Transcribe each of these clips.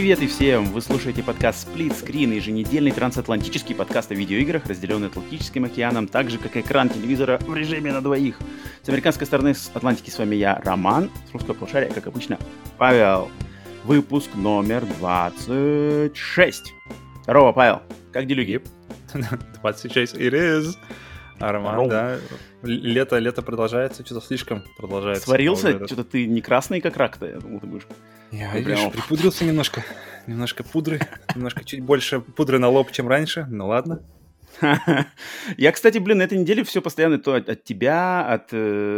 Привет и всем! Вы слушаете подкаст Split Screen, еженедельный трансатлантический подкаст о видеоиграх, разделенный Атлантическим океаном, так же, как экран телевизора в режиме на двоих. С американской стороны Атлантики с вами я, Роман, с русского полушария, как обычно, Павел. Выпуск номер 26. Здорово, Павел. Как делюги? 26 it is. А Роман, да, лето продолжается, что-то слишком продолжается. Сварился? Что-то ты не красный, как рак-то, я думал, ты будешь. Я, видишь, припудрился немножко пудры, немножко чуть больше пудры на лоб, чем раньше, ну ладно. Я, кстати, на этой неделе все постоянно то от тебя, от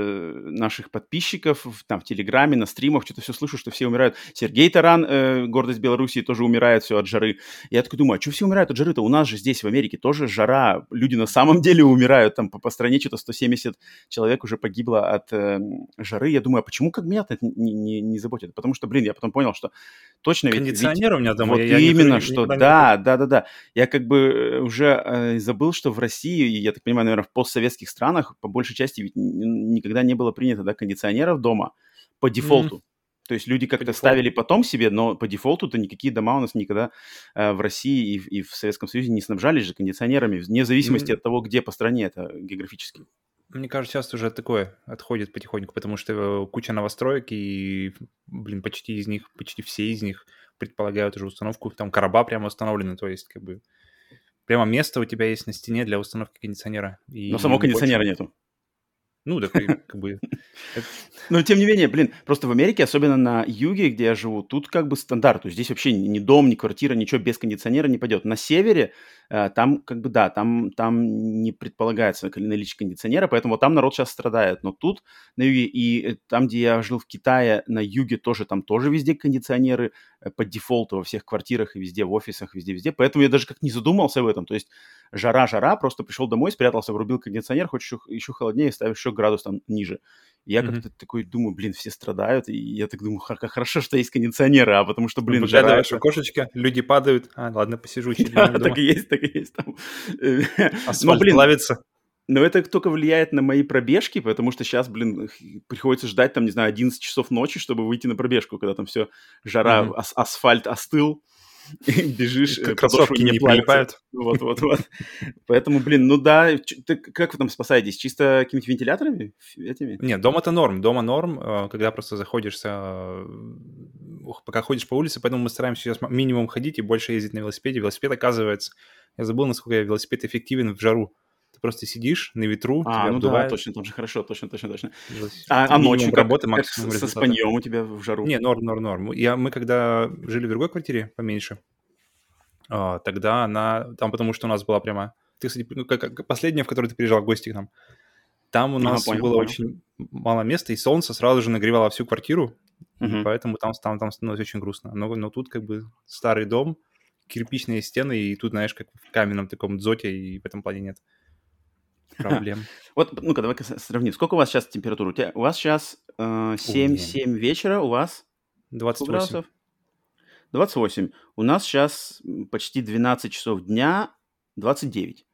наших подписчиков там в Телеграме, на стримах, что-то все слышу, что все умирают. Сергей Таран, гордость Белоруссии, тоже умирает все от жары. Я такой думаю, а что все умирают от жары-то? У нас же здесь, в Америке, тоже жара. Люди на самом деле умирают. Там по стране что-то 170 человек уже погибло от жары. Я думаю, а почему как меня это не заботит? Потому что, я потом понял, что точно ведь... Кондиционер у меня дома. Вот именно, что да. Я как бы уже... забыл, что в России, я так понимаю, наверное, в постсоветских странах по большей части ведь никогда не было принято, да, кондиционеров дома по дефолту. То есть люди как-то ставили потом себе, но по дефолту-то никакие дома у нас никогда в России и в Советском Союзе не снабжались же кондиционерами, вне зависимости от того, где по стране это географически. Мне кажется, сейчас уже такое отходит потихоньку, потому что куча новостроек, и, почти все из них предполагают уже установку, там короба прямо установлены, то есть как бы прямо место у тебя есть на стене для установки кондиционера. Но самого кондиционера нету. Ну, да, как бы... Но, тем не менее, просто в Америке, особенно на юге, где я живу, тут как бы стандарт. То есть здесь вообще ни дом, ни квартира, ничего без кондиционера не пойдет. На севере там как бы, да, там не предполагается наличие кондиционера, поэтому там народ сейчас страдает. Но тут на юге и там, где я жил в Китае, на юге тоже, там тоже везде кондиционеры по дефолту во всех квартирах и везде в офисах, везде. Поэтому я даже как не задумался об этом. То есть жара, просто пришел домой, спрятался, врубил кондиционер, хочешь еще холоднее, ставишь еще градус там ниже. Я как-то такой думаю, все страдают, и я так думаю, как хорошо, что есть кондиционеры, а потому что, жара... Выглядываешь в окошечко, люди падают, ладно, посижу чуть дома. Так и есть там. Асфальт плавится. Но это только влияет на мои пробежки, потому что сейчас, приходится ждать, там, не знаю, 11 часов ночи, чтобы выйти на пробежку, когда там все, жара, асфальт остыл, бежишь, кроссовки не прилипают. Вот. Поэтому, как вы там спасаетесь? Чисто какими-то вентиляторами этими? Нет, дома норм, когда просто заходишься, пока ходишь по улице, поэтому мы стараемся сейчас минимум ходить и больше ездить на велосипеде. Велосипед, оказывается, я забыл, насколько велосипед эффективен в жару. Ты просто сидишь на ветру, тебя обдувает. Да, точно, там же хорошо, точно. А ночью работы, как со спаньем у тебя в жару? Не, норм. Мы когда жили в другой квартире, поменьше, тогда там, потому что у нас была прямо... Ты, кстати, как последняя, в которой ты приезжал в гости к нам, там у нас было очень мало места, и солнце сразу же нагревало всю квартиру, и поэтому там становилось очень грустно. Но тут как бы старый дом, кирпичные стены, и тут, знаешь, как в каменном таком дзоте, и в этом плане нет проблем. Вот, давай-ка сравним. Сколько у вас сейчас температура? У вас сейчас 7 вечера, у вас 28 градусов? 28. У нас сейчас почти 12 часов дня, 29.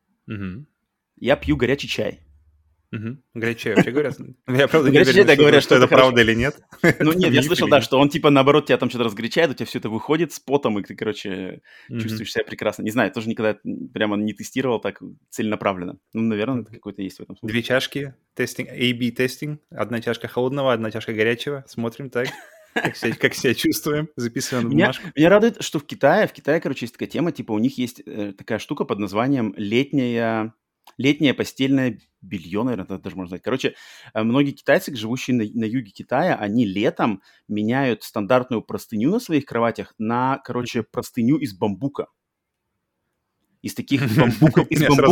Я пью горячий чай. Горячий чай вообще говорят? Я правда не уверен, говорят, что это правда или нет. Ну нет, я слышал, да, что он типа наоборот тебя там что-то разгорячает, у тебя все это выходит с потом, и ты, чувствуешь себя прекрасно. Не знаю, тоже никогда прямо не тестировал так целенаправленно. Ну, наверное, это какой-то есть в этом смысле. 2 чашки, тестинг, A/B тестинг, 1 чашка холодного, 1 чашка горячего. Смотрим так, как себя чувствуем, записываем на бумажку. Меня радует, что в Китае, есть такая тема, типа у них есть такая штука под названием летнее постельное белье, наверное, даже можно сказать. Многие китайцы, живущие на юге Китая, они летом меняют стандартную простыню на своих кроватях на, простыню из бамбука. Из таких бамбуков...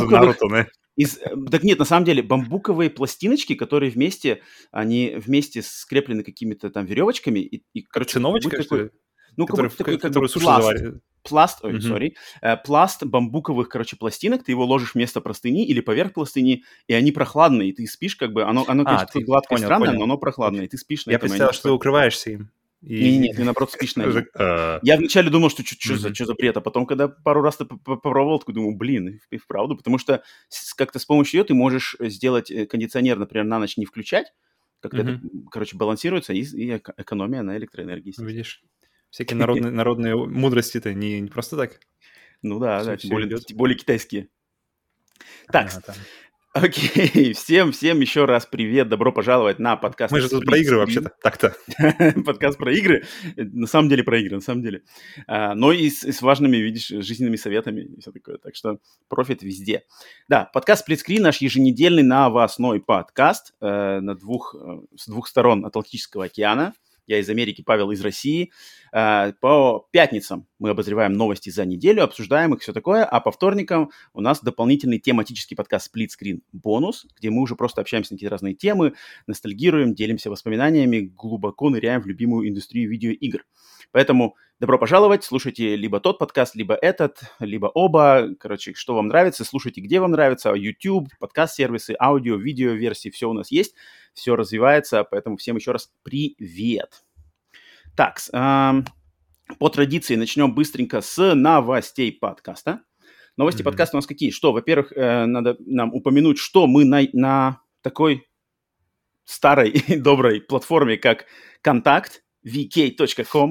Так нет, на самом деле, бамбуковые пластиночки, которые они вместе скреплены какими-то там веревочками. Циновочка, что ли? Которую суши заваривают. Пласт бамбуковых, пластинок, ты его ложишь вместо простыни или поверх простыни, и они прохладные, и ты спишь оно конечно, гладкое, странное, но оно прохладное, и ты спишь на этом. Я представил, что ты укрываешься им. Нет, ты наоборот спишь на этом. Я вначале думал, что что за бред, а потом, когда пару раз ты попробовал, такой думаю, и вправду, потому что как-то с помощью ее ты можешь сделать кондиционер, например, на ночь не включать, как-то это, балансируется, и экономия на электроэнергии. Видишь? Всякие народные мудрости-то не просто так. Ну да, Всё- да, всё тем идет. более китайские. Так, Ага, там. окей, всем еще раз привет, добро пожаловать на подкаст Мы же тут про Split игры Screen. вообще-то. Так-то. Подкаст про игры. На самом деле про игры, на самом деле. Но и с важными, видишь, жизненными советами и все такое. Так что профит везде. Да, подкаст Split Screen наш еженедельный новостной подкаст с двух сторон Атлантического океана. Я из Америки, Павел из России. По пятницам мы обозреваем новости за неделю, обсуждаем их, все такое. А по вторникам у нас дополнительный тематический подкаст Split Screen бонус, где мы уже просто общаемся на какие-то разные темы, ностальгируем, делимся воспоминаниями, глубоко ныряем в любимую индустрию видеоигр. Поэтому добро пожаловать, слушайте либо тот подкаст, либо этот, либо оба. Короче, что вам нравится, слушайте, где вам нравится. YouTube, подкаст-сервисы, аудио, видео-версии, все у нас есть, все развивается, поэтому всем еще раз привет. Так, по традиции начнем быстренько с новостей подкаста. Новости подкаста у нас какие? Что, во-первых, надо нам упомянуть, что мы на такой старой и доброй платформе, как Контакт, vk.com,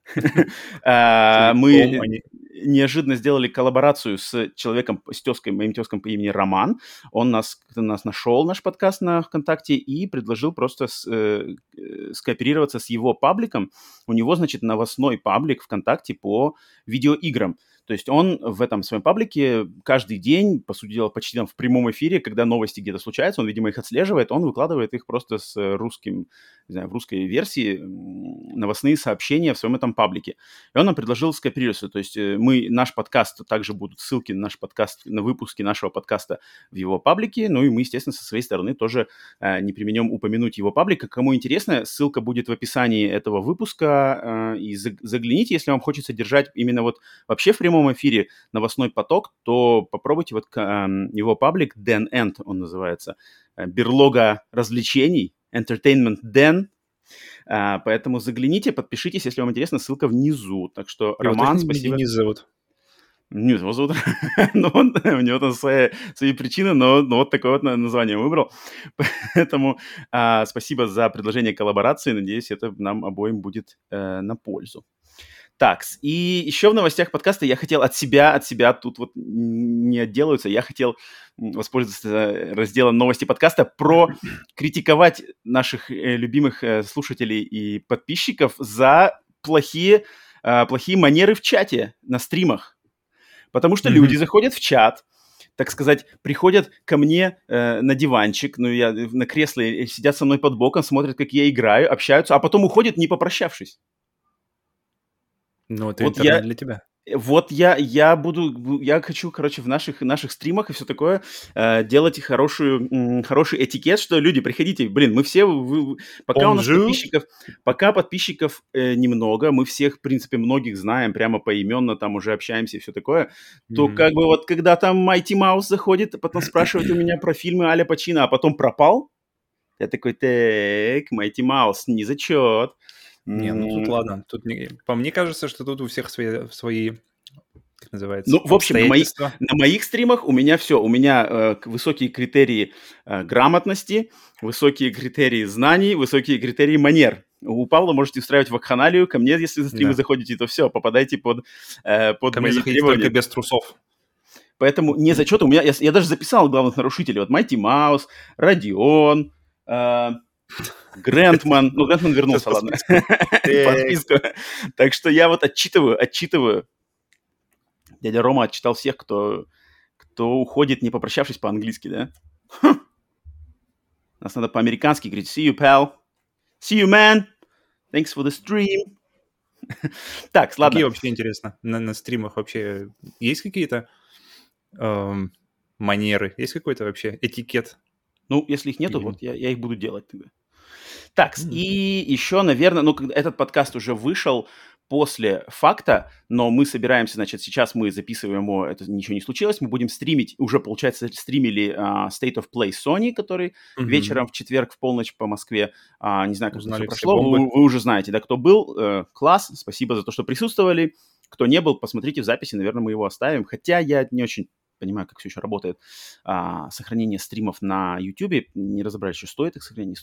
мы неожиданно сделали коллаборацию с человеком, с тезкой, моим тезком по имени Роман. Он нас нашел, наш подкаст на ВКонтакте, и предложил просто скооперироваться с его пабликом. У него, значит, новостной паблик ВКонтакте по видеоиграм. То есть он в этом своем паблике каждый день, по сути дела, почти там в прямом эфире, когда новости где-то случаются, он, видимо, их отслеживает, он выкладывает их просто с русским, не знаю, в русской версии новостные сообщения в своем этом паблике. И он нам предложил скооперироваться. То есть наш подкаст, также будут ссылки на наш подкаст, на выпуски нашего подкаста в его паблике. Ну и мы, естественно, со своей стороны тоже не применем упомянуть его паблик. Кому интересно, ссылка будет в описании этого выпуска. И загляните, если вам хочется держать именно вот вообще в прямом эфире новостной поток, то попробуйте вот его паблик, Dan End он называется, берлога развлечений, Entertainment Den. Поэтому загляните, подпишитесь, если вам интересно, ссылка внизу. Так что, Роман, спасибо. Денис зовут. Не, его зовут. У него там свои причины, но вот такое вот название выбрал. Поэтому спасибо за предложение коллаборации. Надеюсь, это нам обоим будет на пользу. Так, и еще в новостях подкаста я хотел от себя тут вот не отделаются, я хотел воспользоваться разделом новости подкаста про критиковать наших любимых слушателей и подписчиков за плохие манеры в чате на стримах. Потому что люди заходят в чат, так сказать, приходят ко мне на диванчик, ну, я на кресле, сидят со мной под боком, смотрят, как я играю, общаются, а потом уходят, не попрощавшись. Ну, это вот интернет для тебя. Вот я хочу, короче, в наших стримах и все такое делать хороший этикет, что люди, приходите, блин, мы все, пока у нас подписчиков немного, мы всех, в принципе, многих знаем прямо поименно, там уже общаемся и все такое, то как бы вот когда там Mighty Mouse заходит, потом спрашивает у меня про фильмы Аля Пачино, а потом пропал, я такой, так, Mighty Mouse, не зачет. Не, ну тут ладно. По мне кажется, что тут у всех свои как называется, ну, в общем, на моих стримах у меня все. У меня высокие критерии грамотности, высокие критерии знаний, высокие критерии манер. У Павла можете устраивать вакханалию. Ко мне, если за стримы заходите, то все, попадайте под ко мне заходите только без трусов. Поэтому не зачет. У меня, я даже записал главных нарушителей. Вот Mighty Mouse, Родион, Грентман. Ну, Грентман вернулся, ладно. По списку. Так что я вот отчитываю. Дядя Рома отчитал всех, кто уходит, не попрощавшись по-английски, да? Нас надо по-американски говорить. See you, pal. See you, man. Thanks for the stream. Так, ладно. Какие вообще, интересно, на стримах вообще есть какие-то манеры? Есть какой-то вообще этикет? Ну, если их нету, вот я их буду делать тогда. Так, и еще, наверное, этот подкаст уже вышел после факта, но мы собираемся, значит, сейчас мы записываем его, это ничего не случилось, мы будем стримить, уже, получается, стримили State of Play Sony, который вечером в четверг в полночь по Москве, не знаю, как это прошло, вы уже знаете, да, кто был, класс, спасибо за то, что присутствовали, кто не был, посмотрите в записи, наверное, мы его оставим, хотя я не очень понимаю, как все еще работает сохранение стримов на YouTube, не разобрались, что стоит их сохранение, не стоит.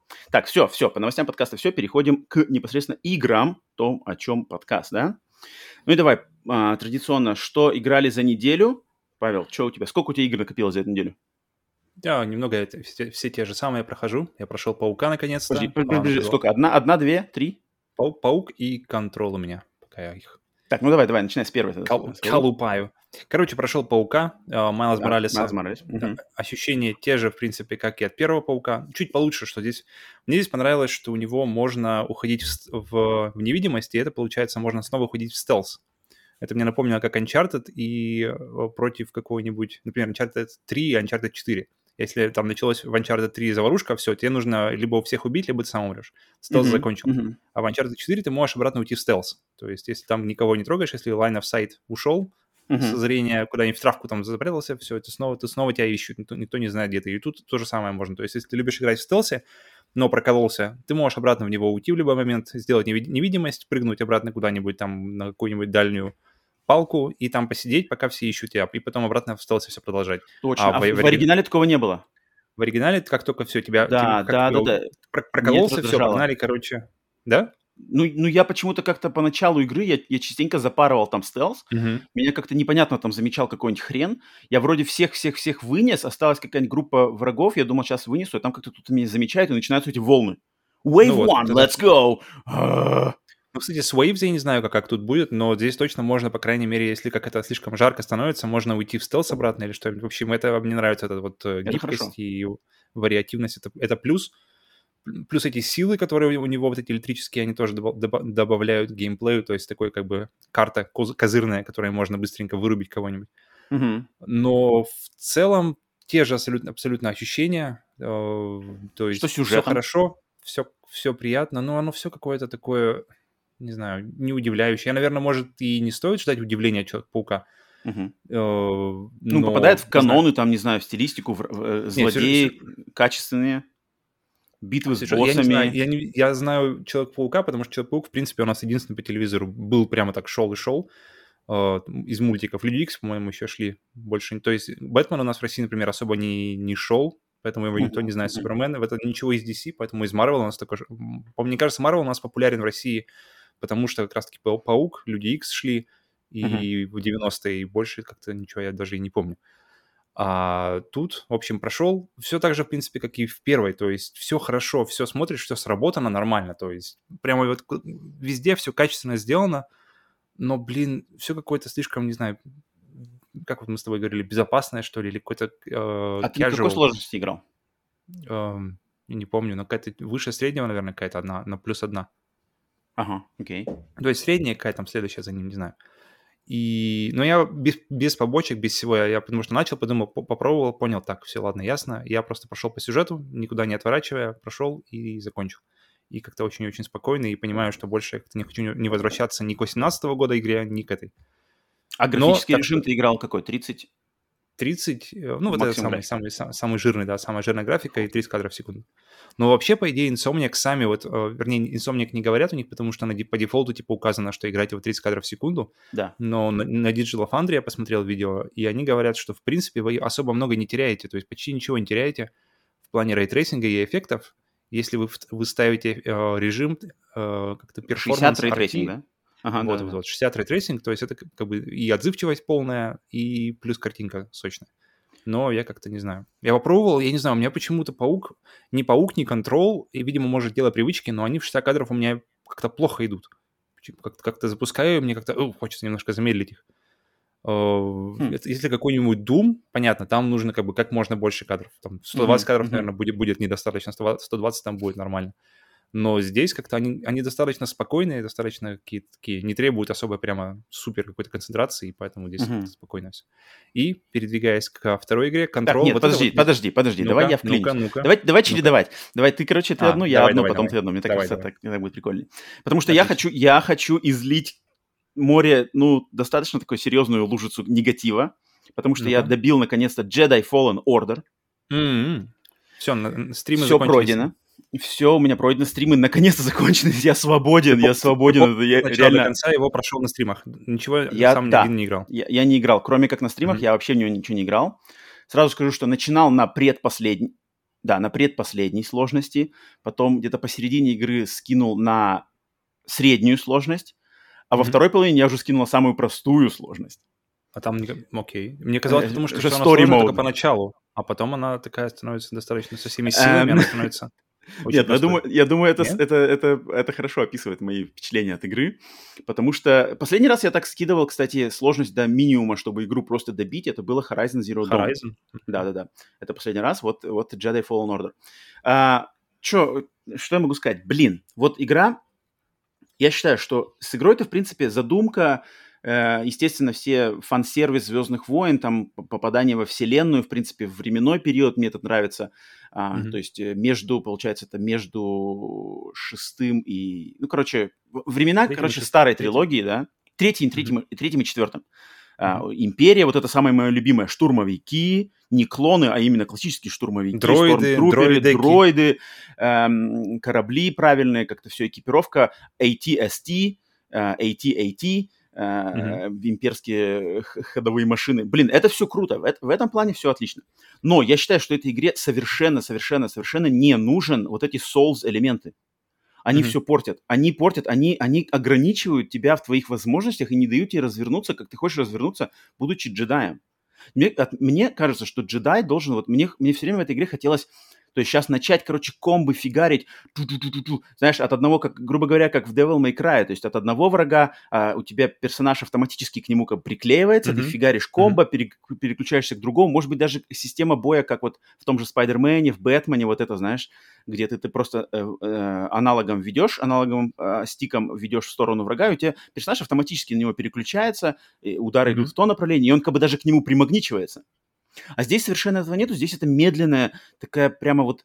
Так, все, по новостям подкаста все, переходим к непосредственно играм, то, о чем подкаст, да? Ну и давай, традиционно, что играли за неделю? Павел, что у тебя? Сколько у тебя игр накопилось за эту неделю? Я немного все те же самые прохожу. Я прошел Паука наконец-то. Подожди, сколько? Одна, две, три? Паук и Контрол у меня, пока я их Так, ну давай, начинай с первой. колупаю. Короче, прошел Паука, Майлз Моралеса. Майлз Моралес. Да, ощущения те же, в принципе, как и от первого Паука. Чуть получше, что здесь... Мне здесь понравилось, что у него можно уходить в невидимость, и это, получается, можно снова уходить в стелс. Это мне напомнило, как Uncharted и против какого-нибудь, например, Uncharted 3 и Uncharted 4. Если там началась в Uncharted 3 заварушка, все, тебе нужно либо у всех убить, либо ты сам умрешь. Стелс закончил. А в Uncharted 4 ты можешь обратно уйти в стелс. То есть, если там никого не трогаешь, если line of sight ушел, со зрения куда-нибудь в травку там запрятался, все, ты снова тебя ищут, никто не знает, где ты. И тут то же самое можно. То есть, если ты любишь играть в стелсе, но прокололся, ты можешь обратно в него уйти в любой момент, сделать невидимость, прыгнуть обратно куда-нибудь там на какую-нибудь дальнюю палку и там посидеть, пока все ищут тебя, и потом обратно в стелсе все продолжать. Точно, в оригинале такого не было. В оригинале, как только все, тебя прокололся, все, погнали, короче. Да? Ну, я почему-то как-то по началу игры, я частенько запарывал там стелс, меня как-то непонятно там замечал какой-нибудь хрен, я вроде всех вынес, осталась какая-нибудь группа врагов, я думал, сейчас вынесу, а там как-то кто-то меня замечает, и начинаются эти волны. Wave one, let's go! Ну, кстати, с Waves я не знаю, как тут будет, но здесь точно можно, по крайней мере, если как это слишком жарко становится, можно уйти в стелс обратно или что-нибудь. В общем, мне нравится эта вот гибкость и вариативность, это плюс. Плюс эти силы, которые у него, вот эти электрические, они тоже добавляют геймплею, то есть такой как бы карта козырная, которой можно быстренько вырубить кого-нибудь. Но в целом те же абсолютно ощущения, то есть все хорошо, все приятно, но оно все какое-то такое, не знаю, не удивляющее. Наверное, может, и не стоит ждать удивления от Человека-паука. Ну, попадает в каноны, там, не знаю, в стилистику, злодеи качественные. Битвы с боссами. Я знаю Человека-паука, потому что Человек-паук, в принципе, у нас единственный по телевизору был прямо так шел из мультиков. Люди Икс, по-моему, еще шли больше. То есть Бэтмен у нас в России, например, особо не шел, поэтому его никто не знает. Супермен, это ничего из DC, поэтому из Марвел у нас такой... Мне кажется, Марвел у нас популярен в России, потому что как раз-таки Паук, Люди Икс шли, и в 90-е, и больше как-то ничего я даже и не помню. А тут, в общем, прошел все так же, в принципе, как и в первой. То есть все хорошо, все смотришь, все сработано нормально. То есть прямо вот везде все качественно сделано. Но, блин, все какое-то слишком, не знаю, как вот мы с тобой говорили, безопасное, что ли, или какой-то А ты на какой сложности играл? Я не помню, но какая-то выше среднего, наверное, какая-то одна, на плюс одна. Ага, окей. То есть средняя какая-то, там следующая за ним, не знаю. Но я без побочек, без всего, я потому что начал, подумал, попробовал, понял, так, все, ладно, ясно. Я просто прошел по сюжету, никуда не отворачивая, прошел и закончил. И как-то очень-очень спокойно, и понимаю, что больше я как-то не хочу не возвращаться ни к 18-го года игре, ни к этой. А графический режим ты играл какой? 30? 30, ну вот это самый жирный, да, самая жирная графика и 30 кадров в секунду. Но вообще, по идее, Insomniac сами, вернее, Insomniac не говорят у них, потому что по дефолту типа указано, что играете в 30 кадров в секунду. Да. Но на Digital Foundry я посмотрел видео, и они говорят, что, в принципе, вы особо много не теряете, то есть почти ничего не теряете в плане рейтрейсинга и эффектов, если вы ставите режим как-то перформанс 60 рейтрейсинг, да? Ага, вот, 60 рейтрейсинг, то есть это как бы и отзывчивость полная, и плюс картинка сочная. Но я как-то не знаю. Я попробовал, я не знаю, у меня почему-то ни Паук, ни Контрол, и, видимо, может, дело привычки, но они в 60 кадров у меня как-то плохо идут. Как-то запускаю, мне как-то хочется немножко замедлить их. Если какой-нибудь Doom, понятно, там нужно как можно больше кадров. Там 120 кадров, наверное, будет недостаточно, 120 там будет нормально. Но здесь как-то они достаточно спокойные, достаточно какие-то такие, не требуют особо прямо супер какой-то концентрации, поэтому здесь спокойно все. И, передвигаясь ко второй игре, Control... Так, нет, подожди, ну-ка, давай я вклинюсь. Ну-ка. Давай чередовать. Давай ты, короче, ты одну, я одну, потом ты одну. Мне так кажется, так будет прикольнее. Потому что я хочу излить море, достаточно такую серьезную лужицу негатива, потому что я добил, наконец-то, Jedi Fallen Order. Все, стримы все пройдено. Все, у меня пройдено, стримы наконец-то закончены, я свободен. Реально до конца его прошел на стримах. Ничего сам один не играл. Я не играл, кроме как на стримах, я вообще в него ничего не играл. Сразу скажу, что начинал на предпоследний. да, на предпоследней сложности, потом где-то посередине игры скинул на среднюю сложность, а во второй половине я уже скинул на самую простую сложность. А там, окей. Мне казалось, потому что Уже она story сложная только mode. поначалу, а потом она такая становится достаточно со всеми силами, она становится очень Нет, простой. я думаю, Нет? это хорошо описывает мои впечатления от игры, потому что последний раз я так скидывал, кстати, сложность до минимума, чтобы игру просто добить, это было Horizon Zero Dawn. Horizon? Да-да-да, это последний раз, вот Jedi Fallen Order. Что я могу сказать? Блин, вот игра, я считаю, что с игрой-то, в принципе, задумка, естественно, все фан-сервис «Звездных войн», там, попадание во вселенную, в принципе, в временной период мне это нравится. То есть получается, это между шестым и... Ну, короче, времена, старой трилогии, да? Третьим и четвертым. Империя, вот это самое мое любимое, штурмовики, не клоны, а именно классические штурмовики, стормтруперы, дроиды, корабли правильные, как-то все, экипировка, AT-ST, AT-AT, имперские ходовые машины. Блин, это все круто, в этом плане все отлично. Но я считаю, что этой игре совершенно не нужен вот эти Souls-элементы. Они все портят. Они ограничивают тебя в твоих возможностях и не дают тебе развернуться, как ты хочешь развернуться, будучи джедаем. Мне кажется, что джедай должен... Вот мне все время в этой игре хотелось... То есть сейчас начать, короче, комбы фигарить, знаешь, от одного, как, грубо говоря, как в Devil May Cry, то есть от одного врага у тебя персонаж автоматически к нему как приклеивается, ты фигаришь комбо, переключаешься к другому, может быть, даже система боя, как вот в том же Спайдермене, в Бэтмене, вот это, знаешь, где ты просто аналоговым стиком ведешь в сторону врага, и у тебя персонаж автоматически на него переключается, удары идут в то направление, и он как бы даже к нему примагничивается. А здесь совершенно этого нету, здесь это медленная, такая прямо вот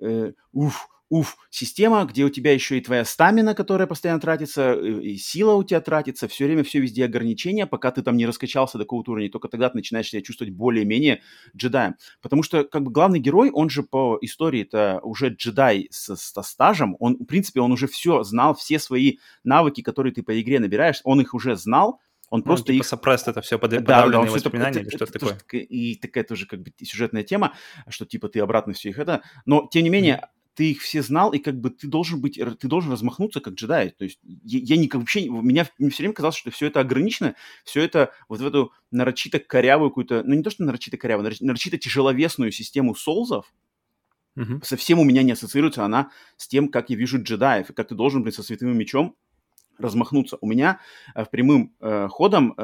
система, где у тебя еще и твоя стамина, которая постоянно тратится, и сила у тебя тратится, все время все везде ограничения, пока ты там не раскачался до какого-то уровня, только тогда ты начинаешь себя чувствовать более-менее джедаем. Потому что как бы главный герой, он же по истории-то уже джедай со стажем, он, в принципе, он уже все знал, все свои навыки, которые ты по игре набираешь, он их уже знал. Он просто типа их... сопресс это все подавленные воспоминания или что-то такое. И такая тоже как бы сюжетная тема, что типа ты обратно все их это... Но, тем не менее, ты их все знал, и как бы ты должен размахнуться как джедай. То есть я вообще... Мне все время казалось, что все это ограничено, все это вот в эту нарочито корявую какую-то... Ну, не то, что нарочито корявую, нарочито тяжеловесную систему соузов, совсем у меня не ассоциируется она с тем, как я вижу джедаев, и как ты должен, блин, со световым мечом размахнуться. У меня прямым ходом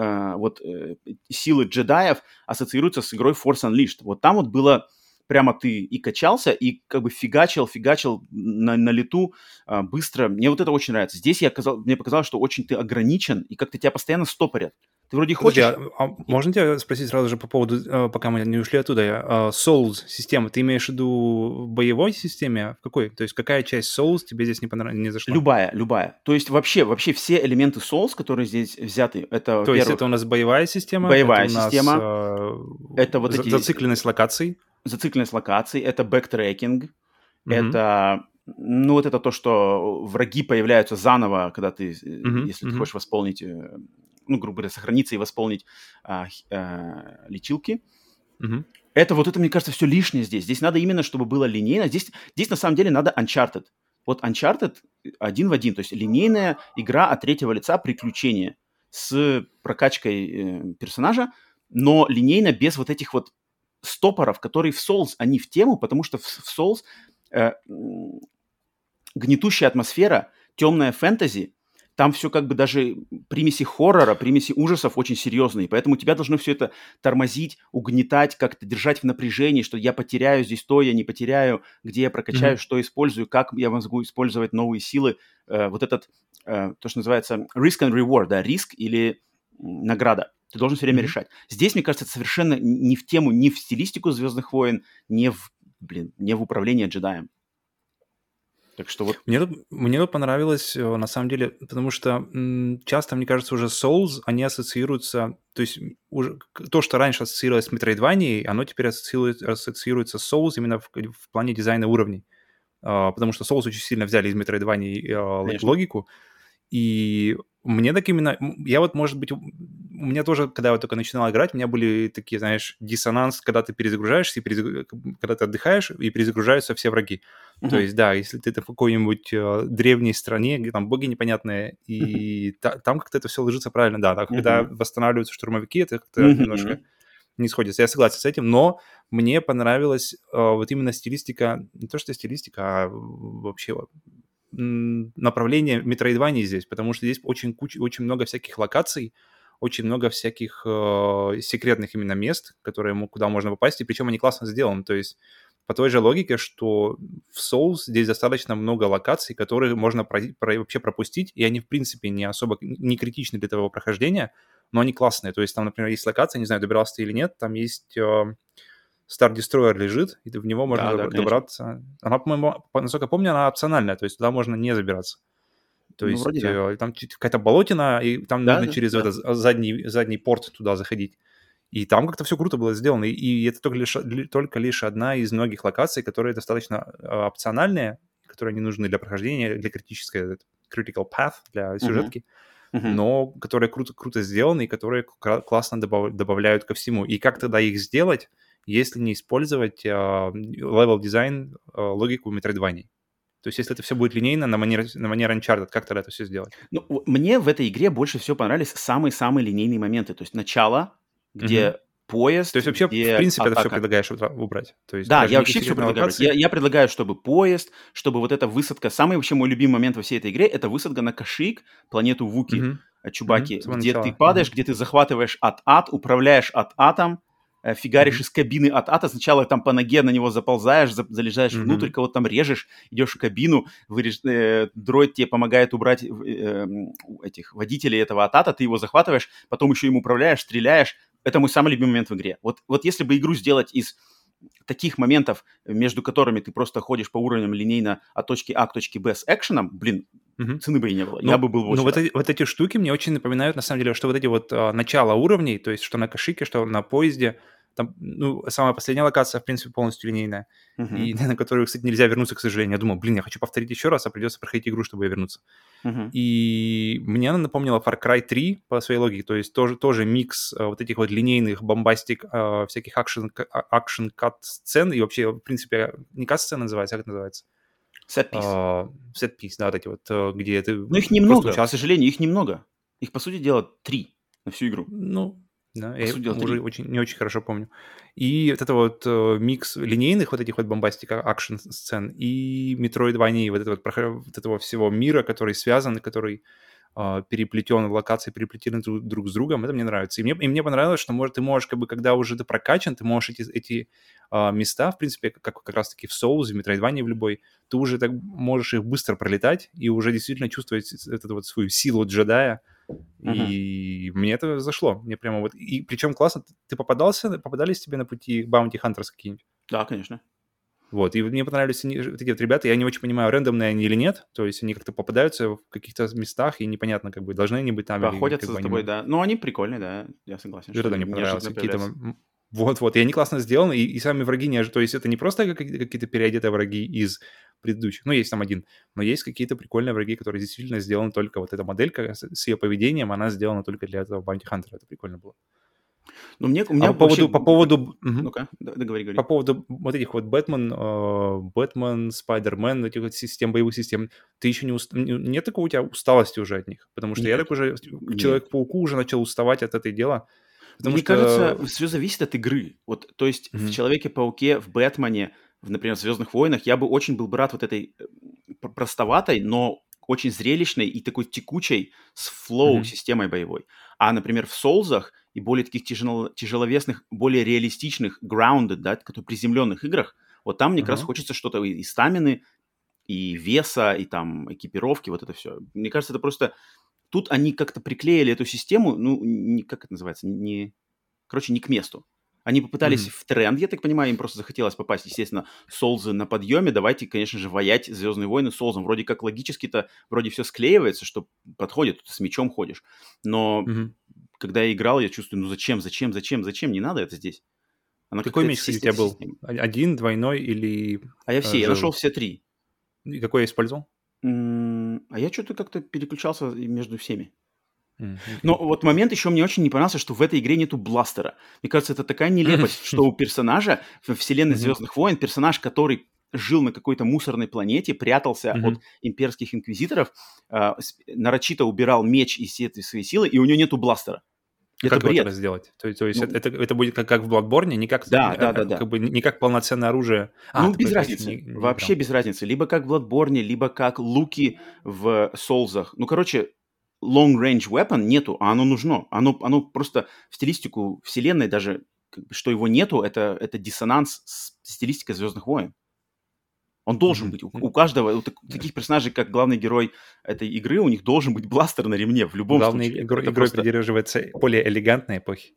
силы джедаев ассоциируются с игрой Force Unleashed. Вот там вот было прямо ты и качался, и как бы фигачил на лету быстро. Мне вот это очень нравится. Здесь мне показалось, что очень ты ограничен, и как-то тебя постоянно стопорят. Ты вроде Подожди, хочешь... можно тебя спросить сразу же по поводу, пока мы не ушли оттуда, Souls-система, ты имеешь в виду в боевой системе? В какой? То есть какая часть Souls тебе здесь не зашла? Любая. То есть вообще все элементы Souls, которые здесь взяты, это, то есть это у нас боевая система? Боевая это у нас, система. Это вот эти... Зацикленность локаций? Зацикленность локаций, это бэктрекинг, это... Ну, вот это то, что враги появляются заново, когда ты, если ты хочешь восполнить, ну, грубо говоря, сохраниться и восполнить лечилки. Это, мне кажется, все лишнее здесь. Здесь надо именно, чтобы было линейно. Здесь на самом деле надо Uncharted. Вот Uncharted один в один, то есть линейная игра от третьего лица, приключения с прокачкой персонажа, но линейно без вот этих вот стопоров, которые в Souls, они в тему, потому что в Souls гнетущая атмосфера, темная фэнтези, там все как бы даже примеси хоррора, примеси ужасов очень серьезные, поэтому тебя должно все это тормозить, угнетать, как-то держать в напряжении, что я потеряю здесь то, я не потеряю, где я прокачаю, что использую, как я могу использовать новые силы. Вот этот, то, что называется risk and reward, да, риск или награда. Ты должен все время решать. Здесь, мне кажется, это совершенно не в тему, не в стилистику «Звездных войн», не в управление джедаем. Так что вот... Мне тут понравилось, на самом деле, потому что часто, мне кажется, уже Souls, они ассоциируются... То есть уже то, что раньше ассоциировалось с Metroidvania, оно теперь ассоциируется с Souls именно в плане дизайна уровней. Потому что Souls очень сильно взяли из Metroidvania логику. И мне так именно... Я вот, может быть, у меня тоже, когда я только начинал играть, у меня были такие, знаешь, диссонанс, когда ты перезагружаешься, когда ты отдыхаешь, и перезагружаются все враги. То есть, да, если ты в какой-нибудь древней стране, где там боги непонятные, и там как-то это все ложится правильно, да. Когда восстанавливаются штурмовики, это как-то немножко не сходится. Я согласен с этим, но мне понравилась вот именно стилистика, не то что стилистика, а вообще направление метроидвании здесь, потому что здесь очень много всяких локаций, очень много всяких секретных именно мест, куда можно попасть, и причем они классно сделаны. То есть по той же логике, что в Souls здесь достаточно много локаций, которые можно вообще пропустить, и они, в принципе, не особо не критичны для твоего прохождения, но они классные. То есть там, например, есть локация, не знаю, добирался ты или нет, там есть Star Destroyer лежит, и в него можно добраться. Она, по-моему, насколько я помню, она опциональная, то есть туда можно не забираться. То есть вроде да. Там какая-то болотина, и там нужно через этот задний порт туда заходить. И там как-то все круто было сделано. И это только лишь одна из многих локаций, которые достаточно опциональные, которые не нужны для прохождения, для critical path, для сюжетки, но которые круто сделаны и которые классно добавляют ко всему. И как тогда их сделать, если не использовать левел-дизайн, логику Metroidvania? То есть если это все будет линейно на манер Uncharted, как тогда это все сделать? Ну, мне в этой игре больше всего понравились самые-самые линейные моменты. То есть начало, где поезд, То есть вообще, где в принципе, атака. это все предлагаешь убрать? То есть Да, даже я вообще все секретные предлагаю. локации? Я предлагаю, чтобы поезд, чтобы вот эта высадка. Самый вообще мой любимый момент во всей этой игре — это высадка на Кашик, планету Вуки, Чубаки, С самого где ты начала. падаешь, где ты захватываешь ат-ат, управляешь ат-атом, фигаришь из кабины ат-ата. Сначала там по ноге на него заползаешь, залезаешь внутрь, кого-то там режешь, идешь в кабину, дроид тебе помогает убрать этих водителей этого ат-ата, ты его захватываешь, потом еще им управляешь, стреляешь. Это мой самый любимый момент в игре. Вот если бы игру сделать из таких моментов, между которыми ты просто ходишь по уровням линейно от точки А к точке Б с экшеном, блин, цены бы и не было. Я бы был очень рад. Вот эти штуки мне очень напоминают, на самом деле, что вот эти вот начала уровней, то есть что на Кашике, что на поезде, там, самая последняя локация, в принципе, полностью линейная, и на которую, кстати, нельзя вернуться, к сожалению. Я думал, блин, я хочу повторить еще раз, а придется проходить игру, чтобы вернуться. И мне она напомнила Far Cry 3 по своей логике, то есть тоже микс вот этих вот линейных бомбастик, всяких акшн-кат-сцен, и вообще, в принципе, не кат-сцена называется, а как это называется? Сет-пис, да, вот эти вот, где ты но их немного, к сожалению, их немного. Их, по сути дела, 3 на всю игру. Да, я уже не очень хорошо помню. И вот это вот микс линейных вот этих вот бомбастик акшн-сцен и Metroidvania, вот этого всего мира, который связан, который переплетен, локации переплетены друг с другом, это мне нравится. И мне понравилось, что ты можешь, как бы, когда уже ты прокачан, ты можешь эти места, в принципе, как раз-таки в Souls, в Metroidvania в любой, ты уже так можешь их быстро пролетать и уже действительно чувствовать эту вот свою силу джедая. И мне это зашло. Мне прямо вот... И причем классно, попадались тебе на пути Bounty Hunters какие-нибудь? Да, конечно. Вот, и мне понравились вот эти вот ребята, я не очень понимаю, рандомные они или нет, то есть они как-то попадаются в каких-то местах, и непонятно, как бы, должны они быть там или... Охотятся за тобой, да. Ну, они прикольные, да, я согласен. Что-то мне понравилось, какие-то... Вот, и они классно сделаны, и сами враги, то есть это не просто какие-то переодетые враги из предыдущих, ну, есть там один, но есть какие-то прикольные враги, которые действительно сделаны только, вот эта моделька с ее поведением, она сделана только для этого Bounty Hunter, это прикольно было. Но у меня по поводу... Ну-ка, говори. По поводу вот этих вот Бэтмен, Спайдермен, этих вот боевых систем, ты еще нет такого у тебя усталости уже от них? Потому что я так уже к Человеку-пауку уже начал уставать от этой дела. Мне кажется, все зависит от игры. Вот, то есть в Человеке-пауке, в Бэтмене, например, в Звездных войнах я бы очень был бы рад вот этой простоватой, но очень зрелищной и такой текучей с флоу-системой боевой. А, например, в Соулзах и более таких тяжеловесных, более реалистичных, grounded, да, которые приземленных играх, вот там мне как раз хочется что-то и стамины, и веса, и там экипировки, вот это все. Мне кажется, это просто... Тут они как-то приклеили эту систему, как это называется, не к месту. Они попытались в тренд, я так понимаю, им просто захотелось попасть, естественно, Соулзы на подъеме, давайте, конечно же, воять Звездные войны Соулзом. Вроде как логически-то, вроде все склеивается, что подходит, тут с мечом ходишь. Но когда я играл, я чувствую, зачем, не надо это здесь. Какой меч у тебя был? Один, двойной или... А я все, я нашел все 3. И какой я использовал? А я что-то как-то переключался между всеми. Но вот момент еще мне очень не понравился, что в этой игре нету бластера. Мне кажется, это такая нелепость, что у персонажа в вселенной Звездных войн, персонаж, который жил на какой-то мусорной планете, прятался от имперских инквизиторов, нарочито убирал меч и все эти свои силы, и у него нету бластера. Это как бред. Его тогда сделать? То есть это будет как в Bloodborne, не как, как бы, не как полноценное оружие? Без разницы. Вообще без разницы. Либо как в Bloodborne, либо как луки в Souls'ах. Ну, короче, long-range weapon нету, а оно нужно. Оно просто в стилистику вселенной даже, что его нету, это диссонанс с стилистикой Звездных войн. Он должен быть. У каждого, у таких персонажей, как главный герой этой игры, у них должен быть бластер на ремне в любом случае. Главный игрой придерживается более элегантной эпохи.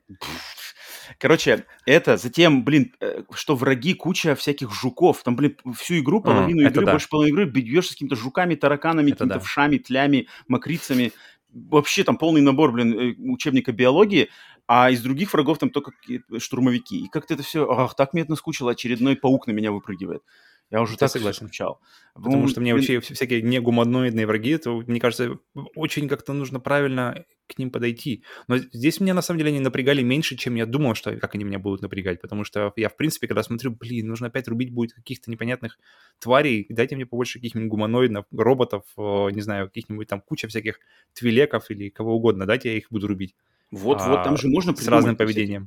Короче, затем, что враги, куча всяких жуков. Там, всю игру, половину игры, больше половины игры бьешь с какими-то жуками, тараканами, какими-то вшами, тлями, мокрицами. Вообще там полный набор, учебника биологии. А из других врагов там только штурмовики. И как-то это все... так мне это наскучило. Очередной паук на меня выпрыгивает. Я уже так согласен. Потому что мне вообще всякие негуманоидные враги, то, мне кажется, очень как-то нужно правильно к ним подойти. Но здесь меня, на самом деле, они напрягали меньше, чем я думал, как они меня будут напрягать. Потому что я, в принципе, когда смотрю, нужно опять рубить будет каких-то непонятных тварей, дайте мне побольше каких-нибудь гуманоидов, роботов, не знаю, каких-нибудь там куча всяких твилеков или кого угодно, дайте я их буду рубить. Вот, там же можно придумать. С разным поведением.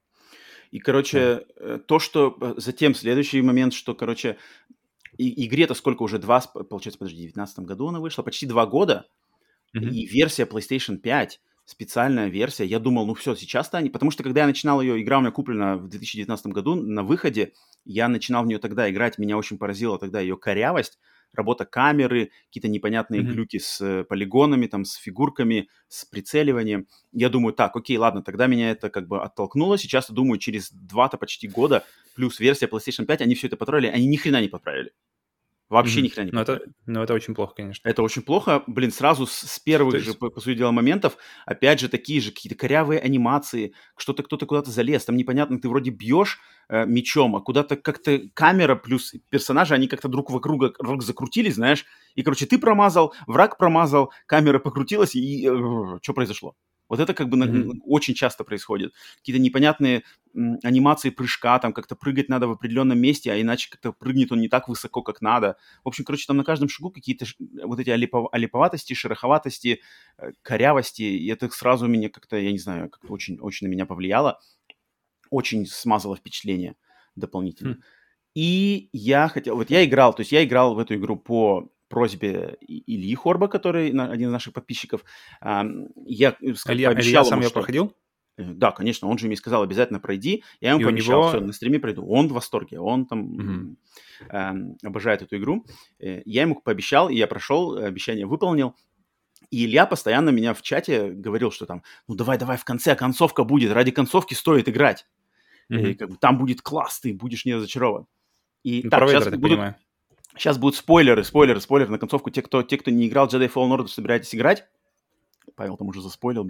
И, короче, то, что... Затем следующий момент, что, короче, игре-то сколько уже? Получается, подожди, в 2019 году она вышла? Почти 2 года. И версия PlayStation 5, специальная версия. Я думал, все, сейчас-то они... Потому что, когда я начинал ее... Игра у меня куплена в 2019 году на выходе. Я начинал в нее тогда играть. Меня очень поразила тогда ее корявость. Работа камеры, какие-то непонятные глюки с полигонами, там, с фигурками, с прицеливанием. Я думаю, так, окей, ладно, тогда меня это как бы оттолкнуло. Сейчас, я думаю, через 2-то почти года плюс версия PlayStation 5, они все это поправили. Они ни хрена не поправили. Вообще ни хрена не поправили. Это очень плохо, конечно. Это очень плохо. Сразу с первых же, по сути дела, моментов, опять же, такие же какие-то корявые анимации, что-то кто-то куда-то залез, там непонятно, ты вроде бьешь мечом, а куда-то как-то камера плюс персонажи, они как-то друг вокруг закрутились, знаешь, и, короче, ты промазал, враг промазал, камера покрутилась, и что произошло? Вот это как бы очень часто происходит. Какие-то непонятные анимации прыжка, там как-то прыгать надо в определенном месте, а иначе как-то прыгнет он не так высоко, как надо. В общем, короче, там на каждом шагу какие-то вот эти олиповатости, шероховатости, корявости, и это сразу меня как-то, я не знаю, как-то очень, очень на меня повлияло, очень смазало впечатление дополнительно. И я играл в эту игру по просьбе Ильи Хорба, который один из наших подписчиков. Я пообещал ему, что... проходил? Да, конечно, он же мне сказал, обязательно пройди. Я ему пообещал, все, на стриме пройду. Он в восторге, он там обожает эту игру. Я ему пообещал, и я прошел, обещание выполнил. И Илья постоянно меня в чате говорил, что там, давай, в конце концовка будет, ради концовки стоит играть. И, как бы, там будет класс, ты будешь не разочарован. И так, сейчас будут спойлеры на концовку. Те, кто не играл Jedi Fallen Order, собираетесь играть. Павел там уже заспойлил,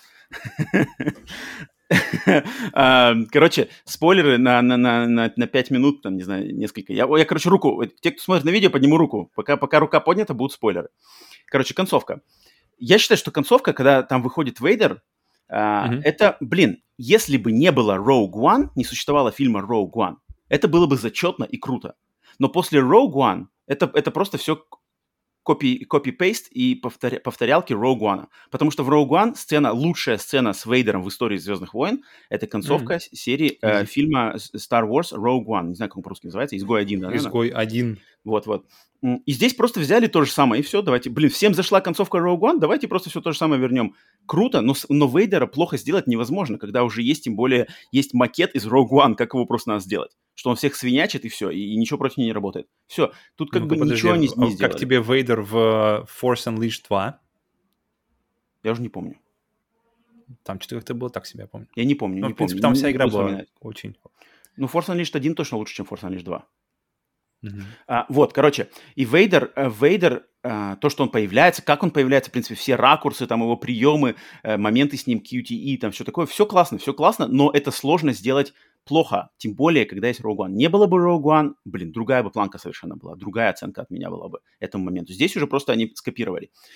Короче, спойлеры на 5 минут, там, не знаю, несколько. Я, короче, руку... Те, кто смотрит на видео, подниму руку. Пока рука поднята, будут спойлеры. Короче, концовка. Я считаю, что концовка, когда там выходит Вейдер, это, если бы не было Rogue One, не существовало фильма Rogue One, это было бы зачетно и круто. Но после Rogue One это просто все копи-пейст и повторялки Rogue One. Потому что в Rogue One лучшая сцена с Вейдером в истории Звездных войн, это концовка серии фильма Star Wars Rogue One. Не знаю, как он по-русски называется. «Изгой 1», да? «Изгой 1». Вот. И здесь просто взяли то же самое, и все, давайте. Всем зашла концовка Rogue One, давайте просто все то же самое вернем. Круто, но Вейдера плохо сделать невозможно, когда уже есть, тем более, есть макет из Rogue One, как его просто надо сделать. Что он всех свинячит, и все, и ничего против него не работает. Все, тут ничего не сделали. Как тебе Вейдер в Force Unleashed 2? Я уже не помню. Там что-то как-то было так себе, я помню. Я не помню, в принципе, там вся игра была очень... Force Unleashed 1 точно лучше, чем Force Unleashed 2. Вот, короче, и Вейдер, то, что он появляется, как он появляется, в принципе, все ракурсы, там его приемы, моменты с ним, QTE, там все такое, все классно, но это сложно сделать плохо, тем более, когда есть Rogue One. Не было бы Rogue One, другая бы планка совершенно была, другая оценка от меня была бы этому моменту. Здесь уже просто они скопировали.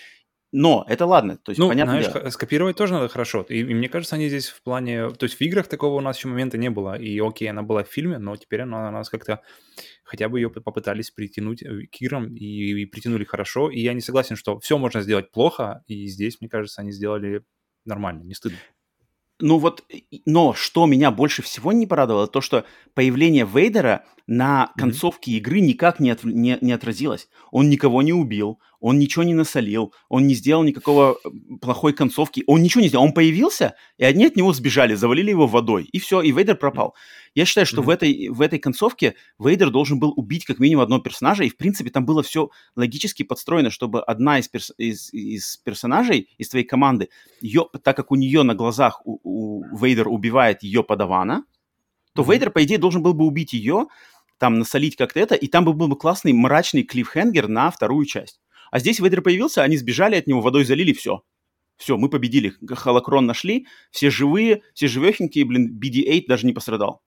Но это ладно, то есть, Ну, понятное знаешь, дело. скопировать тоже надо хорошо. И мне кажется, они здесь в плане... То есть в играх такого у нас еще момента не было. И окей, она была в фильме, но теперь она у нас как-то... Хотя бы ее попытались притянуть к играм и притянули хорошо. И я не согласен, что все можно сделать плохо. И здесь, мне кажется, они сделали нормально, не стыдно. Ну вот, но что меня больше всего не порадовало, то, что появление Вейдера на Мгм. концовке игры никак не отразилось. Он никого не убил, он ничего не насолил, он не сделал никакого плохой концовки, он ничего не сделал. Он появился, и одни от него сбежали, завалили его водой, и все, и Вейдер пропал. Я считаю, что Мгм. в этой концовке Вейдер должен был убить как минимум одного персонажа, и в принципе там было все логически подстроено, чтобы одна из персонажей из твоей команды так как у нее на глазах Вейдер убивает ее подавана, то Мгм. Вейдер, по идее, должен был бы убить ее, там, насолить как-то это, и там был бы классный мрачный клиффхенгер на вторую часть. А здесь Вейдер появился, они сбежали от него, водой залили, все. Все, мы победили. Холокрон нашли, все живые, все живехенькие, блин, BD-8 даже не пострадал.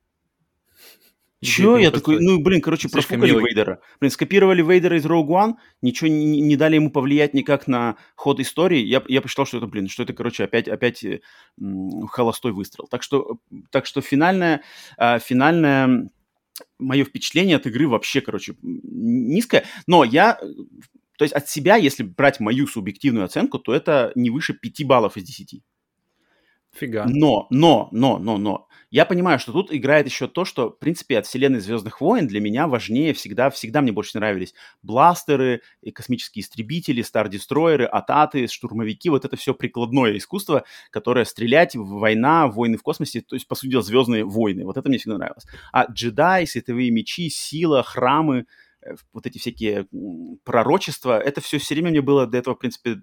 Идея Чё? не Я такой, подходит. ну, блин, короче, Слишком профукали милый. Вейдера. Блин, скопировали Вейдера из Rogue One, ничего не дали ему повлиять никак на ход истории. Я посчитал, что это, блин, что это, короче, опять холостой выстрел. Так что финальное мое впечатление от игры вообще, короче, низкое. Но то есть от себя, если брать мою субъективную оценку, то это не выше 5 баллов из 10. Фига. Но, я понимаю, что тут играет еще то, что, в принципе, от вселенной Звездных войн для меня важнее всегда мне больше нравились бластеры, и космические истребители, стар-дестройеры, ататы, штурмовики, вот это все прикладное искусство, которое стрелять, война, войны в космосе, то есть, по сути дела, Звездные войны, вот это мне всегда нравилось. А джедаи, световые мечи, сила, храмы, вот эти всякие пророчества, это все время мне было до этого, в принципе,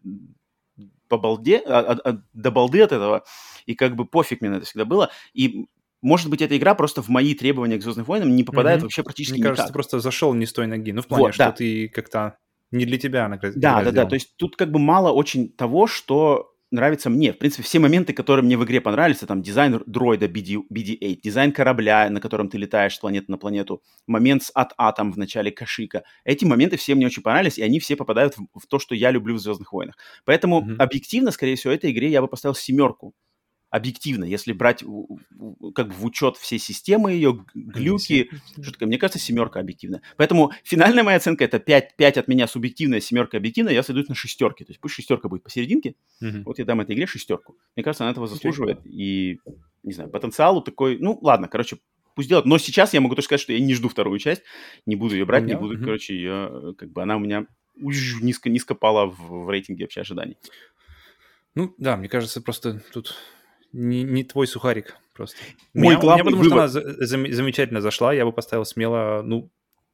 до балды от этого, и как бы пофиг мне на это всегда было. И, может быть, эта игра просто в мои требования к «Звездным войнам» не попадает Мгм. вообще Мне практически кажется, ты никак. просто зашел не с той ноги. Ну, в плане, Вот, что да. ты как-то не для тебя Да, игра да, да. То сделана. есть тут как бы мало очень того, что нравится мне. В принципе, все моменты, которые мне в игре понравились, это там дизайн дроида BD-8, дизайн корабля, на котором ты летаешь с планеты на планету, момент с Ат-Атом в начале Кашика. Эти моменты все мне очень понравились, и они все попадают в то, что я люблю в «Звездных войнах». Поэтому Мгм. объективно, скорее всего, этой игре я бы поставил 7. Объективно, если брать как бы в учет все системы ее, Не, глюки, что такое, мне кажется, 7 объективно. Поэтому финальная моя оценка это 5 от меня субъективная, 7 объективная, я сойду на 6. То есть пусть 6 будет посерединке, Мгм. вот я дам этой игре 6. Мне кажется, она этого Окей. заслуживает. И, не знаю, потенциалу такой, ну, ладно, короче, пусть делают. Но сейчас я могу точно сказать, что я не жду вторую часть, не буду ее У брать, не меня... буду, Мгм. короче, ее, как бы она у меня низко пала в рейтинге вообще ожиданий. Ну, да, мне кажется, просто тут не твой сухарик просто. Мой У меня главный потому что вывод. она замечательно зашла, я бы поставил смело, ну,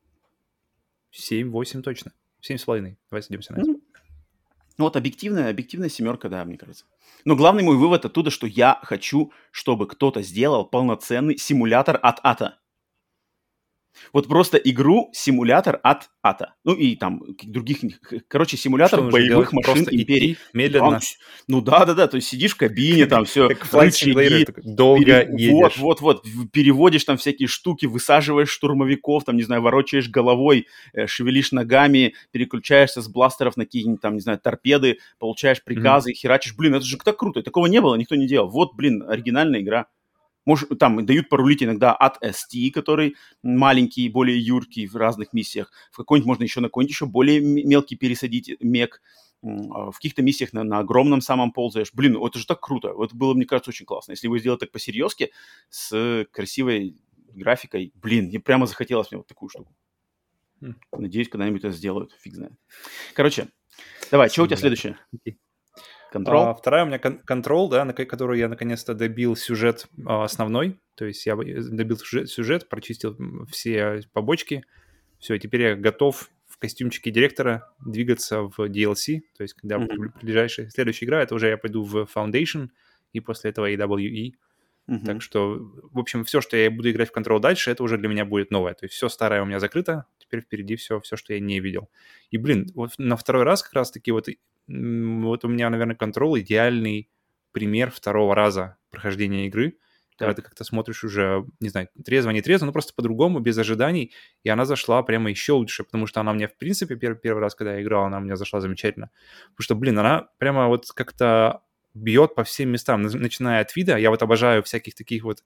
7-8 точно. 7,5. Давай сойдемся на этом. Ну вот объективная 7, да, мне кажется. Но главный мой вывод оттуда, что я хочу, чтобы кто-то сделал полноценный симулятор от ата. Вот просто игру-симулятор от ата. Ну и там других, короче, симулятор Что нужно боевых делать? машин Просто империи. идти Да, медленно, ну да, то есть сидишь в кабине, там все, как Flight Simulator, рычаги, такой, долго едешь. вот, переводишь там всякие штуки, высаживаешь штурмовиков, там, не знаю, ворочаешь головой, шевелишь ногами, переключаешься с бластеров на какие-нибудь там, не знаю, торпеды, получаешь Мгм. приказы, херачишь. Блин, это же так круто, такого не было, никто не делал. Вот, блин, оригинальная игра. Может, там дают порулить иногда от ST, который маленький, более юркий в разных миссиях. В какой-нибудь можно еще на какой-нибудь еще более мелкий пересадить мег. В каких-то миссиях на огромном самом ползаешь. Блин, это же так круто. Вот было, мне кажется, очень классно. Если вы сделали так по-серьезки, с красивой графикой, блин, мне прямо захотелось мне вот такую штуку. М, Надеюсь, когда-нибудь это сделают. Фиг знает. Короче, давай, что у тебя Симулятор. следующее? Окей. Control? Вторая у меня Control, да, которую я наконец-то добил сюжет основной. То есть я добил сюжет, прочистил все побочки. Все, теперь я готов в костюмчике директора двигаться в DLC. То есть когда Мгм. ближайшая, следующая игра, это уже я пойду в Foundation и после этого AWE. Так Мгм. что, в общем, все, что я буду играть в Control дальше, это уже для меня будет новое. То есть все старое у меня закрыто, теперь впереди все, что я не видел. И, блин, вот на второй раз как раз-таки вот у меня, наверное, Control идеальный пример второго раза прохождения игры. когда ты как-то смотришь уже, не знаю, трезво, не трезво, но просто по-другому, без ожиданий, и она зашла прямо еще лучше, потому что она мне, в принципе, первый раз, когда я играл, она мне зашла замечательно. Потому что, блин, она прямо вот как-то бьет по всем местам, начиная от вида. Я вот обожаю всяких таких вот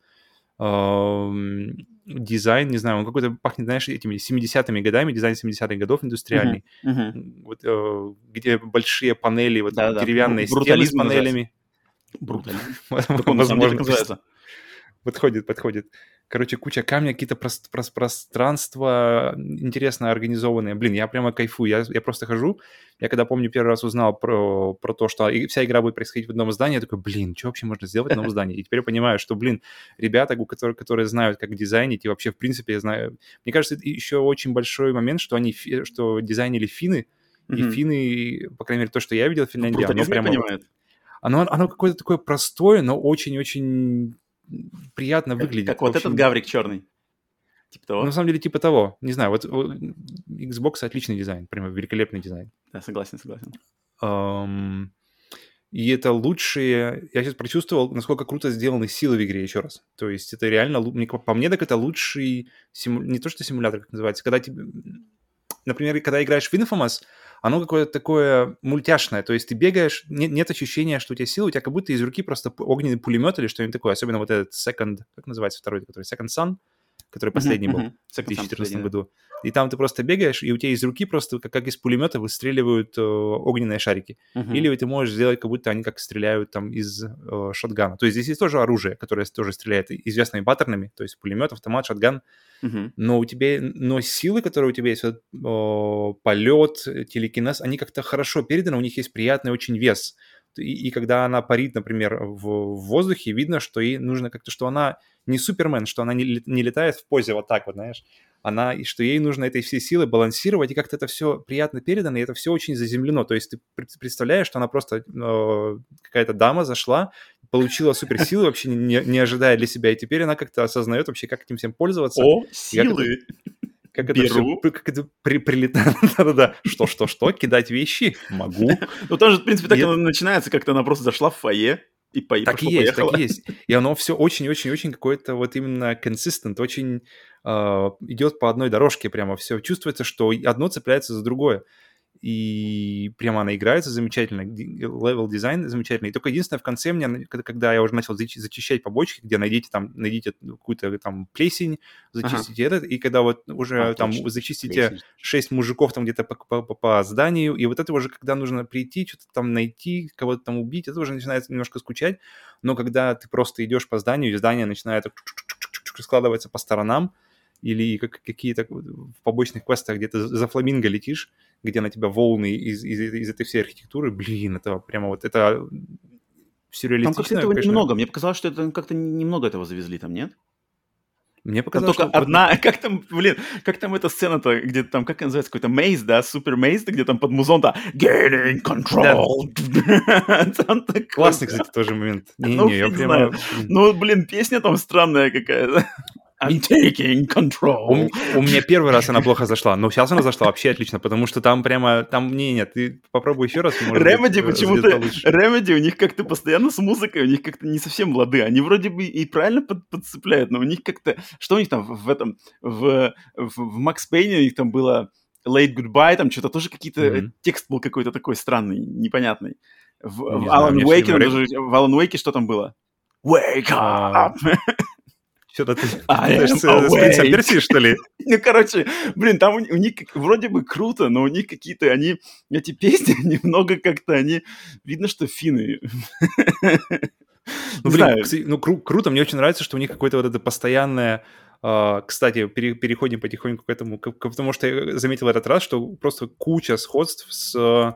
дизайн, не знаю, он какой-то пахнет, знаешь, этими 70-ми годами, дизайн 70-х годов индустриальный, вот, где большие панели, вот деревянные стены с паneлями. Брутализм. Возможно, подходит. Короче, куча камня, какие-то пространства интересно организованные. Блин, я прямо кайфую. Я просто хожу. Я когда, помню, первый раз узнал про то, что вся игра будет происходить в одном здании, я такой, блин, что вообще можно сделать в одном здании? И теперь я понимаю, что, блин, ребята, которые знают, как дизайнить, и вообще, в принципе, я знаю... Мне кажется, это еще очень большой момент, что дизайнили финны, и финны, по крайней мере, то, что я видел в Финляндии, оно прямо... Оно какое-то такое простое, но очень-очень приятно выглядит. Как вот этот гаврик черный. Типа того? На самом деле, типа того. Не знаю, вот Xbox отличный дизайн, прямо великолепный дизайн. Да, согласен. И это лучшие... Я сейчас прочувствовал, насколько круто сделаны силы в игре еще раз. То есть это реально... По мне, так это лучший... Не то, что симулятор, как называется. Когда тебе... Например, когда играешь в Infamous, оно какое-то такое мультяшное. То есть ты бегаешь, нет ощущения, что у тебя сила, у тебя как будто из руки просто огненный пулемет или что-нибудь такое. Особенно вот этот Second... Как называется второй, который Second Son? Который последний был в 2014 году. И там ты просто бегаешь, и у тебя из руки просто, как из пулемета, выстреливают огненные шарики. Или ты можешь сделать, как будто они как стреляют там из шотгана. То есть здесь есть тоже оружие, которое тоже стреляет известными паттернами, то есть пулемет, автомат, шотган. Но силы, которые у тебя есть, полет, телекинез, они как-то хорошо переданы, у них есть приятный очень вес. И когда она парит, например, в воздухе, видно, что ей нужно как-то, что она не Супермен, что она не летает в позе вот так вот, знаешь, и что ей нужно этой всей силой балансировать, и как-то это все приятно передано, и это все очень заземлено. То есть ты представляешь, что она просто какая-то дама зашла, получила суперсилы, вообще не ожидая для себя, и теперь она как-то осознает вообще, как этим всем пользоваться. О, силы! Как это все прилетает. Да-да-да. Что? Кидать вещи? Могу. Ну, тоже, в принципе, так оно начинается, как-то она просто зашла в фойе и поехала. Так и есть. И оно все очень-очень-очень какое-то вот именно consistent, очень идет по одной дорожке прямо. Все чувствуется, что одно цепляется за другое. И прямо она играется замечательно, левел дизайн замечательный. И только единственное, в конце мне, когда я уже начал зачищать побочки, где найдите какую-то там плесень, зачистите этот, и когда вот уже там зачистите плесень. 6 мужиков там где-то по зданию, и вот это уже, когда нужно прийти, что-то там найти, кого-то там убить, это уже начинает немножко скучать. Но когда ты просто идешь по зданию, и здание начинает складываться по сторонам, или какие-то в побочных квестах, где ты за фламинго летишь, где на тебя волны из этой всей архитектуры, блин, это прямо вот это сюрреалистично. Там как-то этого немного. Мне показалось, что это как-то немного этого завезли там, нет? Мне показалось, там только одна, как там эта сцена-то, где там, как называется, какой-то мейз, да, супер мейз, где там под музон-то gaining control. Классный, кстати, тоже момент. Я прямо... Ну, блин, песня там странная какая-то. I'm taking control. У меня первый раз она плохо зашла, но сейчас она зашла вообще отлично, потому что там прямо... Нет, ты попробуй еще раз. Remedy почему-то... Remedy у них как-то постоянно с музыкой, у них как-то не совсем лады. Они вроде бы и правильно подцепляют, но у них как-то... Что у них там в Max Payne у них там было Late Goodbye, там что-то тоже какие-то... Текст был какой-то такой странный, непонятный. В Alan Wake что там было? Wake up! Что-то ты с «Принцем Персии», что ли? Ну, короче, блин, там у них вроде бы круто, но у них какие-то эти песни немного как-то видно, что финны. Ну, блин, круто, мне очень нравится, что у них какое-то вот это постоянное... Кстати, переходим потихоньку к этому, потому что я заметил в этот раз, что просто куча сходств с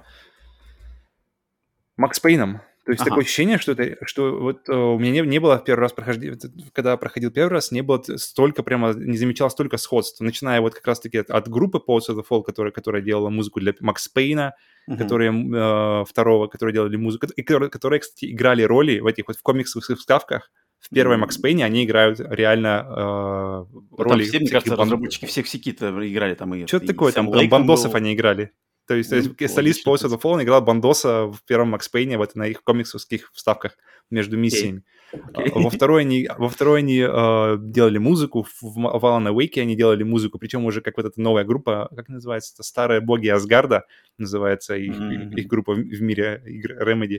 Макс Пейном. То есть такое ощущение, что вот у меня не было в первый раз когда проходил первый раз, не было столько прямо, не замечал столько сходств. Начиная вот как раз-таки от группы Poets of the Fall, которая делала музыку для Макс Пейна, которые делали музыку, и которые, кстати, играли роли в этих вот в комиксах и в сказках. В первой Макс Пейне они играют реально роли. Там все, мне кажется, разработчики всех какие-то играли там. Что-то такое, там бандосов они играли. То есть солист Post of the Fallen играл Бандоса в первом Макс Пейне вот на их комиксовских вставках между миссиями. Во второй они делали музыку, в Alan Wake они делали музыку, причем уже как вот эта новая группа, как называется, это «Старые боги Асгарда», называется их группа в мире игр Remedy.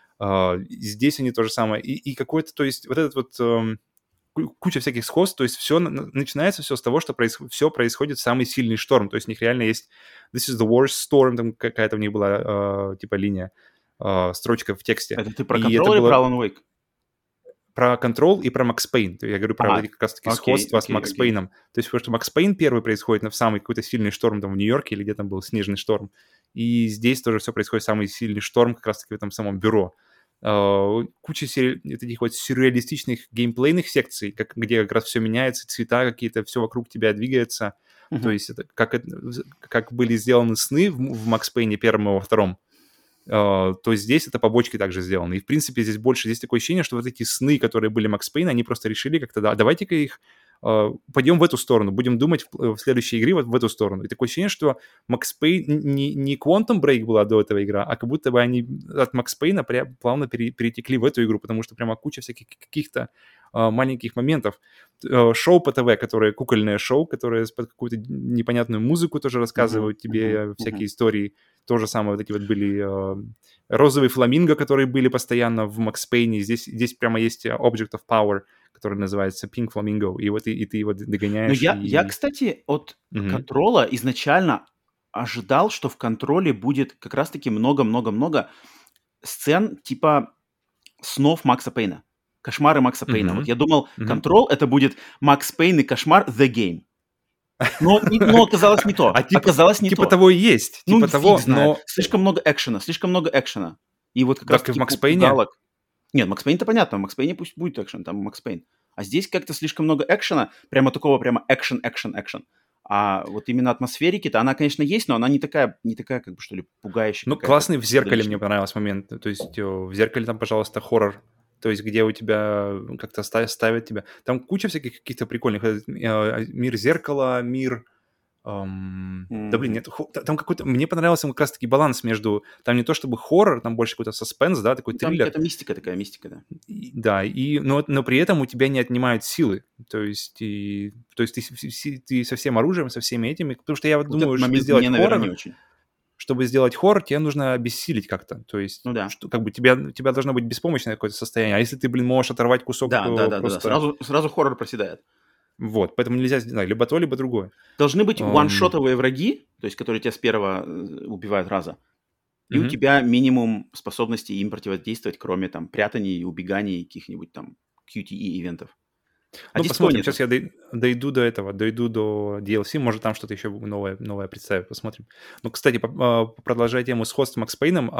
Здесь они то же самое. И какой-то, то есть вот этот вот... куча всяких сходств, то есть начинается все с того, что все происходит в самый сильный шторм, то есть у них реально есть This is the worst storm, там какая-то у них была типа линия, строчка в тексте. Это ты про Control или про Alan Wake? Про Control и про Max Payne. Я говорю про как раз-таки сходство с Max Payne. То есть потому что Max Payne первый происходит в самый какой-то сильный шторм там в Нью-Йорке или где там был снежный шторм, и здесь тоже все происходит в самый сильный шторм как раз-таки в этом самом бюро. Куча таких вот сюрреалистичных геймплейных секций, где как раз все меняется, цвета какие-то, все вокруг тебя двигается. То есть это как были сделаны сны в Макс Пейне первом и во втором, то здесь это побочки также сделаны. И, в принципе, здесь такое ощущение, что вот эти сны, которые были Макс Пейн, они просто решили как-то, давайте-ка их пойдем в эту сторону, будем думать в следующей игре вот в эту сторону. И такое ощущение, что Макс Пейн не Quantum Break была до этого игра, а как будто бы они от Макс Пейна плавно перетекли в эту игру, потому что прямо куча всяких каких-то маленьких моментов. Шоу по ТВ, которое кукольное шоу, которое под какую-то непонятную музыку тоже рассказывают тебе всякие истории. То же самое вот эти вот были розовые фламинго, которые были постоянно в Макс Пейне. Здесь прямо есть Object of Power, который называется Pink Flamingo, и ты его догоняешь. Ну, я, кстати, от Контрола изначально ожидал, что в Контроле будет как раз-таки много-много-много сцен типа снов Макса Пейна. Кошмары Макса Пейна. Вот я думал, Control это будет Макс Пейн и кошмар The Game. Но оказалось не то. Оказалось не то. Типа того и есть. Ну, типа того, но... Слишком много экшена. И вот как раз в Макс Пейне? Нет, Макс Пейн-то понятно. В Макс Пейне пусть будет экшен, там Макс Пейн. А здесь как-то слишком много экшена, прямо такого прямо экшен. А вот именно атмосферики-то, она, конечно, есть, но она не такая как бы, что ли, пугающая. Ну, классный в «Зеркале» мне понравился момент. То есть в «Зеркале» там, пожалуйста, хоррор. То есть где у тебя как-то ставят тебя... Там куча всяких каких-то прикольных. Мир зеркала, мир... Да, блин, нет, там какой-то... Мне понравился как раз-таки баланс между... Там не то чтобы хоррор, там больше какой-то саспенс, да, такой триллер. Там какая-то мистика, да. Да, но при этом у тебя не отнимают силы. То есть ты со всем оружием, со всеми этими... Потому что я вот думаю, чтобы сделать хоррор, тебе нужно обессилить как-то. То есть, ну, да. как бы тебя должно быть беспомощное какое-то состояние. А если ты, можешь оторвать кусок... Да. Сразу хоррор проседает. Вот, поэтому нельзя, либо то, либо другое. Должны быть ваншотовые враги, то есть которые тебя с первого убивают раза. И у тебя минимум способностей им противодействовать, кроме там прятаний и убеганий каких-нибудь там QTE-ивентов. Ну, посмотрим, сейчас я дойду до DLC, может, там что-то еще новое представить, посмотрим. Ну, кстати, продолжая тему сходства с Макс Пейном,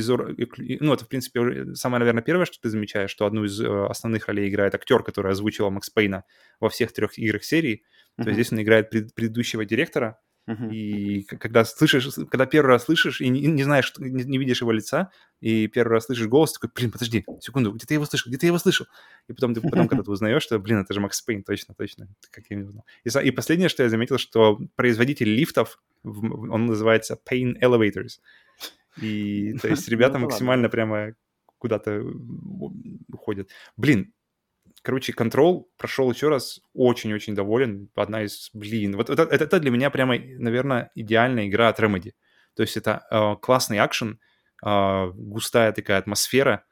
это, в принципе, самое, наверное, первое, что ты замечаешь, что одну из основных ролей играет актер, который озвучивал Макс Пейна во всех 3 играх серии. То есть здесь он играет предыдущего директора, и когда первый раз слышишь, и не знаешь, не видишь его лица, и первый раз слышишь голос, такой, блин, подожди, секунду, где ты его слышал? И потом, когда ты узнаешь, что, блин, это же Макс Пейн, точно, как я не узнал. И последнее, что я заметил, что производитель лифтов, он называется Pain Elevators. И, то есть, ребята максимально прямо куда-то уходят. Блин, короче, Control прошел еще раз, очень-очень доволен. Вот это для меня прямо, наверное, идеальная игра от Remedy. То есть это классный акшен, густая такая атмосфера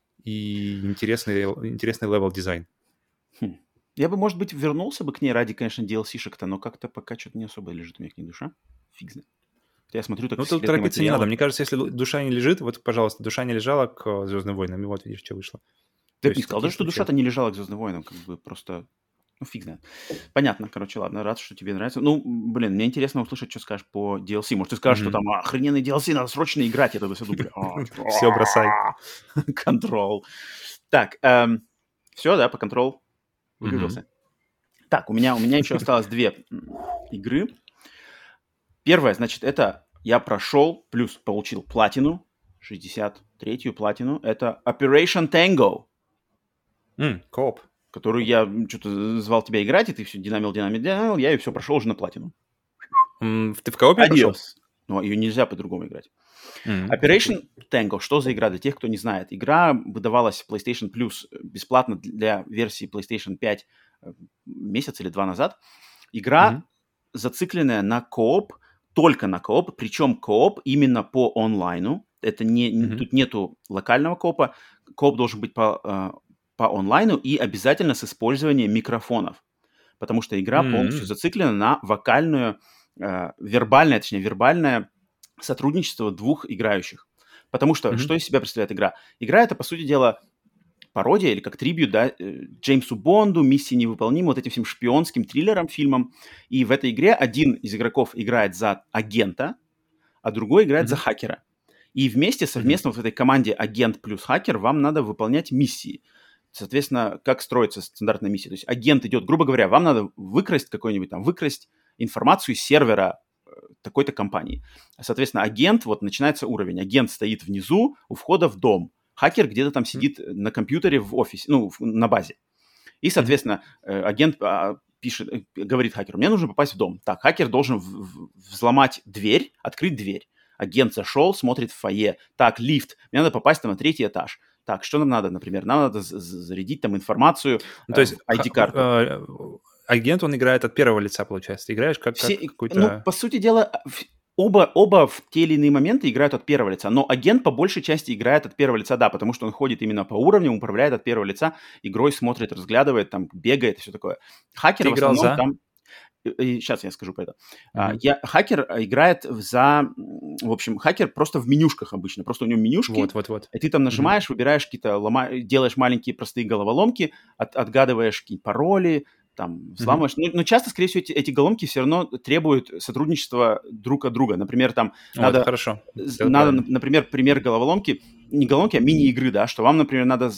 и интересный левел-дизайн. Я бы, может быть, вернулся бы к ней ради, конечно, DLC-шек-то, но как-то пока что-то не особо лежит у меня к ней душа. Фиг знает. Я смотрю, так тут торопиться не надо. Мне кажется, если душа не лежит, вот, пожалуйста, душа не лежала к «Звездным войнам», и вот видишь, что вышло. Ты не сказал, что душа-то не лежала к «Звездным войнам», как бы просто... Ну, фиг знает. Понятно, короче, ладно, рад, что тебе нравится. Ну, блин, мне интересно услышать, что скажешь по DLC. Может, ты скажешь, что там охрененный DLC, надо срочно играть, я тогда все думаю. Все, бросай. Control. Так, все, да, по Control выигрался. Так, у меня еще осталось 2 игры. Первая, значит, это я прошел, плюс получил платину, 63-ю платину. Это Operation Tango. Кооп. Которую я что-то звал тебя играть, и ты все динамил, я ее все прошел уже на платину. Ты в коопе прошел? но ее нельзя по-другому играть. Operation Tango. Что за игра? Для тех, кто не знает. Игра выдавалась в PlayStation Plus бесплатно для версии PlayStation 5 месяц или 2 назад. Игра зацикленная на кооп, только на кооп, причем кооп именно по онлайну. Это тут нету локального коопа. Кооп должен быть по онлайну и обязательно с использованием микрофонов. Потому что игра полностью зациклена на вербальное сотрудничество двух играющих. Потому что, что из себя представляет игра? Игра — это, по сути дела, пародия или как трибьют, да, Джеймсу Бонду, «Миссии невыполнимы», вот этим всем шпионским триллерам, фильмам. И в этой игре один из игроков играет за агента, а другой играет за хакера. И вместе, совместно вот в этой команде агент плюс хакер вам надо выполнять миссии. Соответственно, как строится стандартная миссия? То есть агент идет, грубо говоря, вам надо выкрасть информацию из сервера такой-то компании. Соответственно, агент, вот начинается уровень. Агент стоит внизу у входа в дом. Хакер где-то там сидит на компьютере в офисе, на базе. И, соответственно, агент говорит хакеру: мне нужно попасть в дом. Так, хакер должен взломать дверь, открыть дверь. Агент зашел, смотрит в фойе. Так, лифт, мне надо попасть там на 3-й этаж. Так, что нам надо, например? Нам надо зарядить там информацию, то есть ID-карту. Агент, он играет от первого лица, получается. Ты играешь как какой-то... Ну, по сути дела, оба в те или иные моменты играют от первого лица, но агент по большей части играет от первого лица, да, потому что он ходит именно по уровням, управляет от первого лица, игрой смотрит, разглядывает, там, бегает и все такое. Хакер Ты в играл основном за? там... Сейчас я скажу про это. Хакер играет в общем, хакер просто в менюшках обычно. Просто у него менюшки. Вот. И ты там нажимаешь, выбираешь какие-то, делаешь маленькие простые головоломки, отгадываешь какие-то пароли, там, взламываешь. Но часто, скорее всего, эти головоломки все равно требуют сотрудничества друг от друга. Например, там надо, например, пример головоломки, не головоломки, а мини-игры, да, что вам, например, надо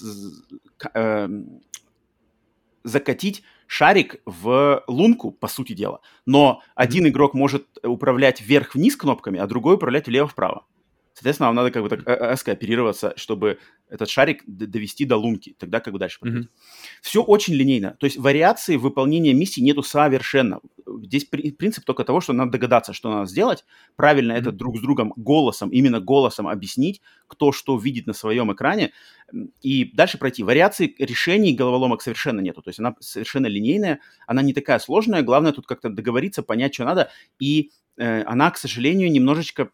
закатить шарик в лунку, по сути дела. Но один игрок может управлять вверх-вниз кнопками, а другой управлять влево-вправо. Соответственно, вам надо как бы так скооперироваться, чтобы этот шарик довести до лунки. Тогда как бы дальше пойдет. Все очень линейно. То есть вариации выполнения миссий нету совершенно. Здесь принцип только того, что надо догадаться, что надо сделать, правильно это друг с другом именно голосом объяснить, кто что видит на своем экране, и дальше пройти. Вариаций решений головоломок совершенно нету. То есть она совершенно линейная, она не такая сложная. Главное тут как-то договориться, понять, что надо. И она, к сожалению, немножечко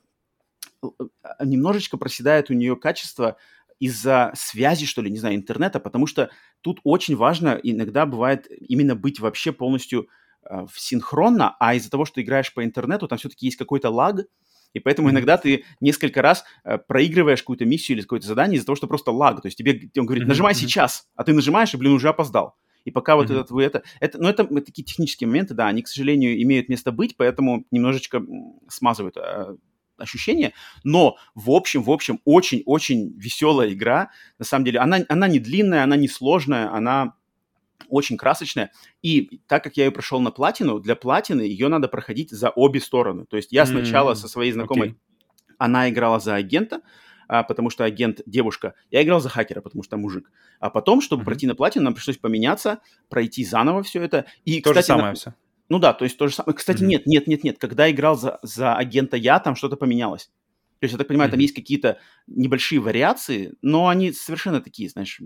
проседает у нее качество из-за связи, что ли, не знаю, интернета, потому что тут очень важно иногда бывает именно быть вообще полностью синхронно, а из-за того, что играешь по интернету, там все-таки есть какой-то лаг, и поэтому иногда ты несколько раз проигрываешь какую-то миссию или какое-то задание из-за того, что просто лаг. То есть он говорит: нажимай сейчас, а ты нажимаешь и, уже опоздал. И пока вот это такие технические моменты, да, они, к сожалению, имеют место быть, поэтому немножечко смазывают ощущение, но в общем, очень-очень веселая игра. На самом деле, она не длинная, она не сложная, она очень красочная. И так как я ее прошел на платину, для платины ее надо проходить за обе стороны. То есть я сначала со своей знакомой, она играла за агента, потому что агент девушка, я играл за хакера, потому что мужик. А потом, чтобы пройти на платину, нам пришлось поменяться, пройти заново все это. И, то же самое все. Ну да, то есть то же самое. Кстати, нет. Когда играл за агента я, там что-то поменялось. То есть, я так понимаю, там есть какие-то небольшие вариации, но они совершенно такие, знаешь,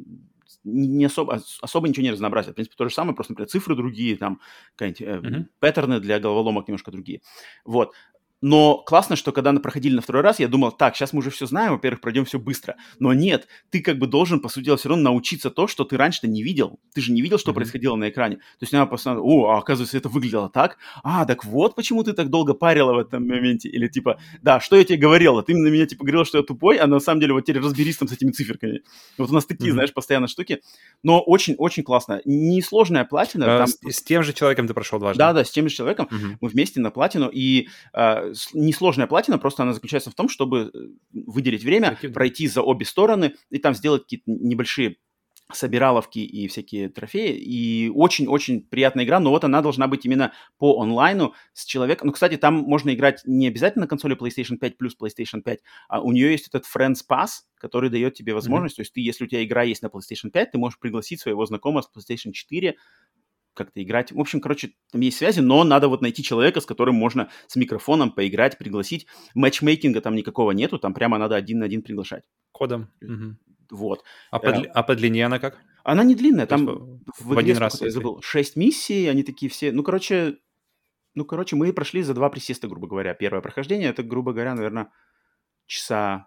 не особо ничего не разнообразят. В принципе, то же самое, просто, например, цифры другие, там, какие-нибудь паттерны для головоломок немножко другие. Вот. Но классно, что когда мы проходили на второй раз, я думал: так, сейчас мы уже все знаем, во-первых, пройдем все быстро. Но нет, ты как бы должен, по сути дела, все равно научиться то, что ты раньше-то не видел. Ты же не видел, что происходило на экране. То есть она постоянно: оказывается, это выглядело так. Так вот почему ты так долго парила в этом моменте. Или типа: да, что я тебе говорил? Ты на меня типа говорил, что я тупой, а на самом деле вот теперь разберись там с этими циферками. Вот у нас такие, знаешь, постоянно штуки. Но очень-очень классно. Несложная платина. С тем же человеком ты прошел дважды? Да, с тем же человеком. Мы вместе на платину. И несложная платина, просто она заключается в том, чтобы выделить время, пройти за обе стороны и там сделать какие-то небольшие собираловки и всякие трофеи. И очень-очень приятная игра, но вот она должна быть именно по онлайну с человеком. Ну, кстати, там можно играть не обязательно на консоли PlayStation 5 плюс PlayStation 5, а у нее есть этот Friends Pass, который дает тебе возможность, то есть ты, если у тебя игра есть на PlayStation 5, ты можешь пригласить своего знакомого с PlayStation 4 как-то играть. В общем, короче, там есть связи, но надо вот найти человека, с которым можно с микрофоном поиграть, пригласить. Матчмейкинга там никакого нету, там прямо надо один на один приглашать. Кодом. Угу. Вот. По длине она как? Она не длинная, То есть там в в игре один раз, сколько-то, я если... забыл, 6 миссий, они такие все, ну, короче, мы прошли за 2 присеста, грубо говоря. Первое прохождение, это, грубо говоря, наверное, часа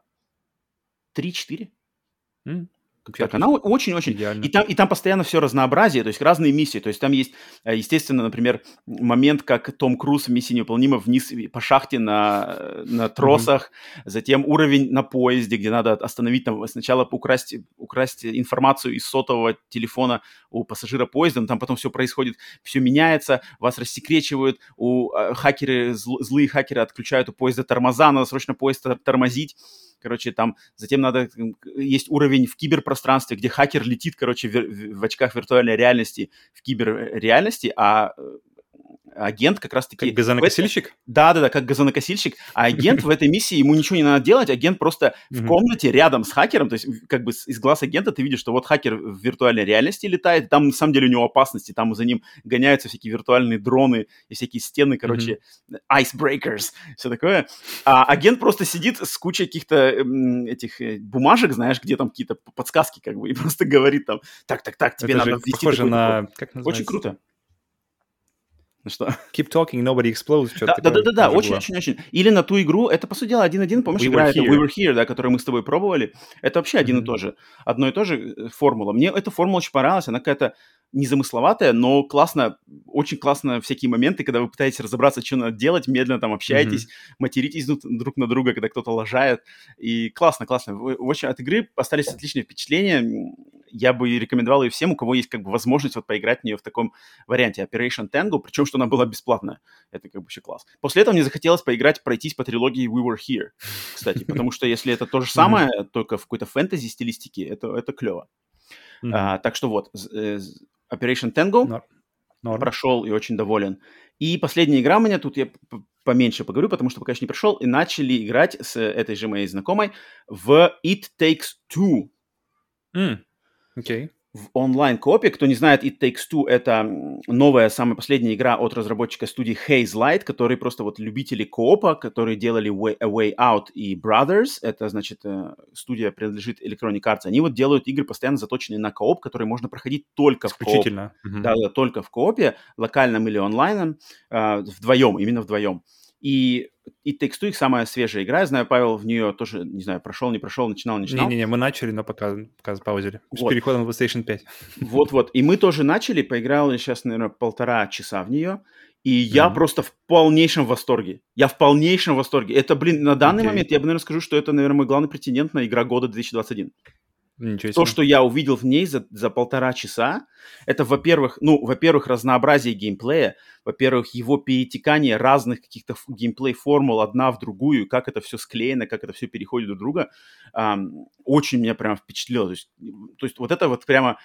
3-4. Вообще Так, она отлично. очень-очень... Идеально. И там постоянно все разнообразие, то есть разные миссии. То есть там есть, естественно, например, момент, как Том Круз в «Миссии невыполнима» вниз по шахте на тросах, затем уровень на поезде, где надо остановить, там, сначала украсть информацию из сотового телефона у пассажира поезда, но там потом все происходит, все меняется, вас рассекречивают, злые хакеры отключают у поезда тормоза, надо срочно поезд тормозить. Короче, там затем есть уровень в киберпространстве, где хакер летит, короче, в очках виртуальной реальности в киберреальности, а агент как раз-таки... Как газонокосильщик? Да, как газонокосильщик. А агент в этой миссии, ему ничего не надо делать, агент просто в комнате рядом с хакером, то есть как бы из глаз агента ты видишь, что вот хакер в виртуальной реальности летает, там на самом деле у него опасности, там за ним гоняются всякие виртуальные дроны и всякие стены, короче, icebreakers, все такое. А агент просто сидит с кучей каких-то этих бумажек, знаешь, где там какие-то подсказки как бы, и просто говорит там, так, тебе это надо ввести похоже на... Как называется? Очень круто. Ну что? Keep talking, nobody explodes, что-то такое. Да, очень. очень. Или на ту игру, это, по сути дела, 1-1, помнишь, игра это We Were Here, да, которую мы с тобой пробовали. Это вообще одно и то же формула. Мне эта формула очень понравилась, она какая-то незамысловатая, но классно, очень классно всякие моменты, когда вы пытаетесь разобраться, что надо делать, медленно там общаетесь, материтесь друг на друга, когда кто-то лажает. И классно. В общем, от игры остались отличные впечатления. Я бы рекомендовал ее всем, у кого есть как бы возможность вот поиграть в нее в таком варианте Operation Tango, причем, что она была бесплатная. Это как бы вообще класс. После этого мне захотелось пройтись по трилогии We Were Here, кстати, потому что если это то же самое, только в какой-то фэнтези-стилистике, это клево. Так что вот, Operation Tango прошел и очень доволен. И последняя игра у меня, тут я поменьше поговорю, потому что пока еще не прошел, и начали играть с этой же моей знакомой в It Takes Two. Окей. В онлайн-коопе. Кто не знает, It Takes Two — это новая, самая последняя игра от разработчика студии Hazelight, которые просто вот любители коопа, которые делали A Way Out и Brothers. Это, значит, студия принадлежит Electronic Arts. Они вот делают игры, постоянно заточенные на кооп, которые можно проходить только в кооп. Да, только в коопе, локальном или онлайном, именно вдвоем. И It Takes Two — их самая свежая игра. Я знаю, Павел в нее тоже, не знаю, прошел, не прошел, начинал. Не-не-не, мы начали, но пока паузили. С переходом в PlayStation 5. Вот. И мы тоже начали, поиграл я сейчас, наверное, 1,5 часа в нее. И я просто в полнейшем восторге. Это, на данный момент, я бы, наверное, скажу, что это, наверное, мой главный претендент на игра года 2021. То, что я увидел в ней за 1,5 часа, это, во-первых, разнообразие геймплея, во-первых, его перетекание разных каких-то геймплей-формул одна в другую, как это все склеено, как это все переходит друг друга, очень меня прям впечатлило. То есть вот это вот прямо...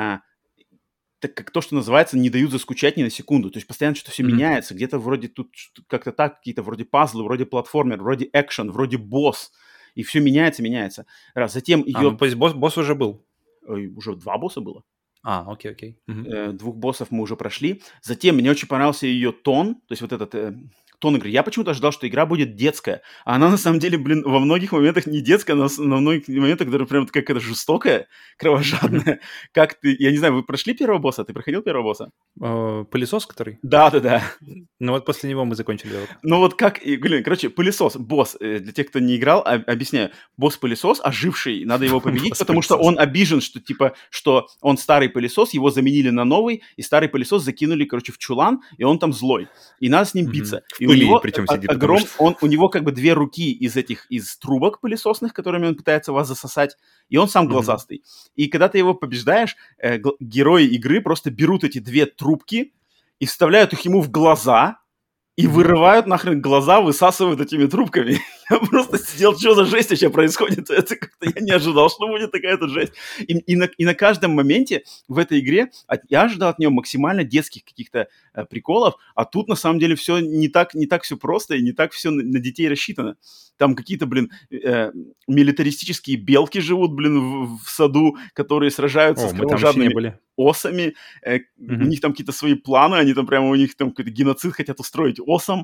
так как то, что называется, не дают заскучать ни на секунду. То есть постоянно что-то все меняется. Где-то вроде тут как-то так, какие-то вроде пазлы, вроде платформер, вроде экшен, вроде босс. И все меняется. Затем ее... то есть босс уже был? Уже 2 босса было. Окей. 2 боссов мы уже прошли. Затем мне очень понравился ее тон. То есть вот этот... тон игры. Я почему-то ожидал, что игра будет детская. А она на самом деле, во многих моментах не детская, но на многих моментах даже прям какая-то жестокая, кровожадная. Как ты... Я не знаю, вы прошли первого босса? Ты проходил первого босса? Пылесос, который? Да. Ну вот после него мы закончили. Ну вот короче, пылесос, босс, для тех, кто не играл, объясняю. Босс-пылесос, оживший, надо его победить, потому что он обижен, что он старый пылесос, его заменили на новый, и старый пылесос закинули, короче, в чулан, и он там злой. И надо с ним биться. И у него причем сидит, у него как бы 2 руки из трубок пылесосных, которыми он пытается вас засосать, и он сам глазастый. И когда ты его побеждаешь, герои игры просто берут эти 2 трубки и вставляют их ему в глаза и вырывают нахрен глаза, высасывают этими трубками. Я просто сидел, что за жесть вообще происходит? Это как-то я не ожидал, что будет такая-то жесть. И на каждом моменте в этой игре я ожидал от нее максимально детских каких-то приколов, а тут на самом деле все не так все просто и не так все на детей рассчитано. Там какие-то, милитаристические белки живут, в саду, которые сражаются с кровожадными... осами, у них там какие-то свои планы, они там прямо, у них там какой-то геноцид хотят устроить осом.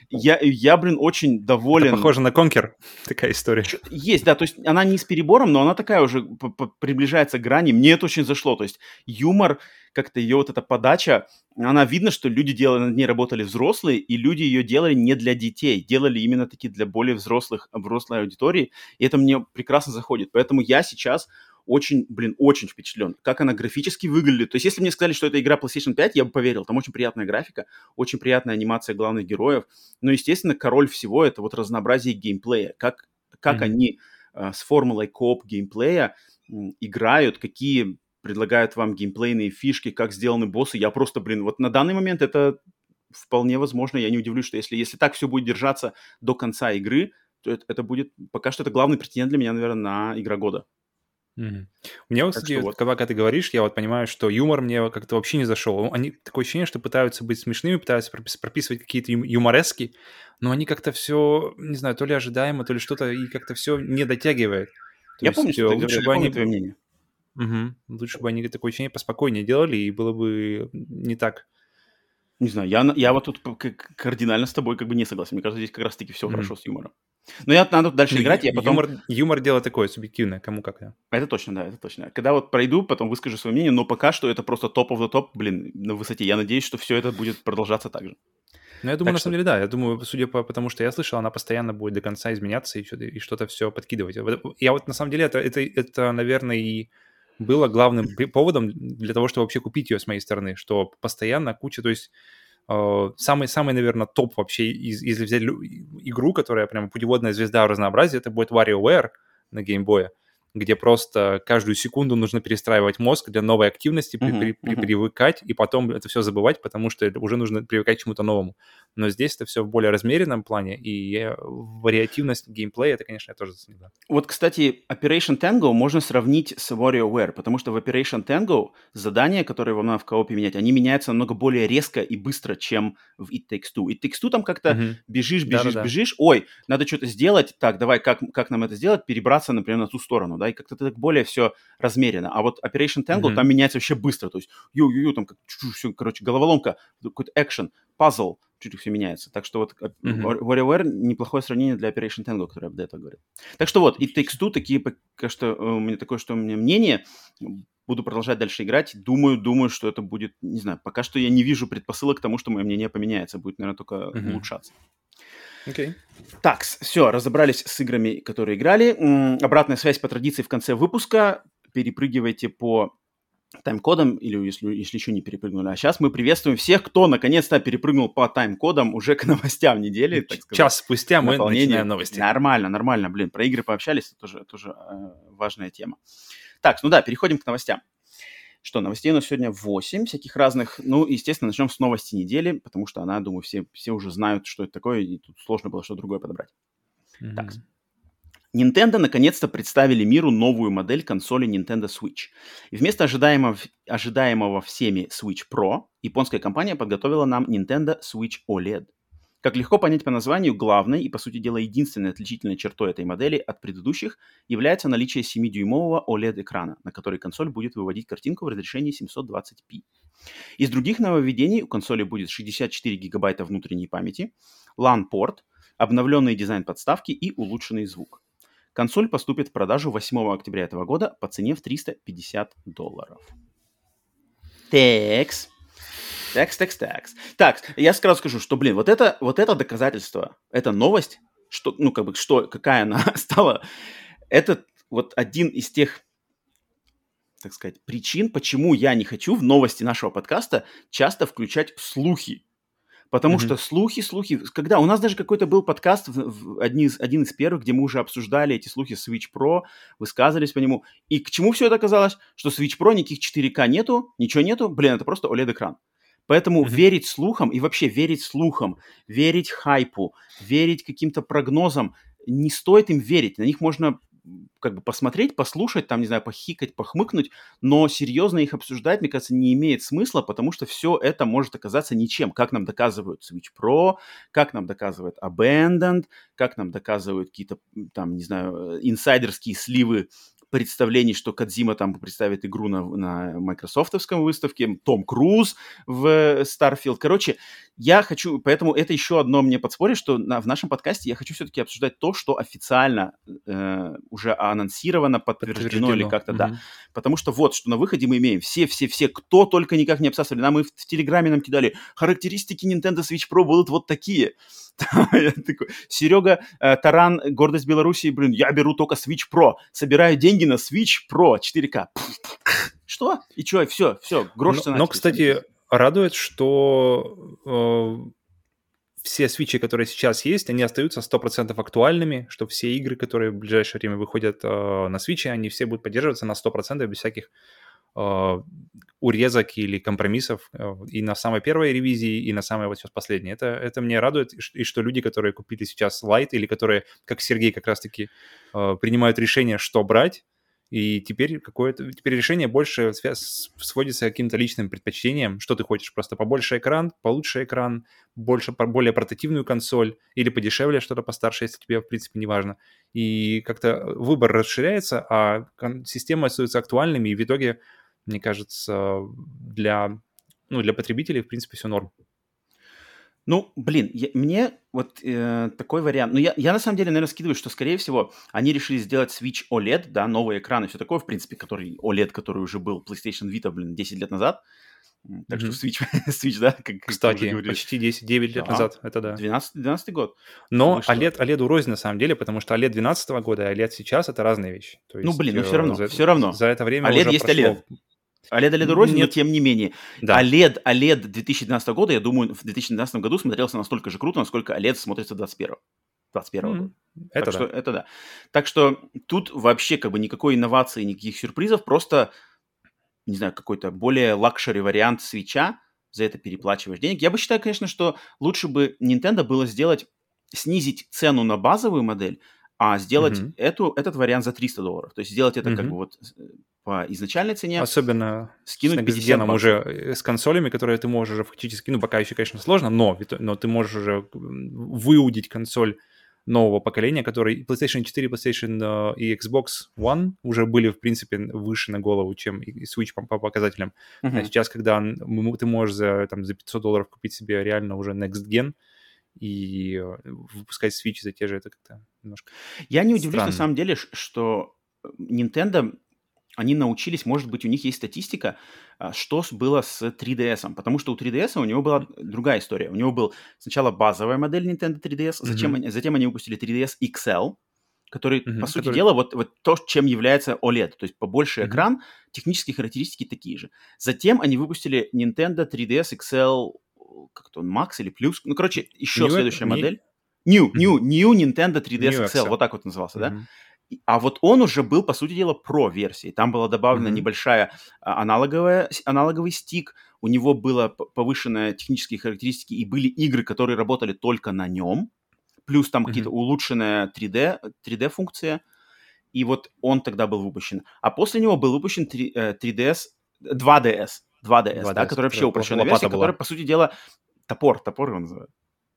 Я, блин, очень доволен. Это похоже на Conquer, такая история. Есть, да, то есть она не с перебором, но она такая уже приближается к грани. Мне это очень зашло, то есть юмор, как-то ее вот эта подача, она видно, что люди над ней работали взрослые, и люди ее делали не для детей, делали именно таки для более взрослой аудитории, и это мне прекрасно заходит. Поэтому я сейчас очень впечатлен, как она графически выглядит. То есть если мне сказали, что это игра PlayStation 5, я бы поверил. Там очень приятная графика, очень приятная анимация главных героев. Но, естественно, король всего — это вот разнообразие геймплея. Как они с формулой кооп геймплея играют, какие предлагают вам геймплейные фишки, как сделаны боссы. Я просто, вот на данный момент это вполне возможно. Я не удивлюсь, что если так все будет держаться до конца игры, то это будет... Пока что это главный претендент для меня, наверное, на игра года. Мне вот, кстати, когда ты говоришь, я вот понимаю, что юмор мне как-то вообще не зашел. Они такое ощущение, что пытаются быть смешными, пытаются прописывать какие-то юморески, но они как-то все, не знаю, то ли ожидаемо, то ли что-то, и как-то все не дотягивает. Я помню, что ты говорил, я помню твое мнение. Лучше бы они такое ощущение поспокойнее делали, и было бы не так. Не знаю, я вот тут кардинально с тобой как бы не согласен. Мне кажется, здесь как раз-таки все хорошо с юмором. Но надо дальше играть, я потом... Юмор дело такое, субъективное, кому как. Это точно, да, это точно. Когда вот пройду, потом выскажу свое мнение, но пока что это просто топ of the топ, на высоте. Я надеюсь, что все это будет продолжаться так же. Ну, я думаю, на самом деле, да. Я думаю, судя по тому, что я слышал, она постоянно будет до конца изменяться и что-то все подкидывать. Я вот, на самом деле, это, наверное, и было главным поводом для того, чтобы вообще купить ее с моей стороны, что постоянно куча, то есть самый, наверное, топ вообще, если взять игру, которая прям путеводная звезда разнообразия, это будет WarioWare на геймбое, где просто каждую секунду нужно перестраивать мозг для новой активности, привыкать, и потом это все забывать, потому что уже нужно привыкать к чему-то новому. Но здесь это все в более размеренном плане, и вариативность геймплея, это, конечно, я тоже заценил. Вот, кстати, Operation Tango можно сравнить с WarioWare, потому что в Operation Tango задания, которые вам надо в коопе менять, они меняются намного более резко и быстро, чем в It Takes Two. It Takes Two там как-то бежишь, ой, надо что-то сделать, так, давай, как нам это сделать, перебраться, например, на ту сторону, да, и как-то так более все размеренно. А вот Operation Tango там меняется вообще быстро, то есть там все, короче, головоломка, какой-то экшен, пазл, чуть-чуть все меняется. Так что вот WarioWare неплохое сравнение для Operation Tango, которое я до этого говорил. Так что вот, It Takes Two, такие, пока что у меня такое, что у меня мнение, буду продолжать дальше играть, думаю, что это будет, не знаю, пока что я не вижу предпосылок к тому, что мое мнение поменяется, будет, наверное, только улучшаться. Окей. Так, все, разобрались с играми, которые играли. Обратная связь по традиции в конце выпуска. Перепрыгивайте по тайм-кодам, или если еще не перепрыгнули. А сейчас мы приветствуем всех, кто наконец-то перепрыгнул по тайм-кодам уже к новостям недели. Так сказать, час спустя мы начинаем новости. Нормально, блин. Про игры пообщались, это тоже важная тема. Так, переходим к новостям. Что, новостей у нас сегодня 8 всяких разных. Ну, естественно, начнем с новости недели, потому что она, думаю, все уже знают, что это такое, и тут сложно было что-то другое подобрать. Так. Nintendo наконец-то представили миру новую модель консоли Nintendo Switch. И вместо ожидаемого всеми Switch Pro, японская компания подготовила нам Nintendo Switch OLED. Как легко понять по названию, главной и, по сути дела, единственной отличительной чертой этой модели от предыдущих является наличие 7-дюймового OLED-экрана, на который консоль будет выводить картинку в разрешении 720p. Из других нововведений у консоли будет 64 гигабайта внутренней памяти, LAN-порт, обновленный дизайн подставки и улучшенный звук. Консоль поступит в продажу 8 октября этого года по цене в $350. Так, я сразу скажу, что, блин, вот это доказательство, это новость, что, какая она стала, это вот один из тех, так сказать, причин, почему я не хочу в новости нашего подкаста часто включать слухи. Потому что слухи, когда у нас даже какой-то был подкаст, один из первых, где мы уже обсуждали эти слухи Switch Pro, высказывались по нему, и к чему все это оказалось? Что Switch Pro никаких 4К нету, ничего нету, блин, это просто OLED-экран. Поэтому верить слухам и вообще верить слухам, верить хайпу, верить каким-то прогнозам, не стоит им верить. На них можно как бы посмотреть, послушать, там, не знаю, похикать, похмыкнуть, но серьезно их обсуждать, мне кажется, не имеет смысла, потому что все это может оказаться ничем. Как нам доказывают Switch Pro, как нам доказывает Abandoned, как нам доказывают какие-то, там, не знаю, инсайдерские сливы представлений, что Кодзима там представит игру на майкрософтовском выставке, Том Круз в Starfield. Короче, я хочу, поэтому это еще одно мне подспорье, что в нашем подкасте я хочу все-таки обсуждать то, что официально уже анонсировано, подтверждено или как-то, да. Потому что вот, что на выходе мы имеем все, кто только никак не обсасывали. Нам и в Телеграме нам кидали, характеристики Nintendo Switch Pro будут вот такие. Я такой, Серега Таран, гордость Беларуси, блин, я беру только Switch Pro, собираю деньги на Switch Pro 4К. Что? И что? Все, грош цена. Но, кстати, радует, что все свитчи, которые сейчас есть, они остаются 100% актуальными, что все игры, которые в ближайшее время выходят на свитче, они все будут поддерживаться на 100% без всяких урезок или компромиссов и на самой первой ревизии, и на самой вот сейчас последней. Это мне радует, и что люди, которые купили сейчас Lite, или которые, как Сергей, как раз-таки принимают решение, что брать, и теперь решение больше сводится к каким-то личным предпочтениям, что ты хочешь, просто побольше экран, получше экран, более портативную консоль или подешевле что-то постарше, если тебе, в принципе, не важно. И как-то выбор расширяется, а системы остаются актуальными, и в итоге, мне кажется, для потребителей, в принципе, все норм. Ну, блин, мне вот такой вариант. Ну, я на самом деле, наверное, скидываю, что, скорее всего, они решили сделать Switch OLED, да, новый экран и все такое, в принципе, OLED, который уже был PlayStation Vita, блин, 10 лет назад. Так что Switch, да, как кстати, почти 9 лет назад, это да. 12-й год. Но OLED рознь на самом деле, потому что OLED 12 года и OLED сейчас — это разные вещи. То есть, ну, блин, все равно. За это время OLED уже есть прошло... OLED. OLED рознь, но тем не менее. Да. OLED 2012 года, я думаю, в 2012 году смотрелся настолько же круто, насколько OLED смотрится 21 года. Это да. Так что тут вообще как бы никакой инновации, никаких сюрпризов, просто, не знаю, какой-то более лакшери вариант свитча, за это переплачиваешь денег. Я бы считаю, конечно, что лучше бы Nintendo было снизить цену на базовую модель, а сделать этот вариант за $300. То есть сделать это как бы вот по изначальной цене. Особенно скинуть с Next-Gen уже, с консолями, которые ты можешь уже фактически, ну, пока еще, конечно, сложно, но ты можешь уже выудить консоль нового поколения, который PlayStation 4, PlayStation и Xbox One уже были, в принципе, выше на голову, чем и Switch по показателям. А сейчас, когда ты можешь за $500 купить себе реально уже Next Gen, и выпускать Switch за те же, это как-то немножко Я не удивлюсь, странно. на самом деле, что Nintendo, они научились, может быть, у них есть статистика, что было с 3DS, потому что у 3DS у него была другая история. У него был сначала базовая модель Nintendo 3DS, затем они выпустили 3DS XL, который, по сути дела, вот то, чем является OLED, то есть побольше экран, технические характеристики такие же. Затем они выпустили Nintendo 3DS XL, как-то он Max или Plus, ну, короче, еще следующая модель. New Nintendo 3DS XL, вот так вот назывался, да? А вот он уже был, по сути дела, Pro-версией. Там была добавлена небольшая аналоговый стик, у него было повышенные технические характеристики, и были игры, которые работали только на нем, плюс там какие-то улучшенная 3D-функция, и вот он тогда был выпущен. А после него был выпущен 2DS, да, который вообще упрощенная версия, которая, по сути дела, топор его называют.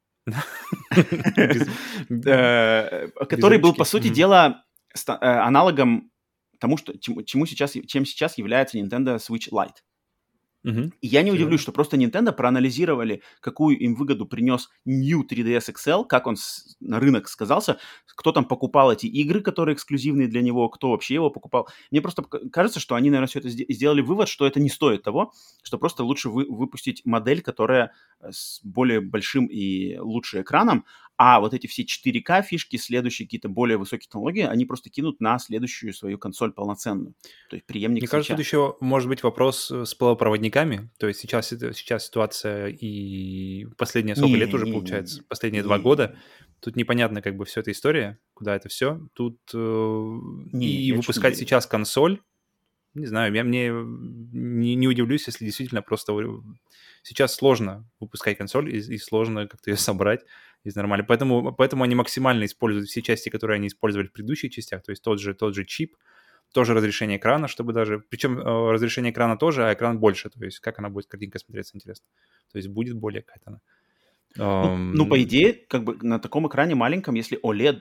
Который был, по сути дела, аналогом тому, чем сейчас является Nintendo Switch Lite. И я не удивлюсь, что просто Nintendo проанализировали, какую им выгоду принес New 3DS XL, как он на рынок сказался, кто там покупал эти игры, которые эксклюзивные для него, кто вообще его покупал. Мне просто кажется, что они, наверное, все это сделали вывод, что это не стоит того, что просто лучше выпустить модель, которая с более большим и лучше экраном, а вот эти все 4К фишки, следующие какие-то более высокие технологии, они просто кинут на следующую свою консоль полноценную. То есть преемник Мне кажется, тут еще может быть вопрос с полупроводниками. То есть сейчас ситуация и последние сколько лет уже, получается, последние 2 года. Тут непонятно как бы вся эта история, куда это все. Тут и выпускать сейчас консоль, не знаю, я не удивлюсь, если действительно просто сейчас сложно выпускать консоль и сложно как-то ее собрать из нормально. Поэтому они максимально используют все части, которые они использовали в предыдущих частях, то есть тот же чип, тоже разрешение экрана, чтобы даже... Причем разрешение экрана тоже, а экран больше, то есть как она будет, картинка смотреться, интересно. То есть будет более какая-то она... Ну, по идее, как бы на таком экране маленьком, если OLED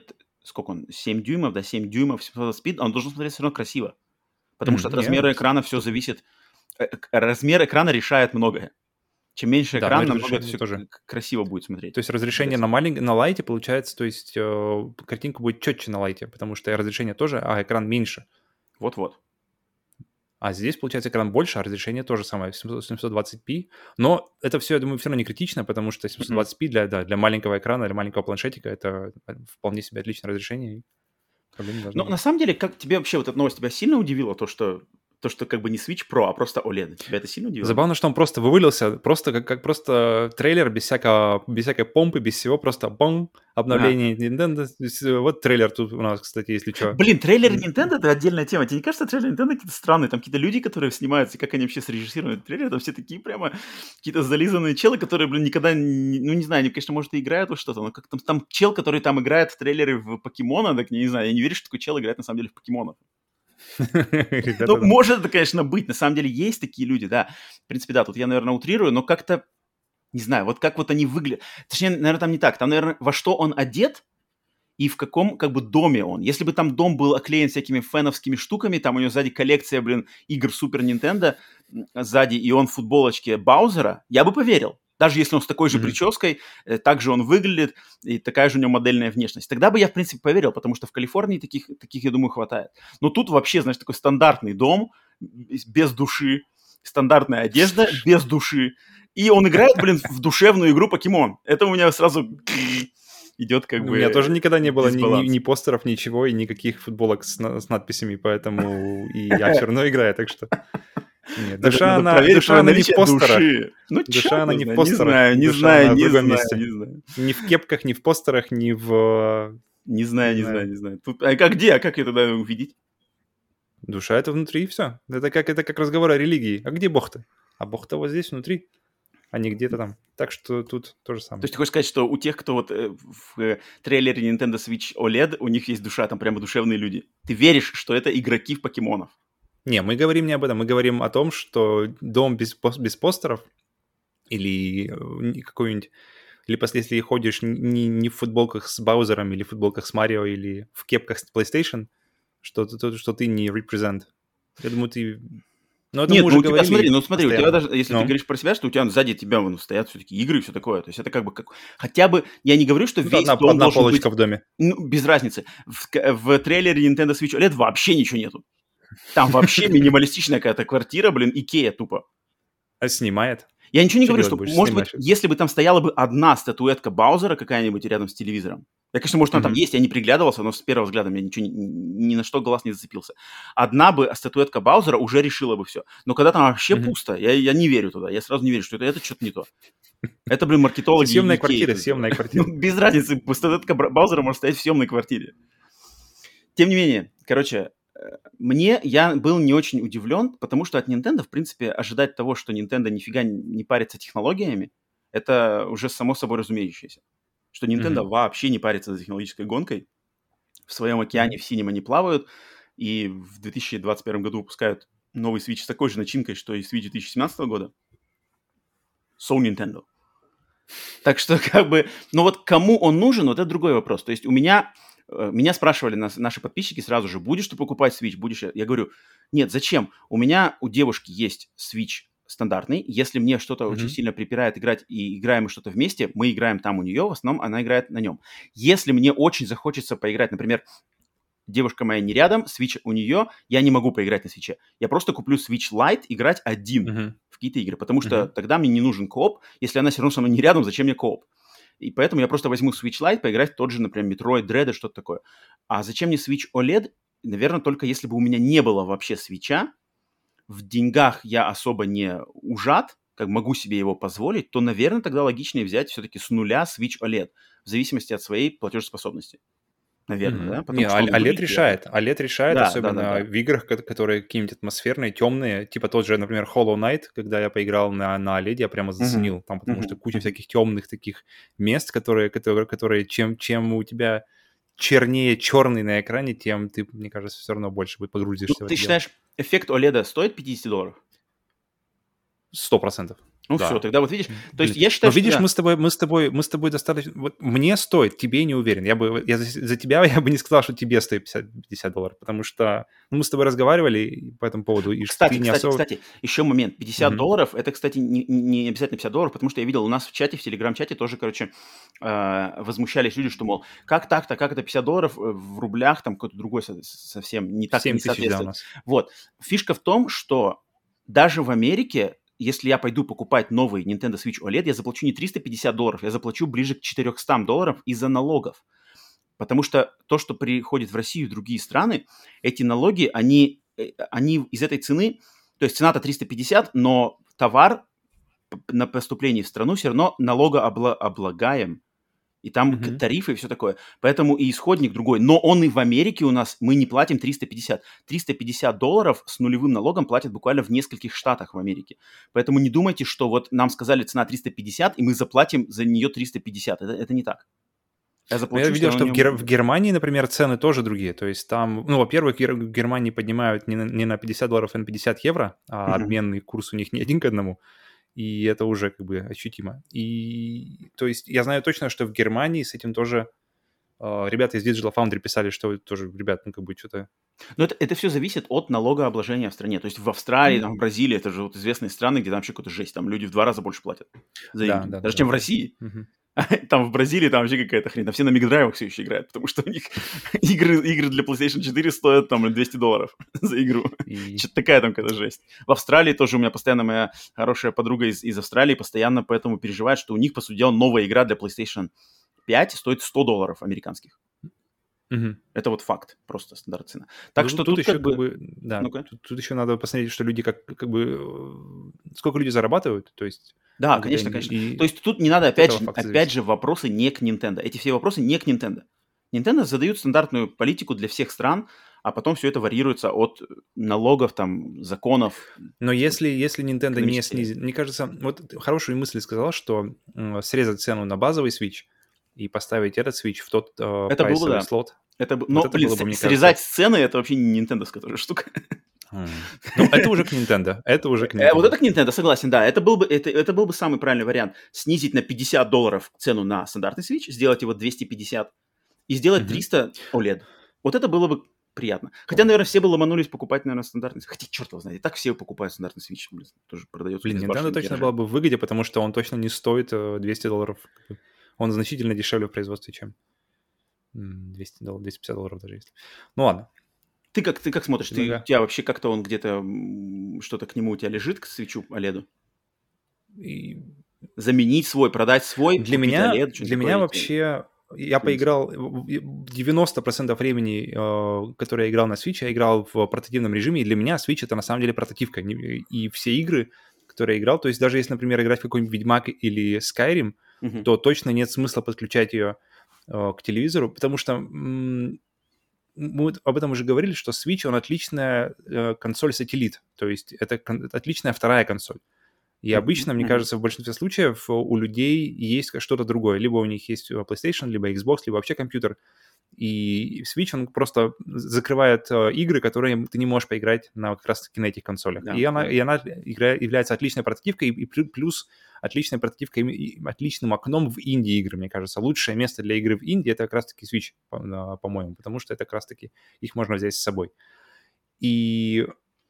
сколько он, 7 дюймов, да, 7 дюймов, 720p, он должен смотреться все равно красиво. Потому что от размера экрана все зависит. Размер экрана решает многое. Чем меньше Да, но экран, это намного это разрешение все тоже. красиво будет смотреть. То есть разрешение на лайте получается, то есть картинка будет четче на лайте, потому что разрешение тоже, а экран меньше. Вот-вот. А здесь, получается, экран больше, а разрешение тоже самое, 720p. Но это все, я думаю, все равно не критично, потому что 720p для маленького экрана, для маленького планшетика это вполне себе отличное разрешение. И проблем не должно Но быть. на самом деле, как тебе вообще вот эта новость тебя сильно удивила? То, что как бы не Switch Pro, а просто OLED. Тебя это сильно удивило? Забавно, что он просто вывалился, просто как просто трейлер без всякой помпы, без всего, просто бонг, Ага. обновление Nintendo. То есть, вот трейлер тут у нас, кстати, если что. Блин, трейлер Nintendo — это отдельная тема. Тебе не кажется, трейлер Nintendo какие-то странные? Там какие-то люди, которые снимаются, и как они вообще срежиссированы этот трейлер, там все такие прямо какие-то зализанные челы, которые, блин, никогда, ну, не знаю, они, конечно, может, и играют во что-то, но как там чел, который там играет в трейлеры в Покемона, так не знаю, я не верю, что такой чел играет на самом деле в Покемонов. Ну, Ребята, да. может это, конечно, быть. На самом деле есть такие люди, да. В принципе, да, тут я, наверное, утрирую, но как-то, не знаю, вот как вот они выглядят. Точнее, наверное, там не так. Там, наверное, во что он одет и в каком, как бы, доме он. Если бы там дом был оклеен всякими фэновскими штуками, там у него сзади коллекция, блин, игр Супер Нинтендо сзади, и он в футболочке Баузера, я бы поверил. Даже если он с такой же прической, так же он выглядит, и такая же у него модельная внешность. Тогда бы я, в принципе, поверил, потому что в Калифорнии таких я думаю, хватает. Но тут вообще, знаешь, такой стандартный дом, без души, стандартная одежда, без души. И он играет, блин, в душевную игру Покемон. Это у меня сразу идет как У меня тоже бы никогда не было дисбаланс. ни постеров, ничего, и никаких футболок с надписями, поэтому и я все равно играю, так что... Нет, Надо проверить душа твое она не в наличие постерах. души. Ну, Душа черт она его не в знает. постерах. Не Душа знаю, она в не другом знаю, месте. не знаю. Ни в кепках, ни в постерах, ни в... Не знаю, Не не знаю, знаю. не знаю. Тут, а как где? А как ее тогда увидеть? Душа это внутри, и все. Это как разговор о религии. А где Бог-то? А Бог-то вот здесь, внутри, а не где-то там. Так что тут то же То самое. есть ты хочешь сказать, что у тех, кто вот в трейлере Nintendo Switch OLED, у них есть душа, там прямо душевные люди. Ты веришь, что это игроки в покемонов? Не, мы говорим не об этом. Мы говорим о том, что дом без постеров или какой-нибудь... Или если ходишь не в футболках с Баузером или в футболках с Марио или в кепках с PlayStation, что ты не represent. Я думаю, ты... Ну, это мы Нет, ну уже у тебя, говорили смотри, у тебя постоянно. даже, если ты Ну, говоришь про себя, что у тебя сзади тебя вон, стоят все-таки игры и все такое. То есть это как бы как... Хотя бы, я не говорю, что весь дом одна должен полочка быть, в доме. ну, без разницы. В трейлере Nintendo Switch OLED вообще ничего нету. Там вообще минималистичная какая-то квартира, блин, Икея тупо. А снимает. Я ничего не Что говорю, делать что, будешь? может быть, Снимаешь. если бы там стояла бы одна статуэтка Баузера какая-нибудь рядом с телевизором. Я, конечно, может, она там есть, я не приглядывался, но с первого взгляда мне ничего, ни на что глаз не зацепился. Одна бы статуэтка Баузера уже решила бы все. Но когда там вообще пусто, я не верю туда. Я сразу не верю, что это что-то не то. Это, блин, Это маркетологи съемная Икеи квартира, это сделали. съемная квартира. Ну, без разницы, статуэтка Баузера может стоять в съемной квартире. Тем не менее, короче, я был не очень удивлен, потому что от Nintendo, в принципе, ожидать того, что Nintendo нифига не парится технологиями, это уже само собой разумеющееся. Что Nintendo вообще не парится за технологической гонкой, в своем океане в синем они плавают, и в 2021 году выпускают новый Switch с такой же начинкой, что и Switch 2017 года. So Nintendo. Так что, как бы, ну вот кому он нужен, вот это другой вопрос. То есть меня спрашивали наши подписчики сразу же, будешь ты покупать Switch, будешь? Я говорю, нет, зачем? У девушки есть Switch стандартный. Если мне что-то очень сильно припирает играть, и играем мы что-то вместе, мы играем там у нее, в основном она играет на нем. Если мне очень захочется поиграть, например, девушка моя не рядом, Switch у нее, я не могу поиграть на Switch. Я просто куплю Switch Lite, играть один в какие-то игры, потому что тогда мне не нужен кооп. Если она все равно со мной не рядом, зачем мне кооп? И поэтому я просто возьму Switch Lite, поиграть в тот же, например, Metroid Dread, что-то такое. А зачем мне Switch OLED? Наверное, только если бы у меня не было вообще Switch'а, в деньгах я особо не ужат, как могу себе его позволить, то, наверное, тогда логичнее взять все-таки с нуля Switch OLED, в зависимости от своей платежеспособности. Наверное, да? Не, Потому что он OLED выглядит приятно. решает. OLED решает, Да, особенно в играх, которые какие-нибудь атмосферные, темные. Типа тот же, например, Hollow Knight, когда я поиграл на OLED, я прямо заценил. Там потому что куча всяких темных таких мест, которые чем у тебя чернее черный на экране, тем ты, мне кажется, все равно больше погрузишься в это Ты дело. считаешь, эффект OLED стоит $50? 100%. Ну все, Да. тогда вот видишь, то есть Блин. я считаю, Но видишь, что да. мы с тобой достаточно... Вот мне стоит, тебе не уверен. Я за тебя я бы не сказал, что тебе стоит $50, потому что мы с тобой разговаривали по этому поводу, и что ты Кстати, не кстати, особо... кстати, еще момент. Мгм. $50, это, кстати, не обязательно $50, потому что я видел у нас в чате, в Телеграм-чате тоже, короче, возмущались люди, что, мол, как так-то, как это $50 в рублях, там какой-то другой совсем не так, не 7 тысяч, да, у соответствует. нас. Вот. Фишка в том, что даже в Америке, если я пойду покупать новый Nintendo Switch OLED, я заплачу не $350, я заплачу ближе к $400 из-за налогов. Потому что то, что приходит в Россию и другие страны, эти налоги, они из этой цены, то есть цена-то 350, но товар на поступлении в страну все равно налогооблагаем. И там Мгм. тарифы и все такое. Поэтому и исходник другой. Но он и в Америке у нас, мы не платим 350. $350 с нулевым налогом платят буквально в нескольких штатах в Америке. Поэтому не думайте, что вот нам сказали цена 350, и мы заплатим за нее 350. Это не так. Я Но я заплачу, все видел, равно что на нее буду В платить. Германии, например, цены тоже другие. То есть там, ну, во-первых, в Германии поднимают не на $50, а на 50 евро, а Мгм. обменный курс у них не 1 к 1, и это уже как бы ощутимо. И то есть я знаю точно, что в Германии с этим тоже ребята из Digital Foundry писали, что тоже, ребят, ну, как бы что-то... Но это все зависит от налогообложения в стране. То есть в Австралии, там, в Бразилии, это же вот известные страны, где там вообще какая-то жесть. Там люди в 2 раза больше платят за Да, игры. да, да, Даже да, чем в да. России. Мгм. Там в Бразилии там вообще какая-то хрень. Там все на мегадрайвах все еще играют, потому что у них игры для PlayStation 4 стоят там $200 за игру. И... Что-то такая там какая-то жесть. В Австралии тоже у меня постоянно моя хорошая подруга из Австралии постоянно поэтому переживает, что у них, по сути дела, новая игра для PlayStation 5 стоит $100 американских. Мгм. Это вот факт, просто стандарт цена. Так Ну, что тут тут еще как как бы... бы, да, Ну-ка. тут еще надо посмотреть, что люди как бы, сколько люди зарабатывают, то есть Да, могут конечно, конечно. То и есть тут не надо, от этого факта опять зависит. же, вопросы не к Nintendo. Эти все вопросы не к Nintendo. Nintendo задают стандартную политику для всех стран, а потом все это варьируется от налогов, там, законов, Но если Nintendo не экономической. снизит... Мне кажется, вот хорошую мысль сказал, что срезать цену на базовый Switch и поставить этот Switch в тот Это было бы, прайсовый да. слот, вот Но, это блин, было бы, мне срезать кажется... сцены это вообще не нинтендовская тоже штука. Ну, это уже к Nintendo, это уже к Вот Nintendo. это к Nintendo, согласен, да. Это был бы самый правильный вариант. Снизить на $50 цену на стандартный Switch, сделать его 250 и сделать Мгм. 300 OLED. Вот это было бы приятно. Хотя, наверное, все бы ломанулись покупать, наверное, стандартный. Хотя, черт его знает, и так все покупают стандартный Switch. Блин, тоже продается Блин, Nintendo безбашенными точно была тиражами. бы в выгоде, потому что он точно не стоит $200. Он значительно дешевле в производстве, чем $200, $250 даже если. Ну ладно. Ты как смотришь? У Предлагаю. тебя вообще как-то он где-то что-то к нему у тебя лежит, к свечу OLED? И Заменить свой, продать свой, купить OLED, что-нибудь для меня такое? Тебе вообще, я не особо. поиграл, 90% времени, которое я играл на Switch, я играл в портативном режиме, и для меня Switch это на самом деле портативка. И все игры, которые я играл, то есть даже если, например, играть в какой-нибудь Ведьмак или Skyrim, Мгм. то точно нет смысла подключать ее к телевизору, потому что мы вот об этом уже говорили, что Switch, он отличная консоль-сателлит, то есть это отличная вторая консоль. И Мгм. обычно, мне Мгм. кажется, в большинстве случаев у людей есть что-то другое. Либо у них есть PlayStation, либо Xbox, либо вообще компьютер. И Switch, он просто закрывает игры, которые ты не можешь поиграть как раз-таки на этих консолях. Да, да. И она является отличной портативкой, и плюс отличной портативкой, и отличным окном в инди-игры, мне кажется. Лучшее место для игры в инди — это как раз-таки Switch, по-моему, потому что это как раз-таки их можно взять с собой. И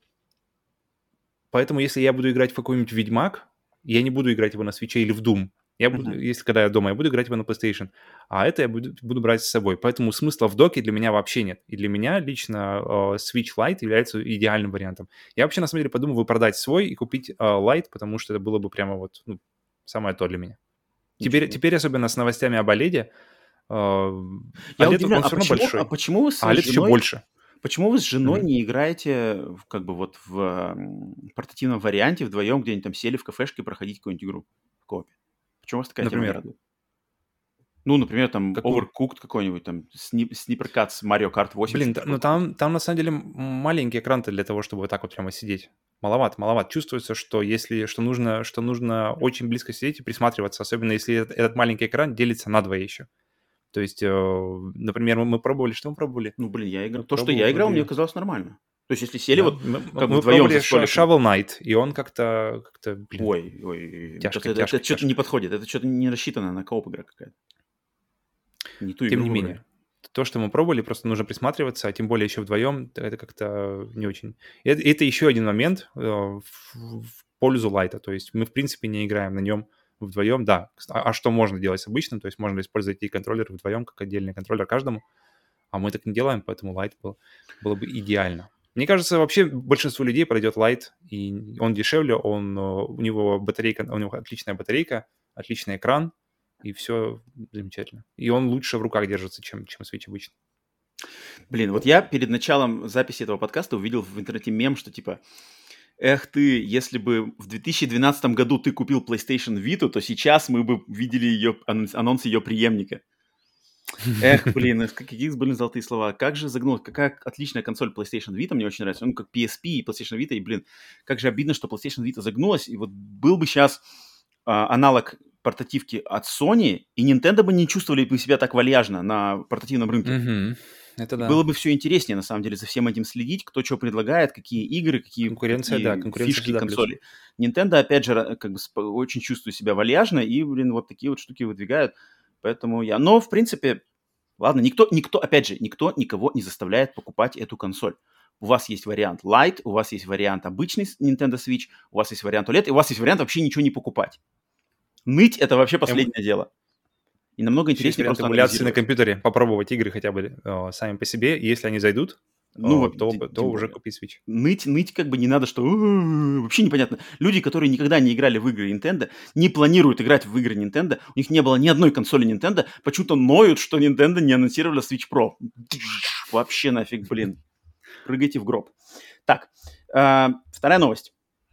поэтому, если я буду играть в какой-нибудь Ведьмак, я не буду играть его на Свитче или в Doom. Я буду, Мгм. если когда я дома, я буду играть его на PlayStation. А это я буду брать с собой. Поэтому смысла в доке для меня вообще нет. И для меня лично Switch Lite является идеальным вариантом. Я вообще, на самом деле, подумываю продать свой и купить Lite, потому что это было бы прямо вот самое то для меня. Ничего. Теперь особенно с новостями об OLED, Я OLED, удивлен, он все равно большой, почему вы а с OLED еще женой больше. почему вы с женой Мгм. не играете как бы вот в портативном варианте вдвоем где-нибудь там сели в кафешке проходить какую-нибудь игру в коопе? Почему вас такая тема не Например, радует? Ну, например, там какую? Overcooked какой-нибудь, там Sniper Cuts, Mario Kart 8, Блин, что-то такое ну купить. там на самом деле маленький экран-то для того, чтобы вот так вот прямо сидеть. Маловато. Чувствуется, что что нужно очень близко сидеть и присматриваться, особенно если этот маленький экран делится на двое еще. То есть, например, мы пробовали, что мы пробовали? Ну, блин, я играл. Мы То, что я играл, мне пробовали... казалось нормально. То есть, если сели Да. вот Мы как бы мы вдвоем пробовали за столиком... Shovel Knight, и он как-то, блин, Ой, мне кажется, тяжко, это тяжко, что-то не тяжко. подходит. Это что-то не рассчитано на кооп игра какая-то. Не ту Тем игру не выбрали. менее, то, что мы пробовали, просто нужно присматриваться, а тем более еще вдвоем, это как-то не очень. И это еще один момент в пользу лайта. То есть мы, в принципе, не играем на нем вдвоем. Да, а что можно делать с обычным? То есть можно использовать и контроллеры вдвоем, как отдельный контроллер каждому. А мы так не делаем, поэтому лайт было бы идеально. Мне кажется, вообще большинству людей подойдет лайт, и он дешевле, у него батарейка, у него отличная батарейка, отличный экран, и все замечательно. И он лучше в руках держится, чем Switch обычно. Блин, вот я перед началом записи этого подкаста увидел в интернете мем, что типа: эх ты, если бы в 2012 году ты купил PlayStation Vita, то сейчас мы бы видели ее анонс ее преемника. Эх, блин, какие, блин, золотые слова. Как же загнулось, какая отличная консоль PlayStation Vita, мне очень нравится. Он как PSP и PlayStation Vita, и, блин, как же обидно, что PlayStation Vita загнулась. И вот был бы сейчас аналог портативки от Sony, и Nintendo бы не чувствовали бы себя так вальяжно на портативном рынке. Мгм. Это И да. было бы все интереснее, на самом деле, за всем этим следить, кто что предлагает, какие игры, Конкуренция, да, какие конкуренция фишки всегда плюс. консоли. Nintendo, опять же, как бы очень чувствую себя вальяжно, и, блин, вот такие вот штуки выдвигают. Поэтому я... Но, в принципе, ладно, никто, опять же, никто никого не заставляет покупать эту консоль. У вас есть вариант Lite, у вас есть вариант обычный Nintendo Switch, у вас есть вариант OLED, и у вас есть вариант вообще ничего не покупать. Ныть – это вообще последнее дело. И намного Еще есть интереснее вариант просто эмуляции на анализировать. компьютере, попробовать игры хотя бы сами по себе, и если они зайдут, Ну, то тем уже более. купи Switch. Ныть как бы не надо, что вообще непонятно. Люди, которые никогда не играли в игры Nintendo, не планируют играть в игры Nintendo, у них не было ни одной консоли Nintendo, почему-то ноют, что Nintendo не анонсировала Switch Pro. Вообще нафиг, блин. Прыгайте в гроб. Так, вторая новость.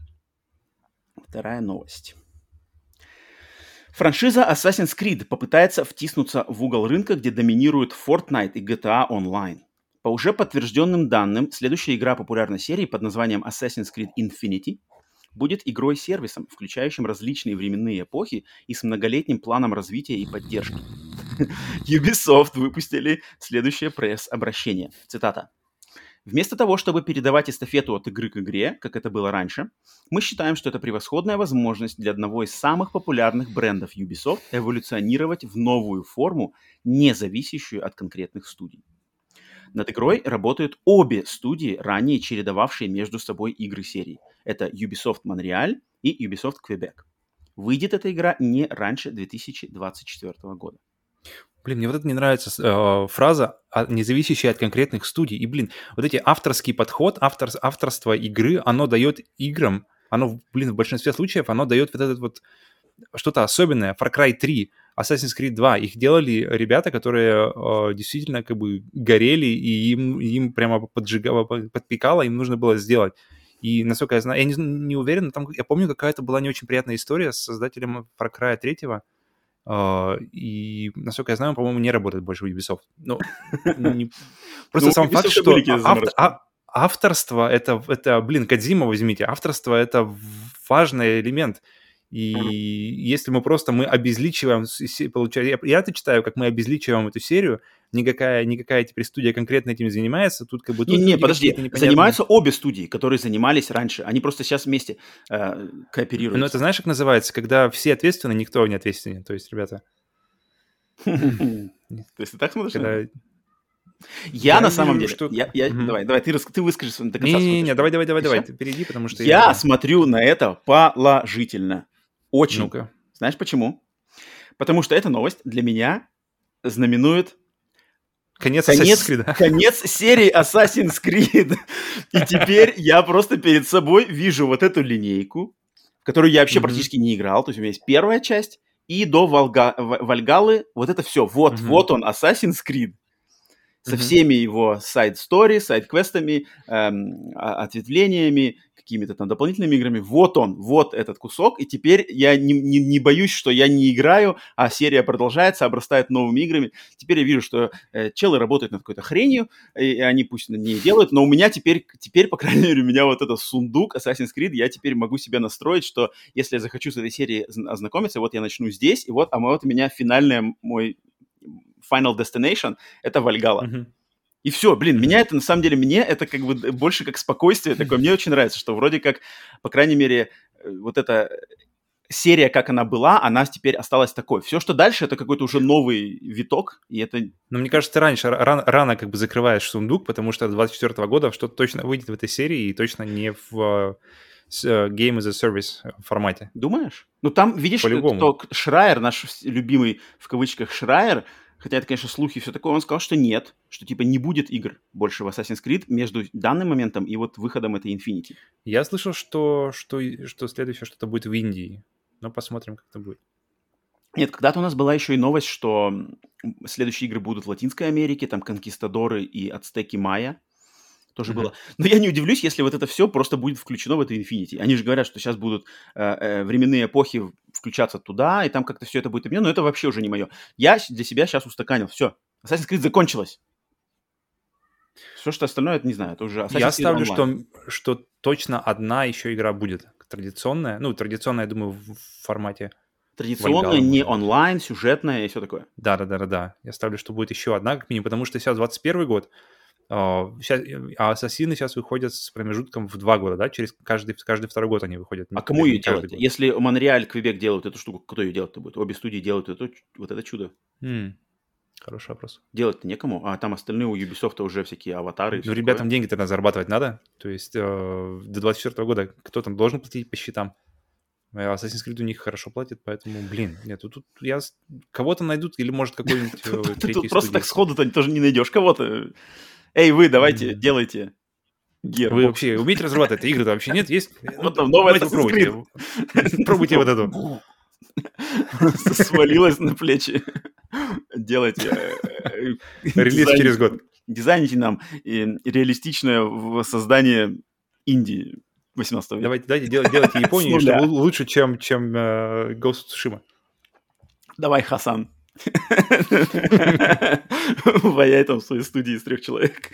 Франшиза Assassin's Creed попытается втиснуться в угол рынка, где доминируют Fortnite и GTA Online. По уже подтвержденным данным, следующая игра популярной серии под названием Assassin's Creed Infinity будет игрой-сервисом, включающим различные временные эпохи и с многолетним планом развития и поддержки. Ubisoft выпустили следующее пресс-обращение. Цитата. Вместо того, чтобы передавать эстафету от игры к игре, как это было раньше, мы считаем, что это превосходная возможность для одного из самых популярных брендов Ubisoft эволюционировать в новую форму, не зависящую от конкретных студий. Над игрой работают обе студии, ранее чередовавшие между собой игры серии. Это Ubisoft Montreal и Ubisoft Quebec. Выйдет эта игра не раньше 2024 года. Блин, мне вот это не нравится фраза, не зависящая от конкретных студий. И, блин, вот эти авторский подход, авторство игры, оно дает играм, оно, блин, в большинстве случаев, оно дает вот этот вот что-то особенное. Far Cry 3, Assassin's Creed 2, их делали ребята, которые действительно как бы горели, и им прямо подпекало, им нужно было сделать. И, насколько я знаю, я не уверен, там, я помню, какая-то была не очень приятная история с создателем Far Cry 3, и, насколько я знаю, по-моему, не работает больше в Ubisoft. Ну, просто сам факт, что авторство это, блин, Кодзима возьмите, авторство это важный элемент. И если мы обезличиваем, я это читаю, как мы обезличиваем эту серию, никакая теперь студия конкретно этим занимается, тут как бы... Не, подожди, занимаются обе студии, которые занимались раньше, они просто сейчас вместе кооперируются. Ну, это знаешь, как называется? Когда все ответственны, никто не ответственен. То есть, ребята... То есть ты так смотришь? Я на самом вижу, деле... что... Давай, ты выскажешь до конца. Не, давай, ты перейди, потому что... Я смотрю на это положительно. Очень. Ну-ка. Знаешь почему? Потому что эта новость для меня знаменует конец серии Assassin's Creed. И теперь я просто перед собой вижу вот эту линейку, в которую я вообще практически не играл. То есть у меня есть первая часть, и до Вальгаллы вот это все. Вот он, Assassin's Creed. Со всеми его сайд-стори, сайд-квестами, ответвлениями, какими-то там дополнительными играми. Вот он, вот этот кусок. И теперь я не боюсь, что я не играю, а серия продолжается, обрастает новыми играми. Теперь я вижу, что челы работают над какой-то хренью, и они пусть над ней делают. Но у меня теперь, по крайней мере, у меня вот этот сундук Assassin's Creed, я теперь могу себе настроить, что если я захочу с этой серией ознакомиться, вот я начну здесь, и вот у меня финальный мой Final Destination — это Вальгалла. И все, блин, меня это, на самом деле, мне это как бы больше как спокойствие такое. Мне очень нравится, что вроде как, по крайней мере, вот эта серия, как она была, она теперь осталась такой. Все, что дальше, это какой-то уже новый виток, и это... Но мне кажется, ты раньше рано как бы закрываешь сундук, потому что 24 года что-то точно выйдет в этой серии и точно не в Game as a Service формате. Думаешь? Ну, там, видишь, По-любому. кто Шрайер, наш любимый, в кавычках, Шрайер, хотя это, конечно, слухи и все такое, он сказал, что нет, что, типа, не будет игр больше в Assassin's Creed между данным моментом и вот выходом этой Infinity. Я слышал, что следующее что-то будет в Индии. Но посмотрим, как это будет. Нет, когда-то у нас была еще и новость, что следующие игры будут в Латинской Америке, там Конкистадоры и Ацтеки Майя тоже было. Но я не удивлюсь, если вот это все просто будет включено в эту Infinity. Они же говорят, что сейчас будут временные эпохи включаться туда, и там как-то все это будет объединено, но это вообще уже не мое. Я для себя сейчас устаканил. Все, Assassin's Creed закончилось. Все, что остальное, это не знаю, это уже Assassin's Я Creed ставлю, Online. что точно одна еще игра будет традиционная. Ну, традиционная, я думаю, в формате Традиционное, Вальгалла, не может быть. онлайн, сюжетное и все такое. Да. Я ставлю, что будет еще одна, как минимум, потому что сейчас 21 год, а Ассасины сейчас выходят с промежутком в 2 года, да? Через каждый второй год они выходят. А кому ее Не каждый делать? год. Если Монреаль, Квебек делают эту штуку, кто ее делать-то будет? Обе студии делают вот это чудо. Хороший вопрос. Делать-то некому, а там остальные у Ubisoft уже всякие аватары и все Ну, ребятам деньги тогда зарабатывать надо. То есть до 24 года кто там должен платить по счетам. Assassin's Creed у них хорошо платят, поэтому, блин, нет, тут кого-то найдут или, может, какой-нибудь Ты третий тут просто студии. так сходу-то тоже не найдешь кого-то. Эй, вы, давайте, делайте Вы Gearbox. вообще умеете разрабатывать игры-то вообще нет? Есть? Вот там новый Давайте Assassin's пробуйте. Пробуйте вот эту. Свалилось на плечи. Делайте. Релиз через год. Дизайните нам реалистичное создание Индии 18 века. Давайте делайте Японию, чтобы лучше, чем Ghost of Tsushima. Давай, Хасан. Ваяй там в своей студии из 3 человек.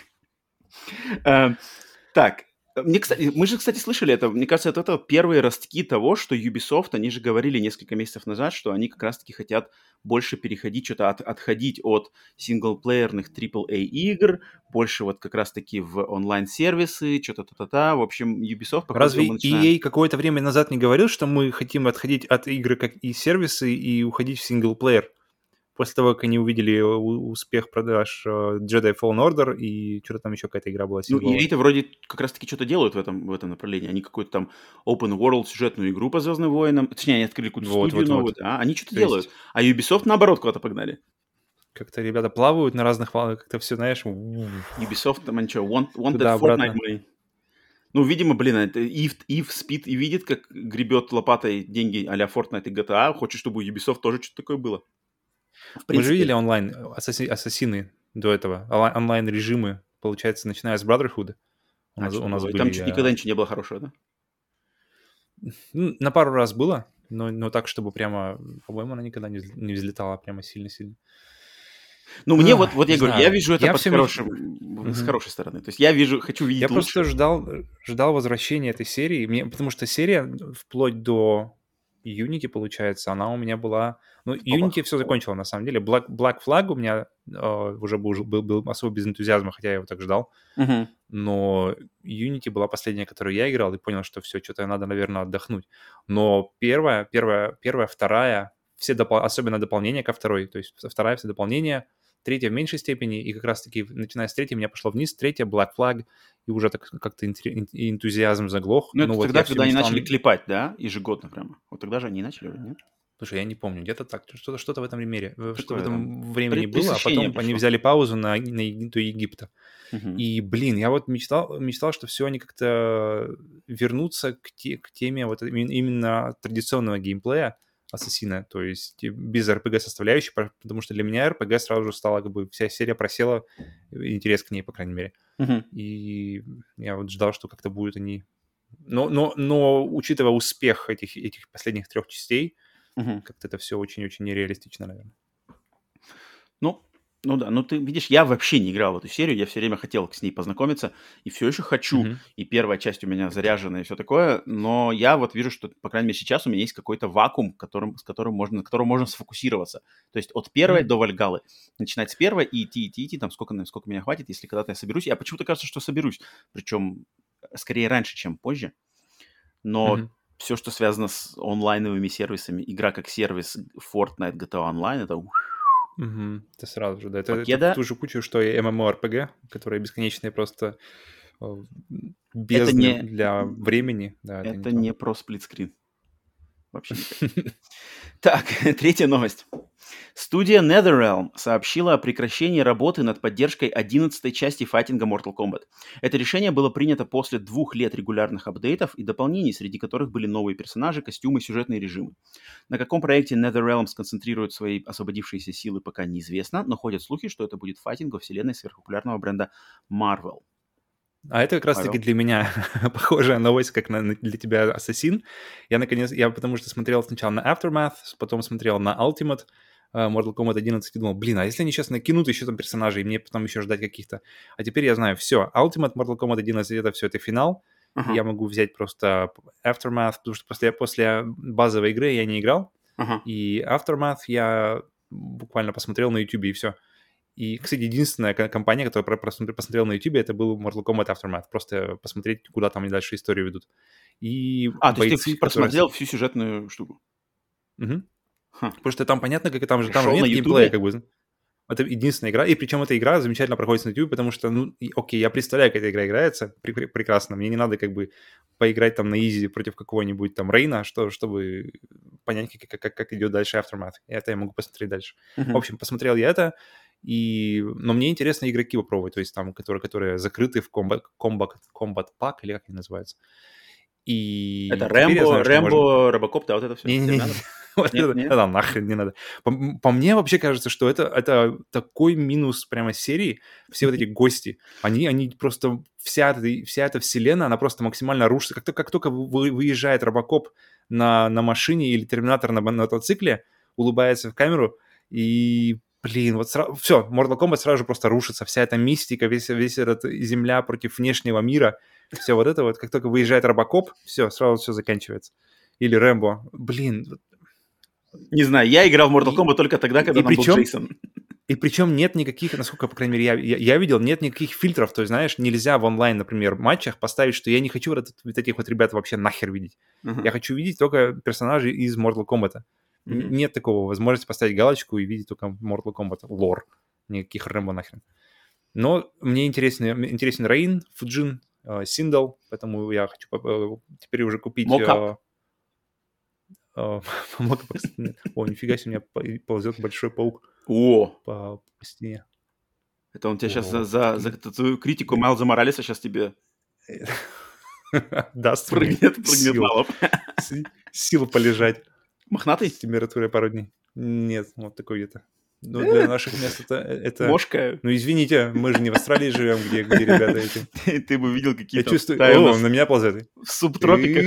Так, мы же, кстати, слышали это. Мне кажется, это первые ростки того, что Ubisoft, они же говорили несколько месяцев назад, что они как раз-таки хотят больше переходить, что-то отходить от синглплеерных AAA игр, больше вот как раз-таки в онлайн-сервисы, что-то та-та-та. В общем, Ubisoft... Разве EA какое-то время назад не говорил, что мы хотим отходить от игры как и сервисы и уходить в синглплеер? После того, как они увидели успех продаж Jedi Fallen Order и что-то там еще какая-то игра была. Ну, EA-то вроде как раз-таки что-то делают в этом направлении. Они какую-то там open world сюжетную игру по Звездным войнам. Точнее, они открыли какую-то студию новую. Да? Они что-то делают. А Ubisoft, наоборот, куда-то погнали. Как-то ребята плавают на разных волнах, как-то все, знаешь... Ubisoft, там они что, wanted Fortnite мои. Ну, видимо, блин, это Eve спит и видит, как гребет лопатой деньги а-ля Fortnite и GTA. Хочет, чтобы у Ubisoft тоже что-то такое было. Мы же видели онлайн ассасины до этого, онлайн-режимы, получается, начиная с Brotherhood. У нас были... Там чуть никогда ничего не было хорошего, да? На пару раз было, но так, чтобы прямо, по-моему, она никогда не взлетала прямо сильно-сильно. Ну, мне вот я говорю, я вижу это с хорошей стороны. То есть я хочу видеть лучше. Я просто ждал возвращения этой серии, потому что серия вплоть до Unity, получается, она у меня была... Ну, Unity все закончила, на самом деле. Black Flag у меня уже был особо без энтузиазма, хотя я его так ждал. Но Unity была последняя, которую я играл, и понял, что все, что-то надо, наверное, отдохнуть. Но первая, вторая, особенно дополнения ко второй, то есть вторая все дополнения, третья в меньшей степени, и как раз-таки, начиная с третьей, у меня пошло вниз, третья, Black Flag, и уже так как-то энтузиазм заглох. Ну, это вот тогда, когда они начали клепать, да, ежегодно прямо. Вот тогда же они начали, нет? Слушай, я не помню, где-то так, что-то в этом времени было, а потом они взяли паузу до Египта. И, блин, я вот мечтал, что все, они как-то вернутся к теме вот именно традиционного геймплея Ассасина, то есть без RPG-составляющей, потому что для меня RPG сразу же стала, как бы, вся серия просела, интерес к ней, по крайней мере. И я вот ждал, что как-то будут они... Но учитывая успех этих последних 3 частей, как-то это все очень-очень нереалистично, наверное. Ну, Ну да, ну ты видишь, я вообще не играл в эту серию, я все время хотел с ней познакомиться, и все еще хочу. Мгм. И первая часть у меня заряжена и все такое, но я вот вижу, что, по крайней мере, сейчас у меня есть какой-то вакуум, на котором можно сфокусироваться. То есть от первой М. до Вальгаллы. Начинать с первой и идти, там сколько меня хватит, если когда-то я соберусь. Я почему-то кажется, что соберусь, причем скорее раньше, чем позже. Но Мгм. все, что связано с онлайновыми сервисами, игра как сервис, Fortnite, GTA Online, это Мгм. Это сразу же, да. Это в покеда. ту же кучу, что и MMORPG, которые бесконечные просто э, Это бездны не, для времени. Да, это не это то. не про сплитскрин. Вообще никак. Так, третья новость. Студия NetherRealm сообщила о прекращении работы над поддержкой 11 части файтинга Mortal Kombat. Это решение было принято после 2 лет регулярных апдейтов и дополнений, среди которых были новые персонажи, костюмы и сюжетные режимы. На каком проекте NetherRealm сконцентрирует свои освободившиеся силы, пока неизвестно, но ходят слухи, что это будет файтинг во вселенной сверхпопулярного бренда Marvel. А это как раз-таки Павел? для меня похожая новость, как для тебя Ассасин. Я потому что смотрел сначала на Aftermath, потом смотрел на Ultimate, Mortal Kombat 11 и думал, блин, а если они сейчас накинут еще там персонажей, и мне потом еще ждать каких-то. А теперь я знаю, все, Ultimate Mortal Kombat 11 это финал, и Ага, я могу взять просто Aftermath, потому что после базовой игры я не играл, ага. и Aftermath я буквально посмотрел на YouTube и все. И, кстати, единственная компания, которая посмотрела на YouTube, это был Mortal Kombat Aftermath. Просто посмотреть, куда там они дальше историю ведут. И А, то есть ты бойцы, которые... просмотрел всю сюжетную штуку? Мгм. Ха. Потому что там понятно, как там же Шел на нет геймплея, Ютубе? как бы. Это единственная игра, и причем эта игра замечательно проходит на YouTube, потому что, ну, окей, я представляю, как эта игра играется прекрасно. Мне не надо как бы поиграть там на изи против какого-нибудь там Рейна, чтобы понять, как идет дальше Aftermath. И это я могу посмотреть дальше. В Мгм. общем, посмотрел я это, но мне интересно игроки попробовать, то есть там, которые закрыты в Combat Pack, или как они называются. Это И теперь я Рэмбо, знаю, что можно... Рэмбо, Робокоп, да, вот это все. Не-не-не, Терминатор? вот Нет, это нет? да нахрен не надо. По мне вообще кажется, что это такой минус прямо серии. Все вот эти гости, они просто вся эта вселенная, она просто максимально рушится. Как только выезжает Робокоп на машине или Терминатор на мотоцикле, улыбается в камеру, и, блин, вот сразу... Все, Mortal Kombat сразу же просто рушится. Вся эта мистика, весь этот земля против внешнего мира, все вот это вот, как только выезжает Робокоп, все, сразу все заканчивается. Или Рэмбо. Блин. Не знаю, я играл в Mortal И, Kombat только тогда, когда и там был причем, Джейсон. и причем нет никаких, насколько, по крайней мере, я видел, нет никаких фильтров. То есть, знаешь, нельзя в онлайн, например, матчах поставить, что я не хочу вот этих вот ребят вообще нахер видеть. Я Ага, хочу видеть только персонажей из Mortal Kombat. мгм. Нет такого возможности поставить галочку и видеть только Mortal Kombat лор. Никаких Рэмбо нахрен. Но мне интересен Рейн, Фуджин, Синдал, поэтому я хочу теперь уже купить Мокап. Много, кстати, нет. О, нифига себе, у меня ползет большой паук О, по стене. это он тебя сейчас О, за твою критику Майлза Моралеса сейчас тебе даст мне прыгнет на сил. лоб. Сил полежать с Мохнатый? температурой пару дней. Нет, вот такой где-то. Но для наших мест это... Мошка. Ну, извините, мы же не в Австралии живем, где ребята эти... Ты бы видел, какие Я там чувствую... стаи у О, он нас на меня ползет. в субтропиках.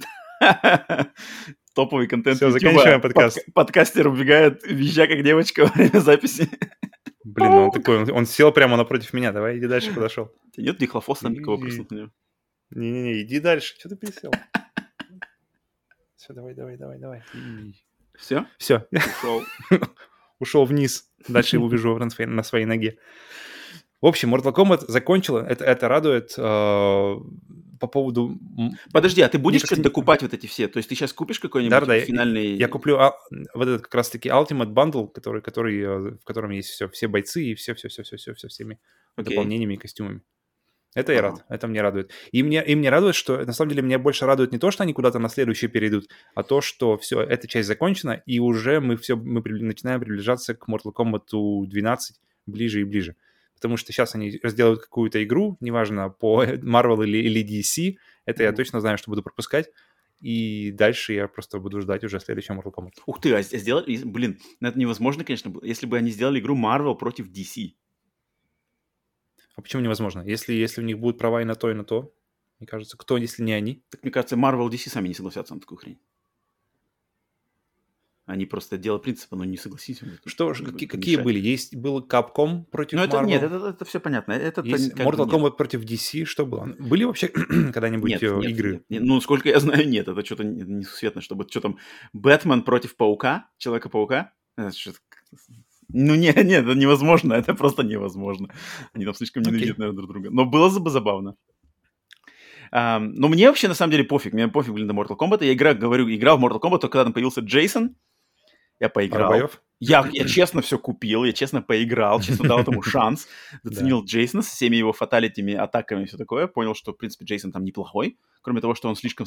Топовый контент Все, заканчиваем Ютуба. подкаст. Подкастер убегает, визжа как девочка во время записи. Блин, ну он Паук! такой, он сел прямо напротив меня. Давай, иди дальше, подошел. У тебя нет дихлофоса там никого Не-не-не, прыснуть на него? иди дальше. Что ты присел? Все, давай. Все? Все, Ушел. ушел вниз. Дальше я увижу на своей ноге. В общем, Mortal Kombat закончила. Это радует. По поводу... Подожди, а ты Мне будешь что-то кажется, докупать вот эти все? То есть ты сейчас купишь какой-нибудь да, я финальный... куплю вот этот как раз-таки Ultimate Bundle, в котором есть все бойцы и все всеми Окей. дополнениями и костюмами. Это я Ага. рад, это мне радует. И мне радует, что, на самом деле, меня больше радует не то, что они куда-то на следующее перейдут, а то, что все, эта часть закончена, и уже начинаем приближаться к Mortal Kombat 12 ближе и ближе. Потому что сейчас они сделают какую-то игру, неважно, по Marvel или DC, это я Мгм. точно знаю, что буду пропускать, и дальше я просто буду ждать уже следующего Mortal Kombat. Ух ты, а сделали... Блин, ну это невозможно, конечно, если бы они сделали игру Marvel против DC. А почему невозможно? Если у них будут права и на то, мне кажется, кто, если не они? Так мне кажется, Marvel и DC сами не согласятся на такую хрень. Они просто дело принципа, но не согласись. Что ж, какие были? Был Capcom против Marvel? Нет, это все понятно. Есть Mortal Kombat против DC, что было? Были вообще когда-нибудь игры? Нет. Ну, сколько я знаю, нет. Это что-то несусветно, чтобы... Что там, Бэтмен против Паука? Человека-паука? Ну, нет, это невозможно. Это просто невозможно. Они там слишком ненавидят, наверное, друг друга. Но было бы забавно. Но мне вообще, на самом деле, пофиг. Мне пофиг, на Mortal Kombat. Я играл в Mortal Kombat только когда там появился Джейсон. Я поиграл. Я честно все купил, я честно поиграл, честно дал этому шанс. Заценил Джейсона со всеми его фаталитями, атаками и все такое. Понял, что, в принципе, Джейсон там неплохой. Кроме того, что он слишком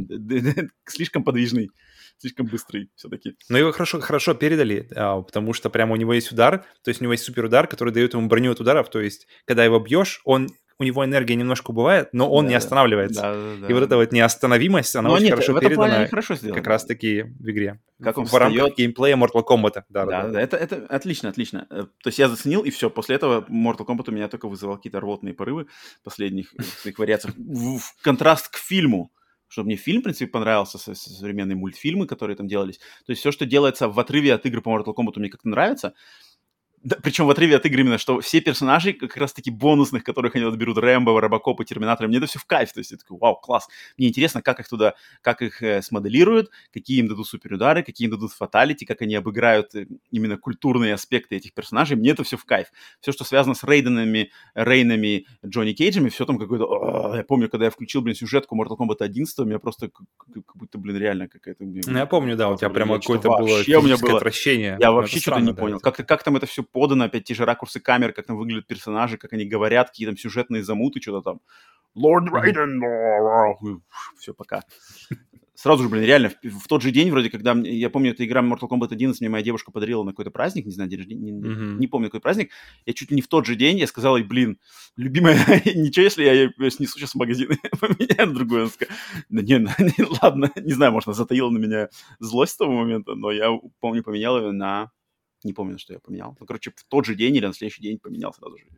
подвижный, слишком быстрый все-таки. Но его хорошо передали, потому что прямо у него есть удар, то есть у него есть суперудар, который дает ему броню от ударов. То есть, когда его бьешь, у него энергия немножко убывает, но он не останавливается. И вот эта вот неостановимость, она очень хорошо передана как раз-таки в игре. Как он в рамках геймплея Mortal Kombat. Да, это отлично. То есть я заценил, и все. После этого Mortal Kombat у меня только вызывал какие-то рвотные порывы последних своих вариациях. В контраст к фильму. Чтобы мне фильм, в принципе, понравился, современные мультфильмы, которые там делались. То есть все, что делается в отрыве от игры по Mortal Kombat, мне как-то нравится. Да, причем в отрыве от игры именно, что все персонажи, как раз-таки бонусных, которых они отберут, Рэмбо, Робокоп и Терминатор, мне это все в кайф. То есть я такой, вау, класс. Мне интересно, как их смоделируют, какие им дадут суперудары, какие им дадут фаталити, как они обыграют именно культурные аспекты этих персонажей. Мне это все в кайф. Все, что связано с Рейнами, Джонни Кейджами, все там какое-то... Я помню, когда я включил, сюжетку Mortal Kombat 11, у меня просто как будто, реально какая-то... Ну, я помню, да, у тебя прямо какое-то было физическое отвращение. Я вообще что-то не понял. Как там это все подано, опять те же ракурсы камер, как там выглядят персонажи, как они говорят, какие там сюжетные замуты, что-то там. Лорд Рейден! Все, пока. Сразу же, реально, в тот же день, вроде, когда, я помню, эта игра Mortal Kombat 11 мне моя девушка подарила на какой-то праздник, не знаю, день рождения, не помню, какой праздник, я чуть ли не в тот же день, я сказал ей, любимая, ничего, если я ее снесу сейчас в магазин, поменяю на другую, она сказала, ладно, не знаю, может, она затаила на меня злость с того момента, но я, помню, поменял ее на... Не помню, что я поменял. Ну, короче, в тот же день или на следующий день поменял сразу же.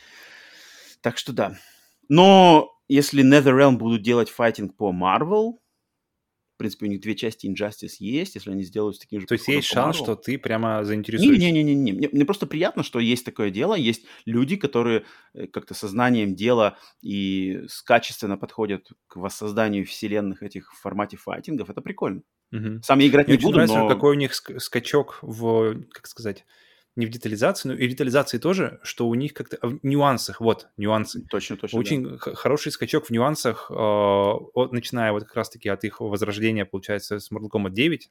Так что да. Но если NetherRealm будут делать файтинг по Marvel, в принципе, у них 2 части Injustice есть, если они сделают с таким же... То есть есть шанс, что ты прямо заинтересуешься? Не. Мне просто приятно, что есть такое дело. Есть люди, которые как-то сознанием дела и качественно подходят к воссозданию вселенных этих в формате файтингов. Это прикольно. Сам я играть не буду, но... какой у них скачок в, как сказать, не в детализации, но и в детализации тоже, что у них как-то в нюансах, нюансы. Точно, Очень хороший скачок в нюансах, начиная вот как раз-таки от их возрождения, получается, с Mortal Kombat 9,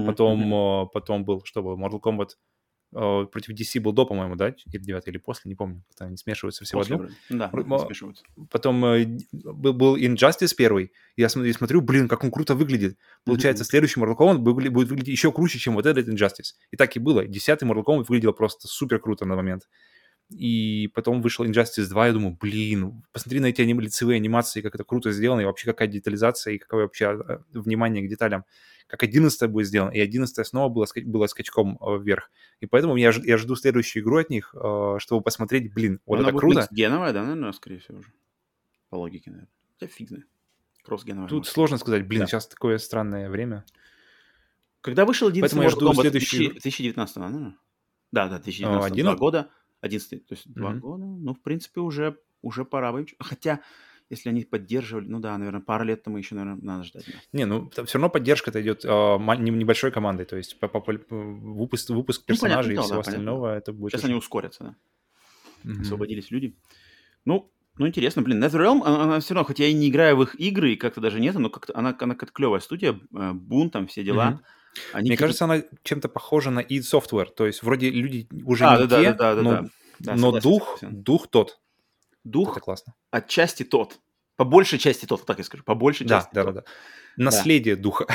потом был, что было, Mortal Kombat против DC был до, по-моему, да? Или 9, или после, не помню. Как-то они смешиваются все в одну. Да, смешиваются. Потом был Injustice первый. Я смотрю, как он круто выглядит. Получается, следующий Mortal Kombat будет выглядеть еще круче, чем вот этот Injustice. И так и было. 10-й Mortal Kombat выглядел просто супер круто на момент. И потом вышел Injustice 2, я думаю, посмотри на эти лицевые анимации, как это круто сделано, и вообще какая детализация, и какое вообще внимание к деталям. Как 11 будет сделано, и 11 снова было скачком вверх. И поэтому я жду следующую игру от них, чтобы посмотреть, вот это круто. Она будет геновая, да, наверное, скорее всего уже? По логике, наверное. Хотя фиг знает. Кросс-геновая. Тут сложно сказать, сейчас такое странное время. Когда вышел 11 Mortal Kombat? 2019, наверное? Да, 2019, 2 года. 11, то есть 2 года. Ну, в принципе, уже пора бы. Хотя, если они поддерживали, наверное, пару лет тому еще, наверное, надо ждать. Да. Все равно поддержка-то идет небольшой командой, то есть выпуск персонажей и всего остального, это будет... Сейчас они ускорятся, да. Освободились люди. Ну, интересно, NetherRealm, она все равно, хотя я и не играю в их игры, и как-то даже нет, но как-то она как-то клевая студия, Boon, там все дела. Мне кажется, она чем-то похожа на id Software, то есть вроде люди уже не те, но дух тот. Дух это классно. Отчасти тот. По большей части тот, так я скажу. По большей части тот. Да. Наследие духа.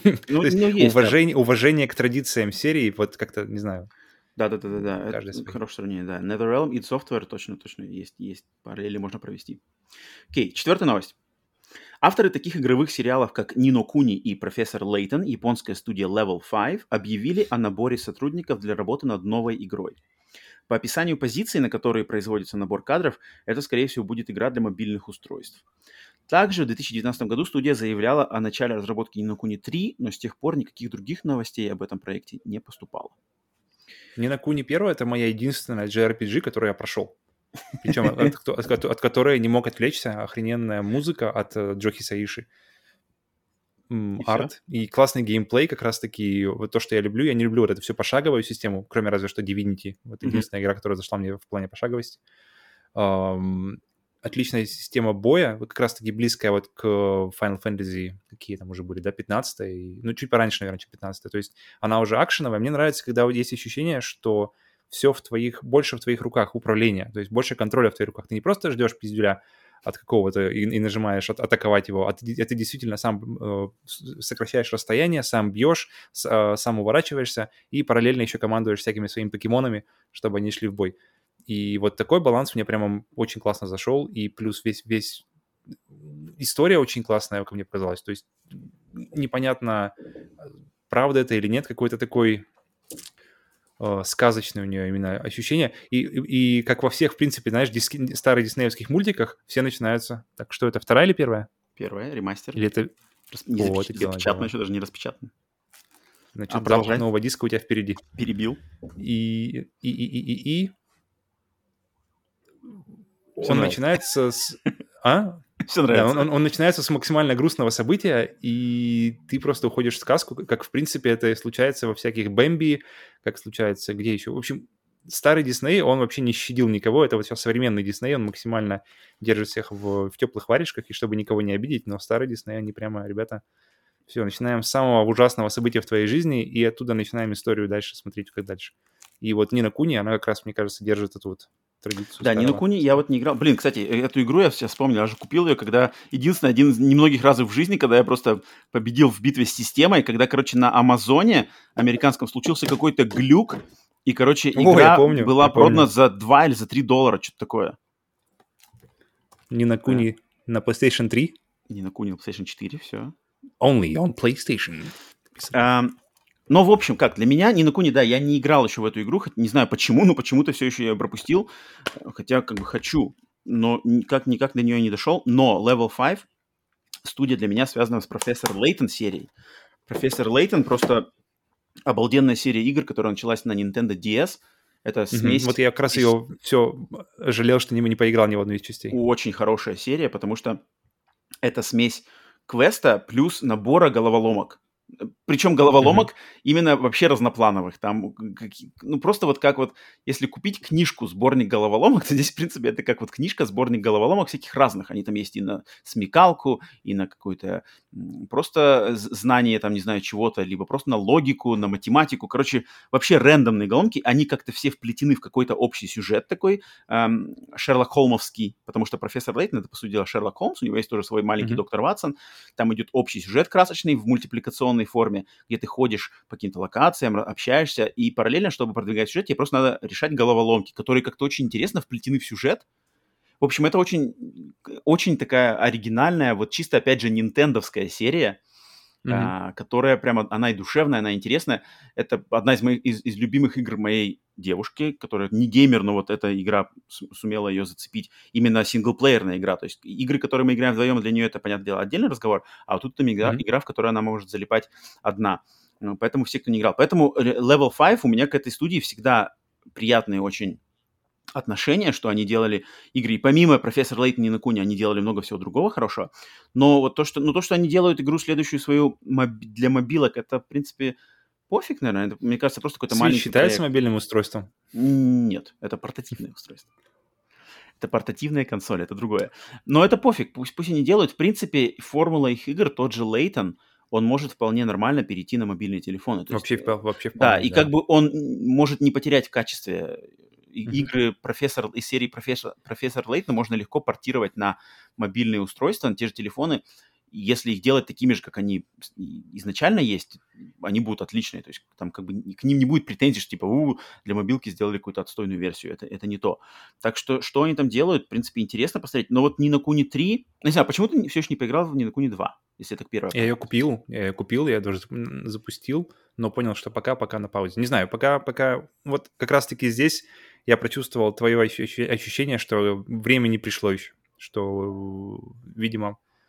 Уважение к традициям серии, вот как-то, не знаю. Да. Это хорошее сравнение, да. NetherRealm, id Software, точно есть параллели, можно провести. Окей, 4-я новость. Авторы таких игровых сериалов, как Нино Куни и Профессор Лейтон, японская студия Level 5, объявили о наборе сотрудников для работы над новой игрой. По описанию позиций, на которые производится набор кадров, это, скорее всего, будет игра для мобильных устройств. Также в 2019 году студия заявляла о начале разработки Ни no Kuni 3, но с тех пор никаких других новостей об этом проекте не поступало. Ни no Kuni 1 — это моя единственная JRPG, которую я прошел. Причем от которой не мог отвлечься. Охрененная музыка от Джохи Саиши. Арт и классный геймплей, как раз-таки вот то, что я люблю. Я не люблю вот эту всю пошаговую систему, кроме разве что Divinity. Вот единственная игра, которая зашла мне в плане пошаговости. Отличная система боя, вот как раз-таки близкая вот к Final Fantasy, какие там уже были, да, 15-й, ну, чуть пораньше, наверное, чем 15-й. То есть она уже акшеновая. Мне нравится, когда есть ощущение, что все больше в твоих руках управление, то есть больше контроля в твоих руках. Ты не просто ждешь пиздюля от какого-то и нажимаешь атаковать его, а ты действительно сам сокращаешь расстояние, сам бьешь, сам уворачиваешься и параллельно еще командуешь всякими своими покемонами, чтобы они шли в бой. И вот такой баланс мне прямо очень классно зашел, и плюс весь история очень классная ко мне показалась. То есть непонятно, правда это или нет, какой-то такой сказочное у нее именно ощущение. И как во всех, в принципе, знаешь, старых диснеевских мультиках все начинаются... Так, что это, вторая или первая? Первая, ремастер. Или это... Запечатано еще, даже не распечатано. Значит, запах нового диска у тебя впереди. Перебил. Он начинается с... Все нравится. Да, он начинается с максимально грустного события, и ты просто уходишь в сказку, как, в принципе, это случается во всяких Бэмби, как случается где еще. В общем, старый Дисней, он вообще не щадил никого. Это вот все современный Дисней, он максимально держит всех в теплых варежках, и чтобы никого не обидеть, но старый Дисней, они прямо, ребята, все, начинаем с самого ужасного события в твоей жизни, и оттуда начинаем историю дальше смотреть, как дальше. И вот Ни no Kuni, она как раз, мне кажется, держит эту вот традицию. Да, Ни no Kuni я вот не играл. Блин, кстати, эту игру я сейчас вспомнил, я же купил ее, когда... один из немногих разов в жизни, когда я просто победил в битве с системой, когда, короче, на Амазоне американском случился какой-то глюк, и, короче, игра была продана за $2 или за $3, что-то такое. Ни no Kuni на PlayStation 3? Ни no Kuni на PlayStation 4, все. Only on PlayStation. Но, в общем, как, для меня Ни no Kuni, да, я не играл еще в эту игру, не знаю почему, но почему-то все еще я пропустил, хотя как бы хочу, но никак до нее не дошел. Но Level 5, студия для меня связана с Профессор Лейтон серией. Профессор Лейтон просто обалденная серия игр, которая началась на Nintendo DS. Это смесь... Вот я как раз ее все жалел, что не поиграл ни в одну из частей. Очень хорошая серия, потому что это смесь квеста плюс набора головоломок. Причем головоломок именно вообще разноплановых. Там, ну, просто вот как вот, если купить книжку, сборник головоломок, то здесь, в принципе, это как вот книжка, сборник головоломок всяких разных. Они там есть и на смекалку, и на какое-то просто знание, там, не знаю, чего-то, либо просто на логику, на математику. Короче, вообще рандомные головоломки, они как-то все вплетены в какой-то общий сюжет такой, Шерлок Холмовский, потому что профессор Лейтон, это, по сути дела, Шерлок Холмс, у него есть тоже свой маленький доктор Ватсон. Там идет общий сюжет красочный в мультипликационной форме, где ты ходишь по каким-то локациям, общаешься, и параллельно, чтобы продвигать сюжет, тебе просто надо решать головоломки, которые как-то очень интересно вплетены в сюжет. В общем, это очень, очень такая оригинальная, вот чисто, опять же, нинтендовская серия, которая прямо, она и душевная, она интересная. Это одна из любимых игр моей девушки, которая не геймер, но вот эта игра сумела ее зацепить. Именно синглплеерная игра. То есть игры, которые мы играем вдвоем, для нее это, понятное дело, отдельный разговор, а вот тут там игра, в которой она может залипать одна. Поэтому все, кто не играл. Поэтому Level 5 у меня к этой студии всегда приятные очень отношения, что они делали игры. И помимо Профессора Лейтона и Ни no Kuni, они делали много всего другого хорошего. Но вот то, что они делают игру следующую свою для мобилок, это, в принципе, пофиг, наверное. Это, мне кажется, просто какой-то маленький считается проект. Мобильным устройством? Нет, это портативное устройство. Это портативная консоль, это другое. Но это пофиг, пусть они делают. В принципе, формула их игр, тот же Лейтон, он может вполне нормально перейти на мобильные телефоны. То есть, вообще вполне, да, и как бы он может не потерять в качестве. Игры из серии Профессор Лейтон можно легко портировать на мобильные устройства, на те же телефоны. Если их делать такими же, как они изначально есть, они будут отличные. То есть там как бы к ним не будет претензий, что типа для мобилки сделали какую-то отстойную версию. Это не то. Так что они там делают, в принципе, интересно посмотреть. Но вот Ни no Kuni 3... Не знаю, почему ты все еще не поиграл в Ни no Kuni 2, если это первая? Я ее купил, я даже запустил, но понял, что пока на паузе. Не знаю, пока... Вот как раз-таки здесь я прочувствовал твое ощущение, что время не пришло еще. Что, видимо,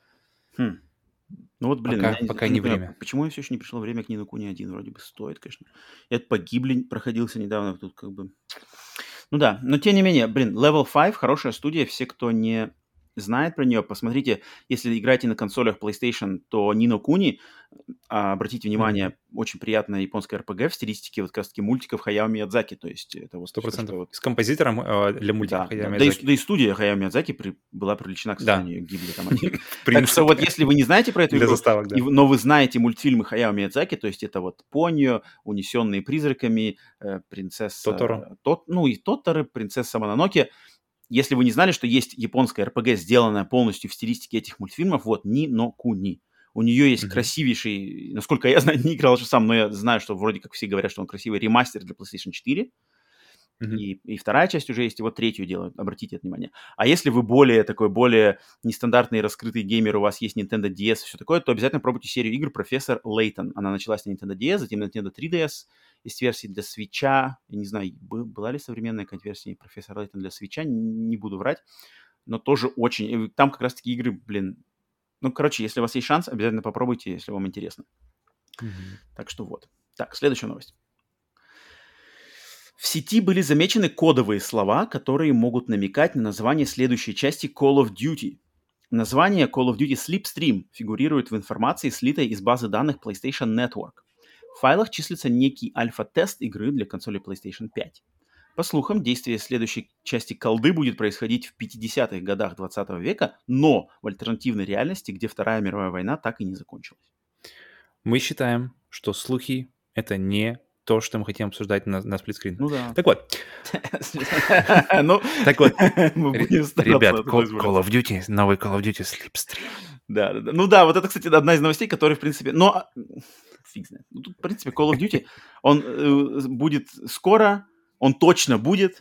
Ну вот, блин, Пока я не не понимаю, время. почему все еще не пришло время к Ни no Kuni 1? Вроде бы стоит, конечно. Это «Погибли» проходился недавно, тут как бы... Ну да, но тем не менее, блин, Level 5 хорошая студия. Все, кто не знает про нее, посмотрите, если играете на консолях PlayStation, то Ни no Kuni, обратите внимание, очень приятная японская RPG в стилистике вот как раз таки мультиков Хаяо Миядзаки. То есть это вот всё, 100%. что вот... С композитором для мультиков Да, Хаяо да. Миядзаки. Да и студия Хаяо Миядзаки была привлечена к Да, созданию Гибли там они. в Так что вот принципе. если вы не знаете про эту Для игру, заставок, да. но вы знаете мультфильмы Хаяо Миядзаки, то есть это вот Поньо, «Унесенные призраками», Тоторо. принцесса ну и Тоторо, принцесса Мононоке. Если вы не знали, что есть японская РПГ, сделанная полностью в стилистике этих мультфильмов, вот Ни no Kuni. У нее есть Мгм. красивейший, насколько я знаю, не играл же сам, но я знаю, что вроде как все говорят, что он красивый ремастер для PlayStation 4. Мгм. И вторая часть уже есть, и вот третью делают, обратите это внимание. А если вы более нестандартный раскрытый геймер, у вас есть Nintendo DS и все такое, то обязательно пробуйте серию игр «Профессор Лейтон». Она началась на Nintendo DS, затем на Nintendo 3DS, есть версии для Switch'а. Я не знаю, была ли современная какая-то версия «Профессор Лейтон» для Switch'а, не буду врать, но тоже очень... Там как раз-таки игры, блин... Ну, короче, если у вас есть шанс, обязательно попробуйте, если вам интересно. Мгм. Так что вот. Так, следующая новость. В сети были замечены кодовые слова, которые могут намекать на название следующей части Call of Duty. Название Call of Duty Slipstream фигурирует в информации, слитой из базы данных PlayStation Network. В файлах числится некий альфа-тест игры для консоли PlayStation 5. По слухам, действие следующей части колды будет происходить в 50-х годах 20 века, но в альтернативной реальности, где Вторая мировая война так и не закончилась. Мы считаем, что слухи — это не то, что мы хотим обсуждать на сплитскрин. Ну да. Так вот, Ну, так вот, мы будем ребят, стараться от этого избавляться. Call of Duty, новый Call of Duty Slipstream. Да, да, да. Ну да, вот это, кстати, одна из новостей, которая, в принципе... Но фиг знает. Ну, тут, в принципе, Call of Duty, он будет скоро, он точно будет,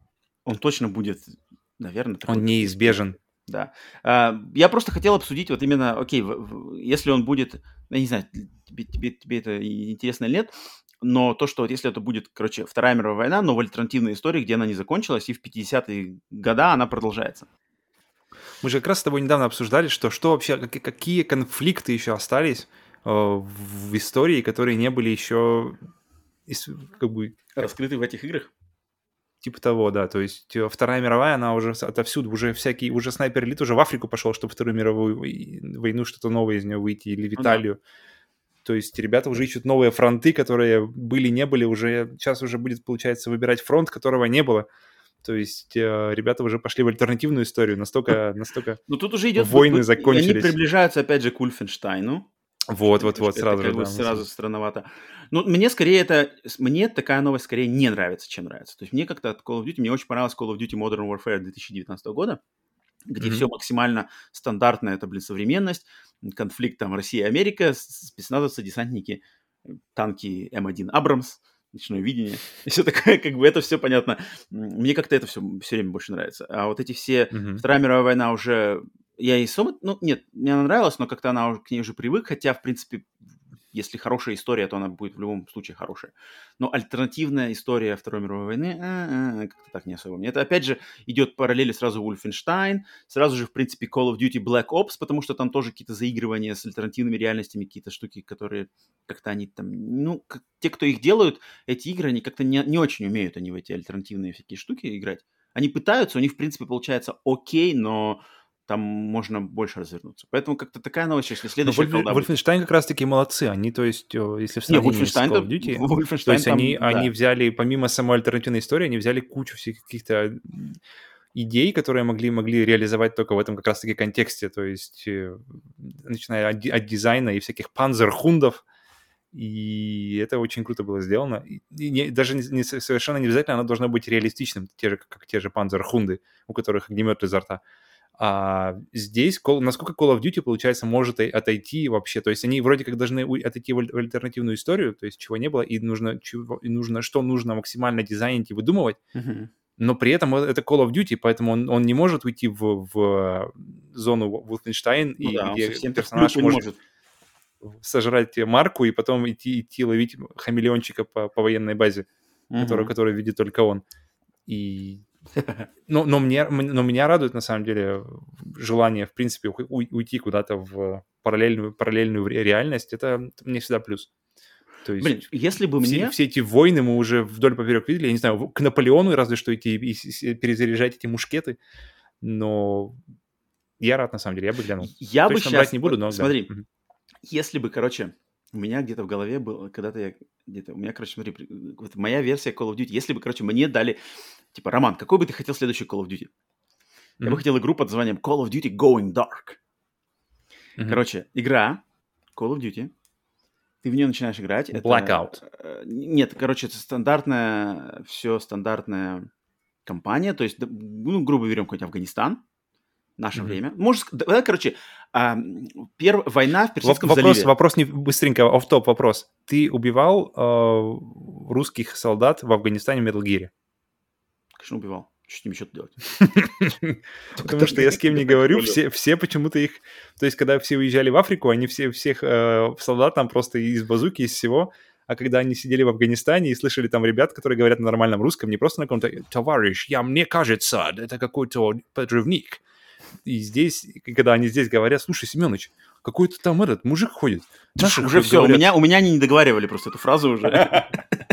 наверное, такой, Он как неизбежен. да. Я просто хотел обсудить вот именно, окей, если он будет, я не знаю, тебе это интересно или нет, но то, что вот если это будет, короче, Вторая мировая война, но в альтернативной истории, где она не закончилась, и в 50-е годы она продолжается. Мы же как раз с тобой недавно обсуждали, что вообще, какие конфликты еще остались в истории, которые не были еще как бы Раскрыты в этих играх. типа того, да. То есть Вторая мировая, она уже отовсюду, уже снайпер элит уже в Африку пошел, чтобы Вторую мировую войну что-то новое из нее выйти, или в Ну да. Италию. То есть ребята уже ищут новые фронты, которые были, не были, уже сейчас уже будет, получается, выбирать фронт, которого не было. То есть ребята уже пошли в альтернативную историю, настолько Ну тут уже идет, войны они закончились. приближаются опять же к Ульфенштайну. Вот, Это сразу же, как бы да. сразу странновато. Ну, мне такая новость скорее не нравится, чем нравится. То есть мне как-то от Call of Duty, мне очень понравилась Call of Duty Modern Warfare 2019 года, где все Мгм. максимально стандартно, это, блин, современность, конфликт там Россия и Америка, спецназовцы, десантники, танки М1 Абрамс, ночное видение, и все такое, как бы это все понятно. Мне как-то это все время больше нравится. А вот эти все... Мгм. Вторая мировая война уже... Я и сам... Ну, нет, мне она нравилась, но как-то она уже к ней уже привык, хотя, в принципе, если хорошая история, то она будет в любом случае хорошая. Но альтернативная история Второй мировой войны как-то так не особо. Мне это, опять же, идет параллели сразу Wolfenstein, сразу же, в принципе, Call of Duty Black Ops, потому что там тоже какие-то заигрывания с альтернативными реальностями, какие-то штуки, которые как-то они там... Ну, те, кто их делают, эти игры, они как-то не очень умеют они в эти альтернативные всякие штуки играть. Они пытаются, у них, в принципе, получается окей, но там можно больше развернуться. Поэтому как-то такая новость, если Но следующая колда будет... Wolfenstein как раз-таки молодцы. Они, то есть, если в Не, сравнении с Call of Duty, то Wolfenstein есть они там, да. взяли, помимо самой альтернативной истории, они взяли кучу всяких каких-то идей, которые могли реализовать только в этом как раз-таки контексте. То есть, начиная от дизайна и всяких панзерхундов, и это очень круто было сделано. Даже совершенно не обязательно оно должно быть реалистичным, как те же панзерхунды, у которых огнемет изо рта. А здесь, насколько Call of Duty, получается, может отойти вообще. То есть они вроде как должны отойти в альтернативную историю, то есть чего не было, и что нужно максимально дизайнить и выдумывать, Мгм. но при этом это Call of Duty, поэтому он не может уйти в зону Wolfenstein, Ну и да, он где совсем так в персонаж клюкву не может может. сожрать марку и потом идти ловить хамелеончика по военной базе, Мгм. который видит только он. И Но меня радует, на самом деле, желание, в принципе, уйти куда-то в параллельную реальность. Это мне всегда плюс. То Блин, есть если бы все мне... эти войны мы уже вдоль поперек видели. Я не знаю, к Наполеону разве что идти и перезаряжать эти мушкеты. Но я рад, на самом деле. Я бы глянул. Я бы Точно брать сейчас... не буду, но да. Смотри, если бы, короче, у меня где-то в голове было, когда-то я где-то... У меня, короче, смотри, вот моя версия Call of Duty. Если бы, короче, мне дали... Типа, Роман, какой бы ты хотел следующий Call of Duty? Я бы хотел игру под названием Call of Duty Going Dark. Короче, игра Call of Duty. Ты в нее начинаешь играть. Blackout. Нет, короче, это стандартная компания. То есть, ну, грубо берем какой-нибудь Афганистан. Наше время. Может, да, короче, война в Персидском заливе. Вопрос не быстренько, офф-топ вопрос. Ты убивал русских солдат в Афганистане в Metal Gear? Конечно, убивал. Что с ними еще делать? Потому что я с кем не говорю, все почему-то их... То есть, когда все уезжали в Африку, они всех солдат там просто из базуки, из всего. А когда они сидели в Афганистане и слышали там ребят, которые говорят на нормальном русском, не просто на каком-то «товарищ, мне кажется, это какой-то подрывник». И здесь, когда они здесь говорят, слушай, Семёныч, какой-то там этот мужик ходит. Уже все, у меня они не договаривали просто эту фразу уже.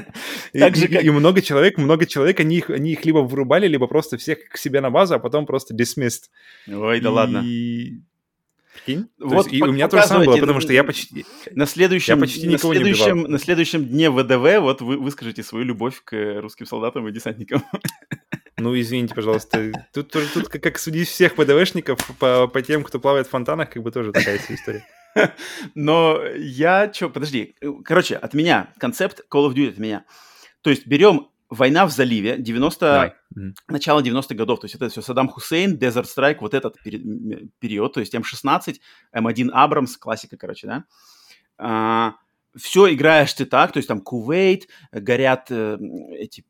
И много человек, они их либо вырубали, либо просто всех к себе на базу, а потом просто dismissed. Ой, да ладно. Прикинь? Вот и у меня тоже самое было, потому что я почти никого не убивал. На следующем дне ВДВ вот вы выскажете свою любовь к русским солдатам и десантникам. Ну, извините, пожалуйста. Тут как судить всех ВДВшников по тем, кто плавает в фонтанах, как бы тоже такая вся история. Но подожди. Короче, от меня концепт Call of Duty от меня. То есть берем война в заливе, начало 90-х годов, то есть это все Саддам Хусейн, Desert Strike, вот этот период, то есть М-16, М1 Абрамс, классика, короче, да. Все играешь ты так, то есть там Кувейт, горят эти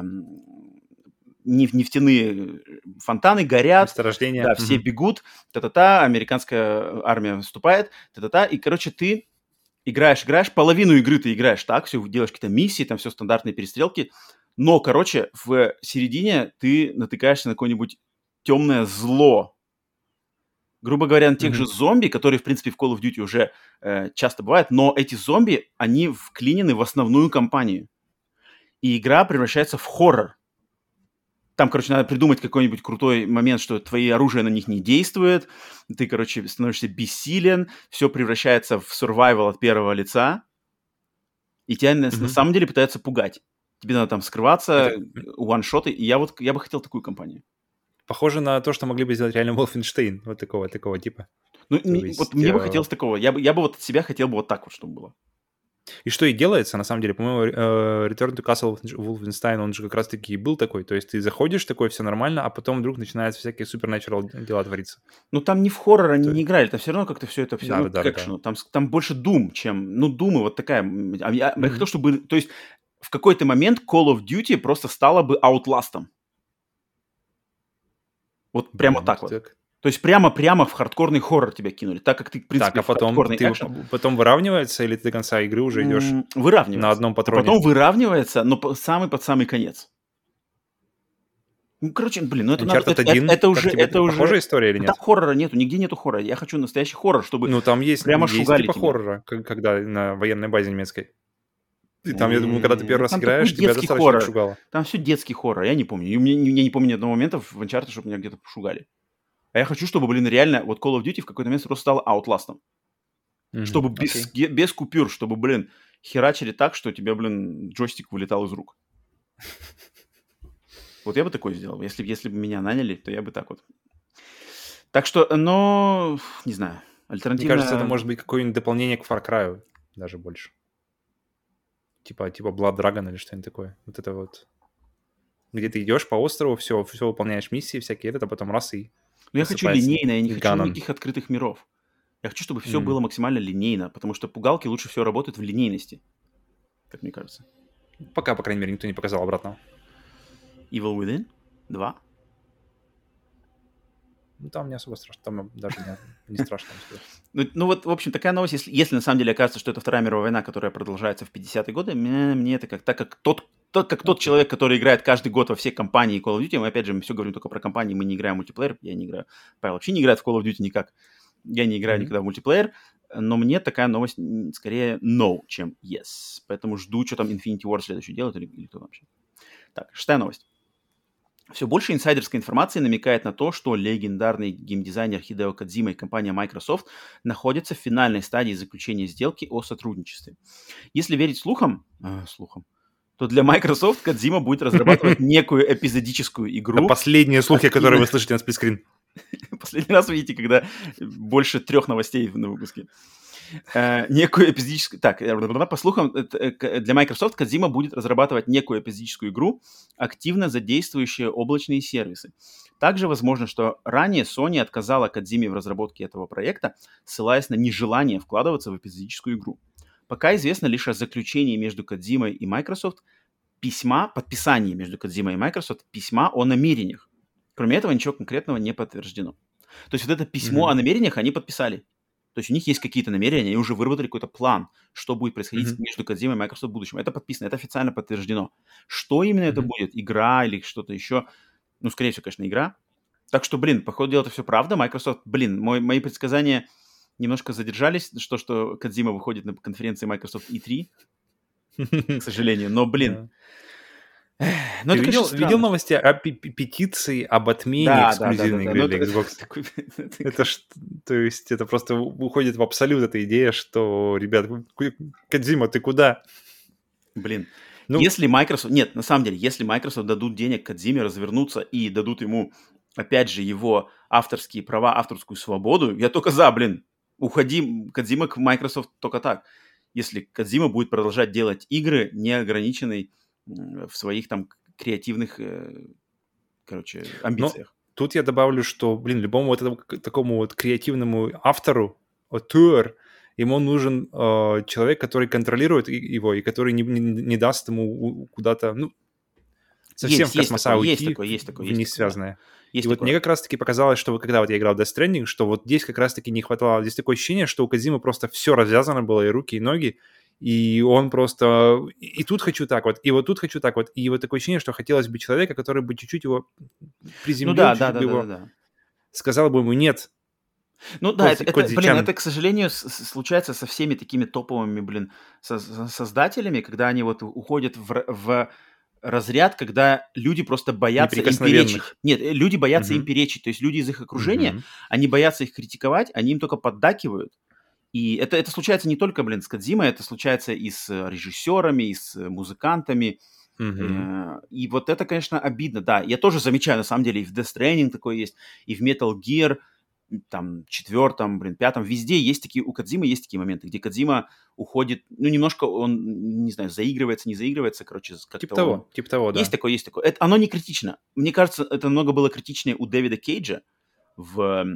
нефтяные фонтаны, горят, да, все бегут, та-та-та, американская армия выступает, та-та-та, и, короче, ты играешь, половину игры ты играешь так, все делаешь какие-то миссии, там все стандартные перестрелки, но, короче, в середине ты натыкаешься на какое-нибудь темное зло. Грубо говоря, на тех же зомби, которые, в принципе, в Call of Duty уже часто бывают, но эти зомби, они вклинены в основную кампанию. И игра превращается в хоррор. Там, короче, надо придумать какой-нибудь крутой момент, что твои оружие на них не действует, ты, короче, становишься бессилен, все превращается в survival от первого лица, и тебя на самом деле пытаются пугать. Тебе надо там скрываться, ваншоты, и я бы хотел такую компанию. Похоже на то, что могли бы сделать реально Wolfenstein, вот такого типа. Ну, вот мне бы хотелось такого. Я бы вот от себя хотел бы вот так вот, чтобы было. И что и делается, на самом деле, по-моему, Return to Castle Wolfenstein, он же как раз-таки и был такой. То есть ты заходишь, такой, все нормально, а потом вдруг начинаются всякие supernatural дела твориться. Ну, там не в хоррор они не играли, там все равно как-то все это, к экшену. Там больше Doom, чем... Ну, Doom и вот такая... Я хотел, чтобы... То есть в какой-то момент Call of Duty просто стала бы Outlast'ом. Вот прямо так вот. То есть прямо в хардкорный хоррор тебя кинули, так как ты, в принципе, так, а потом выравнивается, или ты до конца игры уже идешь на одном патроне? Потом выравнивается, но под самый конец. Ну, короче, блин, ну это уже похожая история или нет? Там хоррора нету, нигде нету хоррора. Я хочу настоящий хоррор, чтобы ну, там есть прямо шугали типа тебя. Хоррора, когда на военной базе немецкой. И там, я думаю, когда ты первый раз играешь, тебя достаточно шугало. Там все детский хоррор, я не помню. Я не помню ни одного момента в Uncharted, чтобы меня где-то пошугали. А я хочу, чтобы, блин, реально вот Call of Duty в какой-то момент просто стала Outlast'ом. Чтобы без купюр, чтобы, блин, херачили так, что у тебя, блин, джойстик вылетал из рук. Вот я бы такое сделал. Если бы меня наняли, то я бы так вот. Так что, но, не знаю, альтернативная... Мне кажется, это может быть какое-нибудь дополнение к Far Cry, даже больше. Типа Blood Dragon или что-нибудь такое. Вот это вот. Где ты идешь по острову, все выполняешь миссии всякие, это потом раз и... Но я хочу линейно, я не хочу никаких открытых миров. Я хочу, чтобы все было максимально линейно, потому что пугалки лучше всего работают в линейности, как мне кажется. Пока, по крайней мере, никто не показал обратного. Evil Within 2? Ну, там не особо страшно, там даже не страшно. Ну вот, в общем, такая новость. Если на самом деле окажется, что это Вторая мировая война, которая продолжается в 50-е годы, мне это так как тот человек, который играет каждый год во все кампании Call of Duty, мы, опять же, мы все говорим только про кампании, мы не играем в мультиплеер, я не играю, Павел вообще не играет в Call of Duty никак, я не играю никогда в мультиплеер, но мне такая новость скорее no, чем yes. Поэтому жду, что там Infinity Ward следующий делает или кто вообще. Так, 6-я новость. Все больше инсайдерской информации намекает на то, что легендарный геймдизайнер Хидео Кодзима и компания Microsoft находятся в финальной стадии заключения сделки о сотрудничестве. Если верить слухам, то для Microsoft Кодзима будет разрабатывать некую эпизодическую игру. Это последние слухи, которые вы слышите на сплитскрин. Последний раз видите, когда больше 3 новостей на выпуске. Некую эпизодическую... Так, по слухам, для Microsoft Кодзима будет разрабатывать некую эпизодическую игру, активно задействующую облачные сервисы. Также возможно, что ранее Sony отказала Кодзиме в разработке этого проекта, ссылаясь на нежелание вкладываться в эпизодическую игру. Пока известно лишь о заключении между Кодзимой и Microsoft подписании между Кодзимой и Microsoft письма о намерениях. Кроме этого, ничего конкретного не подтверждено. То есть вот это письмо о намерениях они подписали. То есть у них есть какие-то намерения, они уже выработали какой-то план, что будет происходить между Кодзимой и Microsoft в будущем. Это подписано, это официально подтверждено. Что именно это будет? Игра или что-то еще? Ну, скорее всего, конечно, игра. Так что, по ходу дела, это все правда. Microsoft, мои предсказания немножко задержались, что Кодзима выходит на конференции Microsoft E3, к сожалению. Но, Ты видел новости о петиции об отмене эксклюзивной игры для Xbox? То есть это просто уходит в абсолют эта идея, что, ребят, Кодзима, ты куда? Если Microsoft... Нет, на самом деле, если Microsoft дадут денег Кодзиме развернуться и дадут ему, опять же, его авторские права, авторскую свободу, я только за, уходи, Кодзима, к Microsoft только так. Если Кодзима будет продолжать делать игры, не ограниченный в своих там креативных, амбициях. Но тут я добавлю, что, любому вот этому такому вот креативному автору, auteur, ему нужен человек, который контролирует его и который не даст ему куда-то, совсем в космоса уйти, вниз связанное. И вот мне как раз-таки показалось, что когда вот я играл в Death Stranding, что вот здесь как раз-таки не хватало, здесь такое ощущение, что у Кодзимы просто все развязано было, и руки, и ноги, и он просто и тут хочу так вот, и вот тут хочу так вот, и вот такое ощущение, что хотелось бы человека, который бы чуть-чуть его приземлил, сказал бы ему «нет». Это, к сожалению, случается со всеми такими топовыми, создателями, когда они вот уходят в разряд, когда люди просто боятся им перечить. Нет, люди боятся им перечить. То есть люди из их окружения, они боятся их критиковать, они им только поддакивают. И это случается не только, с Кодзимой, это случается и с режиссерами, и с музыкантами. И вот это, конечно, обидно. Да, я тоже замечаю, на самом деле, и в Death Stranding такое есть, и в Metal Gear, там, 4-м, 5-м, везде есть такие, у Кодзимы есть такие моменты, где Кодзима уходит, немножко он, не знаю, заигрывается, не заигрывается, как-то Типа того, да. Есть такое. Оно не критично. Мне кажется, это намного было критичнее у Дэвида Кейджа в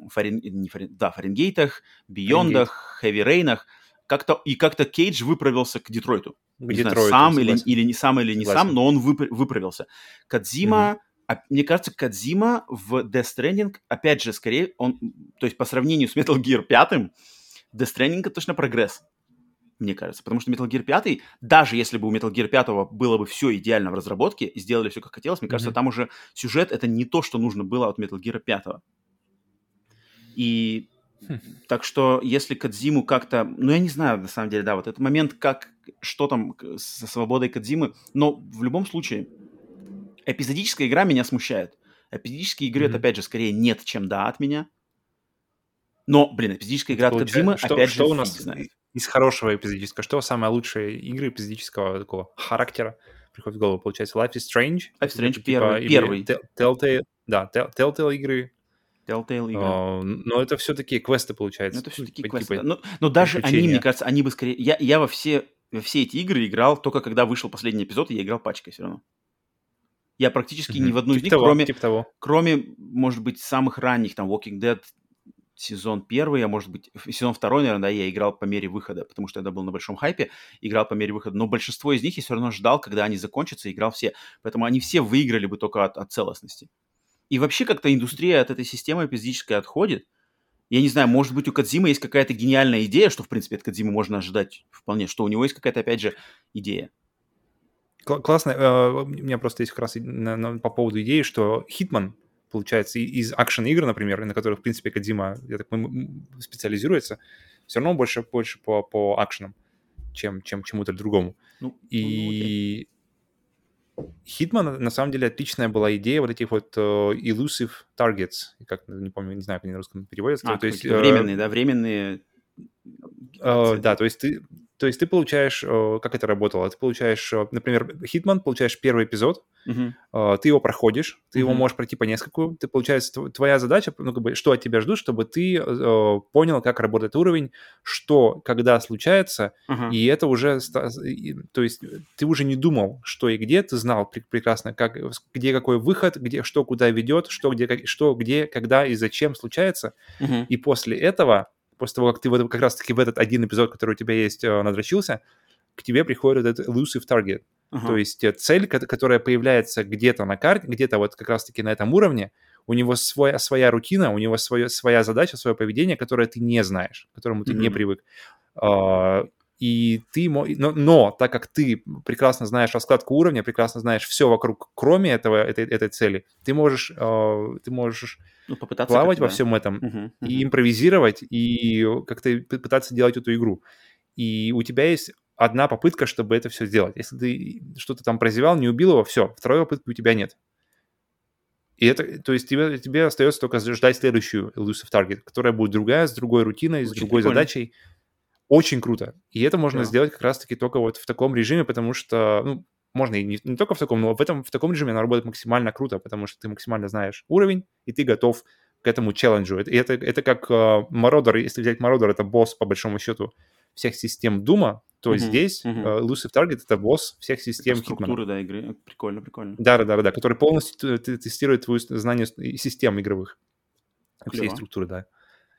Фаренгейтах, Биондах, Хэви Рейнах. Как-то Кейдж выправился к Детройту. Не знаю, сам или не сам, но он выправился. Кодзима... Мне кажется, Кодзима в Death Stranding, опять же, скорее, то есть по сравнению с Metal Gear 5, Death Stranding это точно прогресс, мне кажется. Потому что Metal Gear 5, даже если бы у Metal Gear 5 было бы все идеально в разработке, сделали все как хотелось, мне кажется, там уже сюжет это не то, что нужно было от Metal Gear 5. И так что, если Кодзиму как-то... я не знаю, на самом деле, да, вот этот момент, что там со свободой Кодзимы, но в любом случае... Эпизодическая игра меня смущает. Эпизодические игры, это, опять же, скорее нет, чем да от меня. Но, эпизодическая игра от Кодзимы, опять же, что у нас из хорошего эпизодического? Что самая лучшая игра эпизодического такого характера приходит в голову? Получается, Life is Strange? Life is Strange первый. Telltale, да, Telltale игры. Telltale игры. Но это все-таки квесты, получается. Это все-таки квесты, да. Но даже они, мне кажется, они бы скорее... Я во все эти игры играл только когда вышел последний эпизод, и я играл пачкой все равно. Я практически ни в одну из них, кроме, может быть, самых ранних, там, Walking Dead сезон 1, а может быть, сезон 2, наверное, да, я играл по мере выхода, потому что я был на большом хайпе, играл по мере выхода. Но большинство из них я все равно ждал, когда они закончатся, и играл все. Поэтому они все выиграли бы только от целостности. И вообще как-то индустрия от этой системы эпизодической отходит. Я не знаю, может быть, у Кодзимы есть какая-то гениальная идея, что, в принципе, от Кодзимы можно ожидать вполне, что у него есть какая-то, опять же, идея. классно. У меня просто есть как раз по поводу идеи, что Hitman, получается, из акшн-игр, например, на которых, в принципе, Кодзима, я так понимаю, специализируется, все равно больше по акшенам, чем чему-то другому. Ну, окей. И Hitman, на самом деле, отличная была идея вот этих вот elusive targets, как, не помню, не знаю, как они на русском переводятся. То есть, Какие-то временные, да, временные да, цели. то есть ты получаешь, как это работало? Ты получаешь, например, Hitman, получаешь первый эпизод, Мгм. ты его проходишь, ты его Мгм. можешь пройти по нескольку, ты, получается, твоя задача, ну, как бы, что от тебя ждут, чтобы ты понял, как работает уровень, что, когда случается, Ага. и это уже, то есть ты уже не думал, что и где, ты знал прекрасно, как, где какой выход, где что куда ведет, что где, когда и зачем случается, Мгм. и после того, как ты как раз-таки в этот один эпизод, который у тебя есть, надрочился, к тебе приходит этот elusive target. То Ага. есть цель, которая появляется где-то на карте, где-то вот как раз-таки на этом уровне, у него своя рутина, у него своя задача, свое поведение, которое ты не знаешь, к которому ты не Мгм. привык. А, И ты, но так как ты прекрасно знаешь раскладку уровня, прекрасно знаешь все вокруг, кроме этой цели, ты можешь Ну, попытаться плавать как-то, во да. всем этом Мгм. и Мгм. импровизировать, и как-то пытаться делать эту игру. И у тебя есть одна попытка, чтобы это все сделать. Если ты что-то там прозевал, не убил его, все, второй попытки у тебя нет. И это, то есть тебе остается только ждать следующую elusive target, которая будет другая, с другой рутиной, с Звучит другой прикольно. задачей. Очень круто. И это можно Клево. сделать как раз-таки только вот в таком режиме, потому что, ну, можно и не только в таком, но в таком режиме она работает максимально круто, потому что ты максимально знаешь уровень, и ты готов к этому челленджу. Это как Marauder, если взять Marauder, это босс, по большому счету, всех систем Дума, то Мгм. здесь Мгм. Elusive Target — это босс всех По систем Хитмана. структуре, да, игры. Прикольно, прикольно. Да-да-да, который полностью тестирует твои знания систем игровых, всей Клево. структуры, да.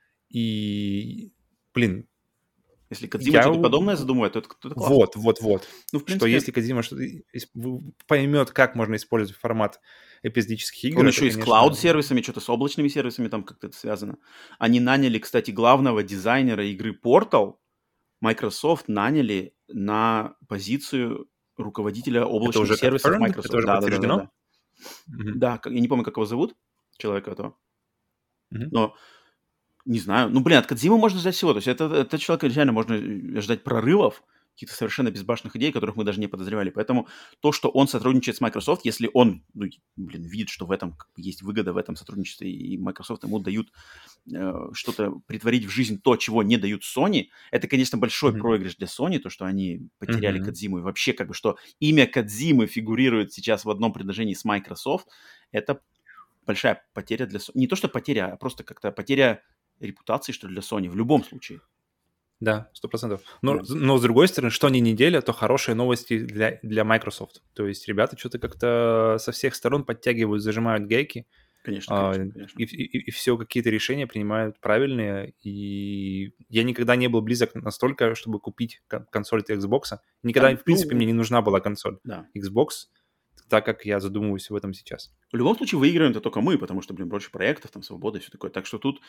И, блин, Если Кодзима я что-то подобное задумывает, то это классно. вот. Ну, в Что принципе, если Кодзима поймет, как можно использовать формат эпизодических игр, он это, еще и с конечно... клауд-сервисами, что-то с облачными сервисами там как-то это связано. Они наняли, кстати, главного дизайнера игры Portal. Microsoft наняли на позицию руководителя Это облачных уже сервисов confirmed? Это Microsoft. уже Да, да, да, да, да. подтверждено? Мгм. Да, я не помню, как его зовут, человека этого, Мгм. но не знаю. Ну, блин, от Кодзимы можно ждать всего. То есть это человека реально можно ждать прорывов, каких-то совершенно безбашенных идей, которых мы даже не подозревали. Поэтому то, что он сотрудничает с Microsoft, если он, ну, блин, видит, что в этом как бы есть выгода в этом сотрудничестве, и Microsoft ему дают что-то притворить в жизнь то, чего не дают Sony, это, конечно, большой Мгм. проигрыш для Sony, то, что они потеряли Мгм. Кодзиму. И вообще, как бы, что имя Кодзимы фигурирует сейчас в одном предложении с Microsoft, это большая потеря для Sony. Не то, что потеря, а просто как-то потеря репутации, что ли, для Sony в любом случае. Да, 100%. Но, Да. но с другой стороны, что ни неделя, то хорошие новости для Microsoft. То есть ребята что-то как-то со всех сторон подтягивают, зажимают гайки, Конечно, а, конечно, конечно. и все какие-то решения принимают правильные. И я никогда не был близок настолько, чтобы купить консоль от Xbox. Да, Никогда, в принципе, мне ну, не нужна была консоль да. Xbox, так как я задумываюсь в этом сейчас. В любом случае выиграем-то только мы, потому что, блин, больше проектов, там, свобода и все такое. Так что тут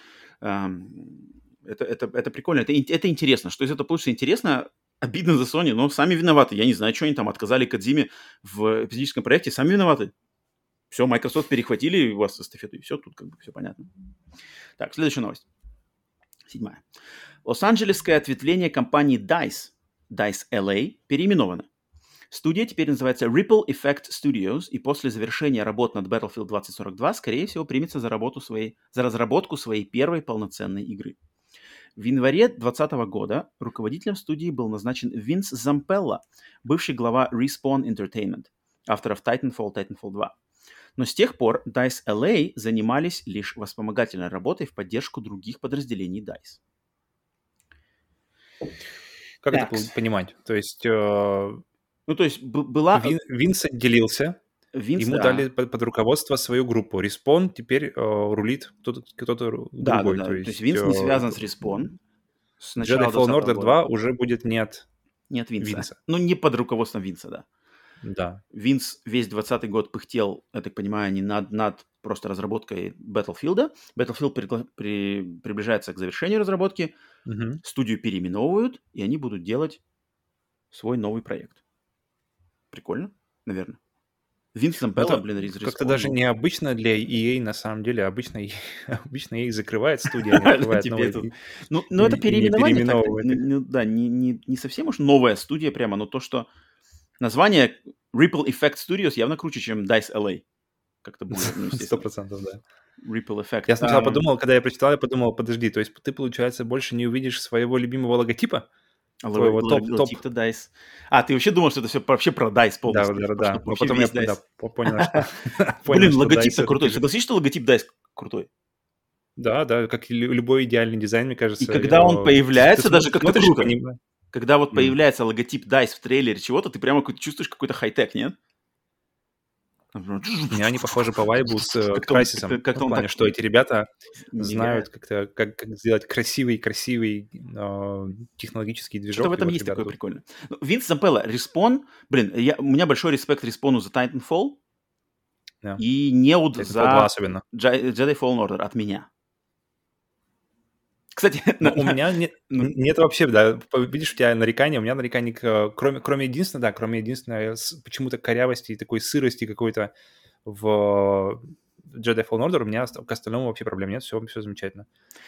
это прикольно, это интересно. Что из этого получится интересно, обидно за Sony, но сами виноваты. Я не знаю, что они там отказали Кодзиме в эпизодическом проекте, сами виноваты. Все, Microsoft перехватили у вас эстафету, и все, тут как бы все понятно. Так, следующая новость. 7-я. Лос-Анджелесское ответвление компании DICE, DICE LA, переименовано. Студия теперь называется Ripple Effect Studios, и после завершения работ над Battlefield 2042, скорее всего, примется за разработку своей первой полноценной игры. В январе 2020 года руководителем студии был назначен Винс Зампелла, бывший глава Respawn Entertainment, авторов Titanfall, Titanfall 2. Но с тех пор DICE LA занимались лишь вспомогательной работой в поддержку других подразделений DICE. Как это Такс. понимать? То есть Ну, то есть была Винс отделился, Винс, ему да, дали под руководство свою группу. Респон теперь рулит кто-то да, да, другой. То да. То есть есть Винс не связан с Respawn с Jedi начала Fallen 2020 Order года. 2 уже будет не от Нет Винса. Винса. Ну, не под руководством Винса, да. Да. Винс весь 20 год пыхтел, я так понимаю, не над просто разработкой Battlefield. Battlefield приближается к завершению разработки, Мгм. студию переименовывают, и они будут делать свой новый проект. Прикольно. наверное. Винс Зампелла, блин, из Respawn. Как-то даже необычно для EA, на самом деле. Обычно EA закрывает студии, они открывают новые. Ну, это переименование так. Да, не совсем уж новая студия прямо, но то, что название Ripple Effect Studios явно круче, чем DICE LA. Как-то было, 100%, да. Ripple Effect. Я сначала подумал, когда я прочитал, подожди, то есть ты, получается, больше не увидишь своего любимого логотипа? Твоего логотип-то DICE. Ты вообще думал, что это все вообще про DICE полностью? Да. Но потом я понял, что... Блин, логотип-то крутой. Согласись, что логотип DICE крутой? Да, как и любой идеальный дизайн, мне кажется. И когда он появляется, даже как-то круто. Когда вот появляется логотип DICE в трейлере чего-то, ты прямо чувствуешь какой-то хай-тек, нет? Мне они похожи по вайбу с Crysis. В плане, что эти ребята знают, как сделать красивый технологический движок. Что в этом есть такое прикольное. Винс Зампелла, Respawn. Блин, у меня большой респект Респону за Titanfall. И неуд за Jedi Fallen Order от меня. Кстати, у меня нет вообще, да, видишь, у тебя нарекания, у меня нареканий, кроме единственного, почему-то корявости и такой сырости какой-то в Jedi Fallen Order, у меня к остальному вообще проблем нет, все замечательно.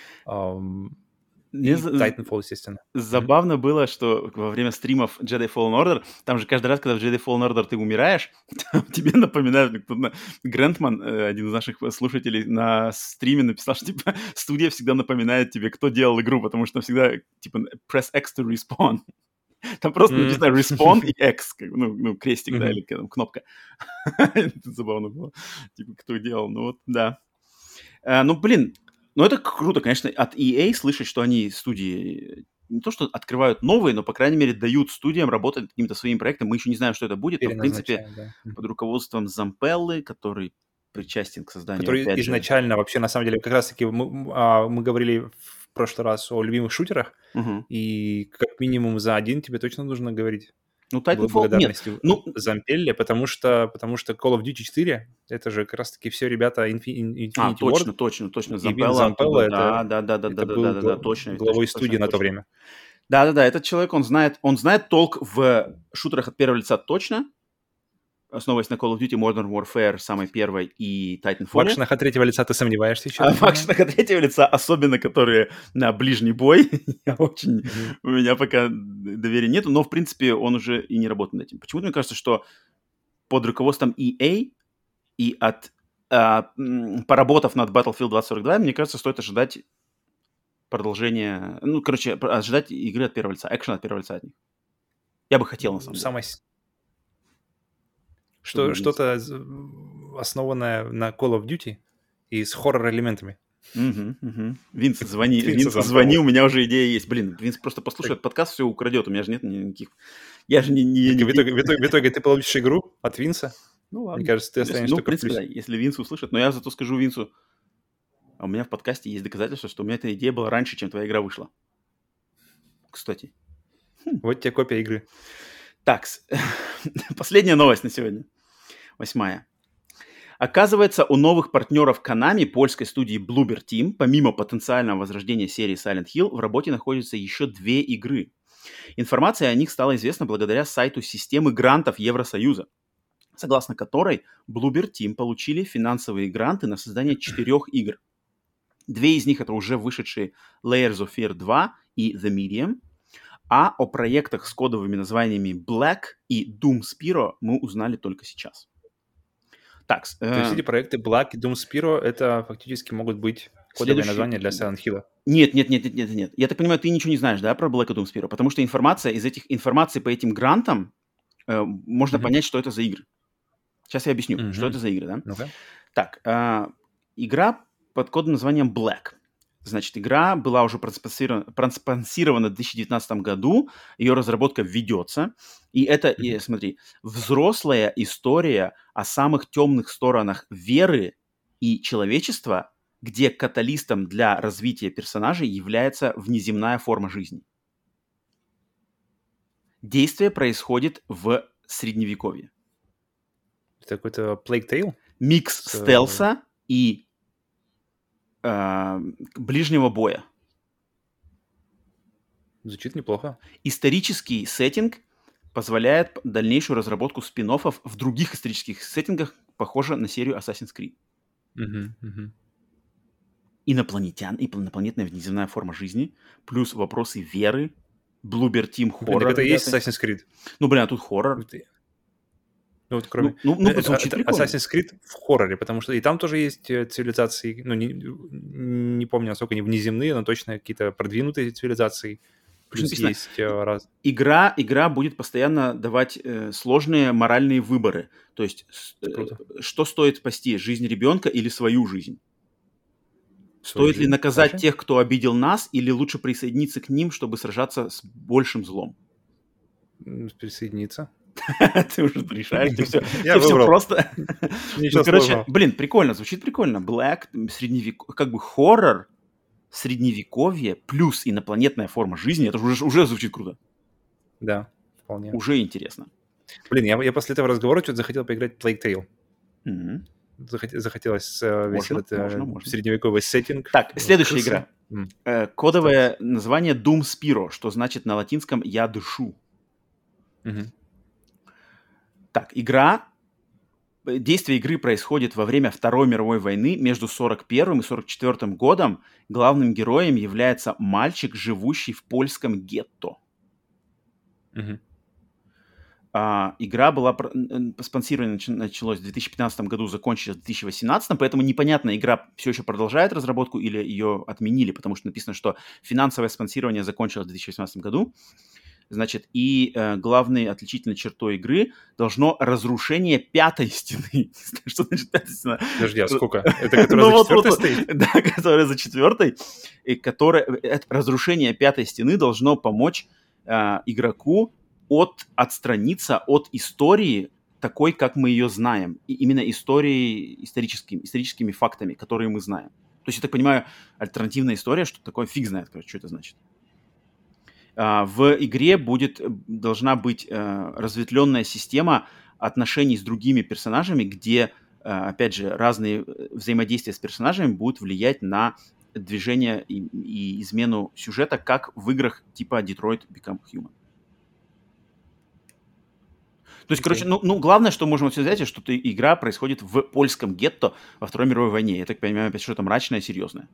И Titanfall, естественно. Забавно было, что во время стримов Jedi Fallen Order, там же каждый раз, когда в Jedi Fallen Order ты умираешь, тебе напоминают, Грентман, один из наших слушателей, на стриме написал, что, типа, студия всегда напоминает тебе, кто делал игру, потому что всегда, типа, press X to respawn. Там просто написано respawn и X, крестик, да, или кнопка. Это забавно было. Типа, кто делал, да. Блин, это круто, конечно, от EA слышать, что они студии не то что открывают новые, но, по крайней мере, дают студиям работать над каким-то своим проектом. Мы еще не знаем, что это будет, но, в принципе, под руководством Зампеллы, который причастен к созданию, который изначально вообще, на самом деле, как раз-таки мы говорили в прошлый раз о любимых шутерах, и как минимум за один тебе точно нужно говорить. Благодарности Зампелле, потому что Call of Duty 4 это же как раз-таки все ребята Infinity Ward. Точно. Зампелла это был точно, главой студии на то время. Да, этот человек, он знает толк в шутерах от первого лица точно, основываясь на Call of Duty Modern Warfare самой первой и Titanfall. В акшенах от третьего лица ты сомневаешься еще? В акшенах от третьего лица, особенно которые на ближний бой, у меня пока доверия нету, но, в принципе, он уже и не работает над этим. Почему-то мне кажется, что под руководством EA и поработав над Battlefield 2042, мне кажется, стоит ожидать продолжения, ожидать игры от первого лица, экшена от первого лица от них. Я бы хотел, на самом деле. Что-то основанное на Call of Duty и с хоррор-элементами. Винс, звони, у меня уже идея есть. Блин, Винс просто послушает подкаст, все украдет, у меня же нет никаких... Я же не... В итоге ты получишь игру от Винса? Ну ладно. Мне кажется, ты останешься только в принципе, да, если Винс услышит. Но я зато скажу Винсу, у меня в подкасте есть доказательства, что у меня эта идея была раньше, чем твоя игра вышла. Кстати. Вот тебе копия игры. Так, последняя новость на сегодня. 8. Оказывается, у новых партнеров Konami, польской студии Bloober Team, помимо потенциального возрождения серии Silent Hill, в работе находятся еще 2 игры. Информация о них стала известна благодаря сайту системы грантов Евросоюза, согласно которой Bloober Team получили финансовые гранты на создание 4 игр. 2 из них это уже вышедшие Layers of Fear 2 и The Medium, а о проектах с кодовыми названиями Black и Doom Spiro мы узнали только сейчас. Так, то есть эти проекты Black и Doom Spiro это фактически могут быть кодовые названия для Silent Hill? Нет. Я так понимаю, ты ничего не знаешь, да, про Black и Doom Spiro? Потому что информации по этим грантам можно понять, что это за игры. Сейчас я объясню, что это за игры, да? Okay. Так, игра под кодовым названием Black. Значит, игра была уже проспонсирована в 2019 году, ее разработка ведется, и это, смотри, взрослая история о самых темных сторонах веры и человечества, где каталистом для развития персонажей является внеземная форма жизни. Действие происходит в Средневековье. Это какой-то Plague Tale? Микс стелса и ближнего боя. Звучит неплохо. Исторический сеттинг позволяет дальнейшую разработку спин-оффов в других исторических сеттингах, похоже на серию Assassin's Creed. Инопланетная внеземная форма жизни, плюс вопросы веры, Bloober Team Блин, так хоррор, это и есть ребята. Assassin's Creed. Ну, блин, а тут хоррор. Ну, вот кроме... звучит прикольно. Assassin's Creed в хорроре, потому что и там тоже есть цивилизации, ну, не помню, насколько они внеземные, но точно какие-то продвинутые цивилизации. Плюс Написано, есть раз... Игра будет постоянно давать сложные моральные выборы. То есть, что стоит спасти, жизнь ребенка или свою жизнь? Стоит ли наказать тех, кто обидел нас, или лучше присоединиться к ним, чтобы сражаться с большим злом? Присоединиться. Ты уже решаешь, тебе Я все выбрал. просто. Ничего Короче, сложного. блин, прикольно, звучит прикольно. Black, как бы хоррор, средневековье плюс инопланетная форма жизни, это уже звучит круто. Да, вполне. Уже интересно. Блин, я после этого разговора что-то захотел поиграть в Plague Tale. Мгм. Захотелось весь этот Можно. средневековый сеттинг. Так, следующая игра. Кодовое название Doom Spiro, что значит на латинском «я дышу». Так, действие игры происходит во время Второй мировой войны между 41 и 44 годом. Главным героем является мальчик, живущий в польском гетто. Игра была... Спонсирование началось в 2015 году, закончилось в 2018, поэтому непонятно, игра все еще продолжает разработку или ее отменили, потому что написано, что финансовое спонсирование закончилось в 2018 году. Значит, и главной отличительной чертой игры должно разрушение пятой стены. Что значит пятая стена? Подожди, а сколько? Это которая за четвертой стоит? Да, которая за четвертой. Разрушение пятой стены должно помочь игроку отстраниться от истории такой, как мы ее знаем. И именно историческими фактами, которые мы знаем. То есть, я так понимаю, альтернативная история, что такое, фиг знает, что это значит. В игре должна быть разветвленная система отношений с другими персонажами, где, опять же, разные взаимодействия с персонажами будут влиять на движение и измену сюжета, как в играх типа Detroit Become Human. То есть, короче, главное, что можем отсюда взять, что игра происходит в польском гетто во Второй мировой войне. Я так понимаю, опять что-то мрачное и серьезное.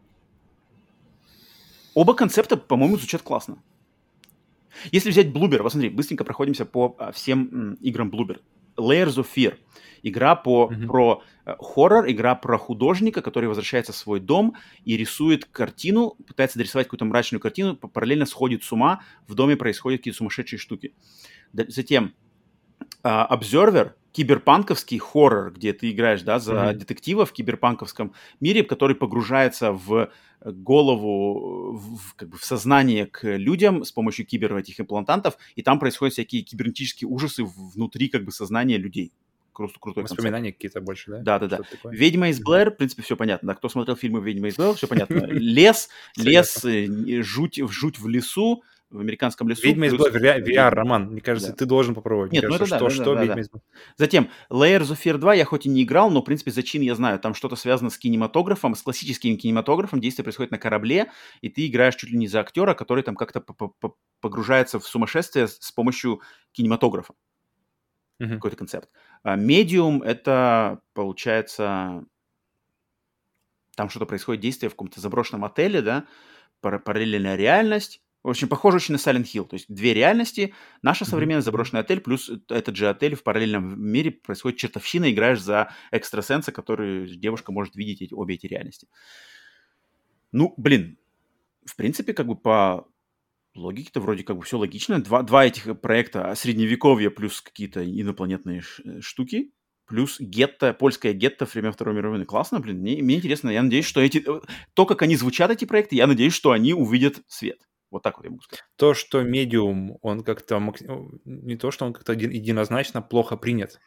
Оба концепта, по-моему, звучат классно. Если взять Bloober, вот смотри, быстренько проходимся по всем играм Bloober. Layers of Fear. Игра про хоррор, игра про художника, который возвращается в свой дом и рисует картину, пытается дорисовать какую-то мрачную картину, параллельно сходит с ума, в доме происходят какие-то сумасшедшие штуки. Затем Observer, киберпанковский хоррор, где ты играешь, да, за детектива в киберпанковском мире, который погружается в голову, в сознание к людям с помощью этих имплантантов, и там происходят всякие кибернетические ужасы внутри сознания людей. Крутой Воспоминания какие-то больше, да? Да. «Ведьма из Блэр», в принципе, все понятно. Да, кто смотрел фильмы «Ведьма из Блэр», все понятно. Лес, жуть в лесу, в американском лесу. «Ведьма из Блэр» VR, Роман. Мне кажется, ты должен попробовать. Нет, «Ведьма из Блэр». Затем, Layers of Fear 2 я хоть и не играл, но, в принципе, зачин я знаю. Там что-то связано с кинематографом, с классическим кинематографом. Действие происходит на корабле, и ты играешь чуть ли не за актера, который там как-то погружается в сумасшествие с помощью кинематографа. Какой-то концепт. Medium — это, получается, там что-то происходит, действие в каком-то заброшенном отеле, да, параллельная реальность. В общем, похоже очень на Silent Hill. То есть две реальности. Наша современная заброшенный отель, плюс этот же отель в параллельном мире происходит чертовщина, играешь за экстрасенса, который девушка может видеть обе эти реальности. Ну, блин, в принципе, по логике-то вроде все логично. Два этих проекта: средневековье плюс какие-то инопланетные штуки, плюс гетто, польское гетто время Второй мировой войны. Классно, блин. Мне интересно. Я надеюсь, что то, как они звучат, эти проекты, я надеюсь, что они увидят свет. Вот так вот я могу сказать. То, что Medium, он как-то... Не то, что он как-то единозначно плохо принят.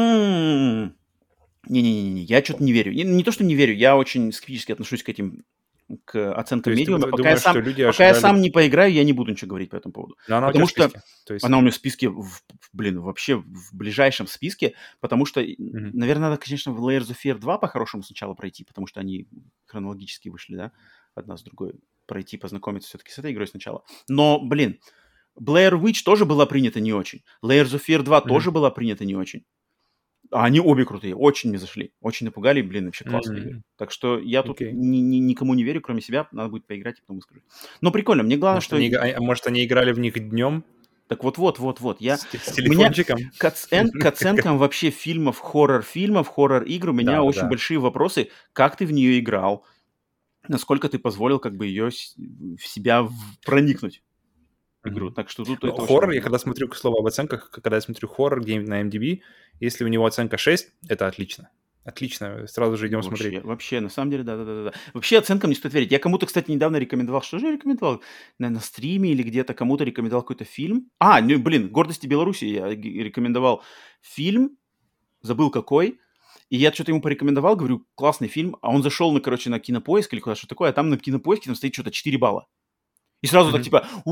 Не-не-не, я что-то не верю. Не то, что не верю, я очень скептически отношусь к оценкам Medium. Пока я сам не поиграю, я не буду ничего говорить по этому поводу. Но она потому что она у меня в списке, вообще в ближайшем списке, потому что, наверное, надо, конечно, в Layers of Fear 2 по-хорошему сначала пройти, потому что они хронологически вышли, да, одна с другой. Пройти, познакомиться все-таки с этой игрой сначала. Но, блин, Blair Witch тоже была принята не очень. Layers of Fear 2 тоже была принята не очень. А они обе крутые, очень мне зашли. Очень напугали, блин, вообще классные игры. Так что я тут никому не верю, кроме себя. Надо будет поиграть и потом скажу. Но прикольно, мне главное, Может, они играли в них днем? Так вот. С телефончиком? У меня к оценкам вообще хоррор-фильмов, хоррор-игр, у меня очень большие вопросы. Как ты в нее играл? Насколько ты позволил как бы ее в себя проникнуть? Игру. Так что тут это хоррор, я когда смотрю, к слову, об оценках, когда я смотрю хоррор гейм на MDB, если у него оценка 6, это отлично. Отлично, сразу же идем смотреть. Вообще, на самом деле, да. Вообще оценкам не стоит верить. Я кому-то, кстати, недавно рекомендовал, что же я рекомендовал? На стриме или где-то кому-то рекомендовал какой-то фильм. «Гордости Беларуси» я рекомендовал фильм, забыл какой. И я что-то ему порекомендовал, говорю, классный фильм. А он зашел, на Кинопоиск или куда-то, что такое, а там на Кинопоиске там стоит что-то 4 балла. И сразу так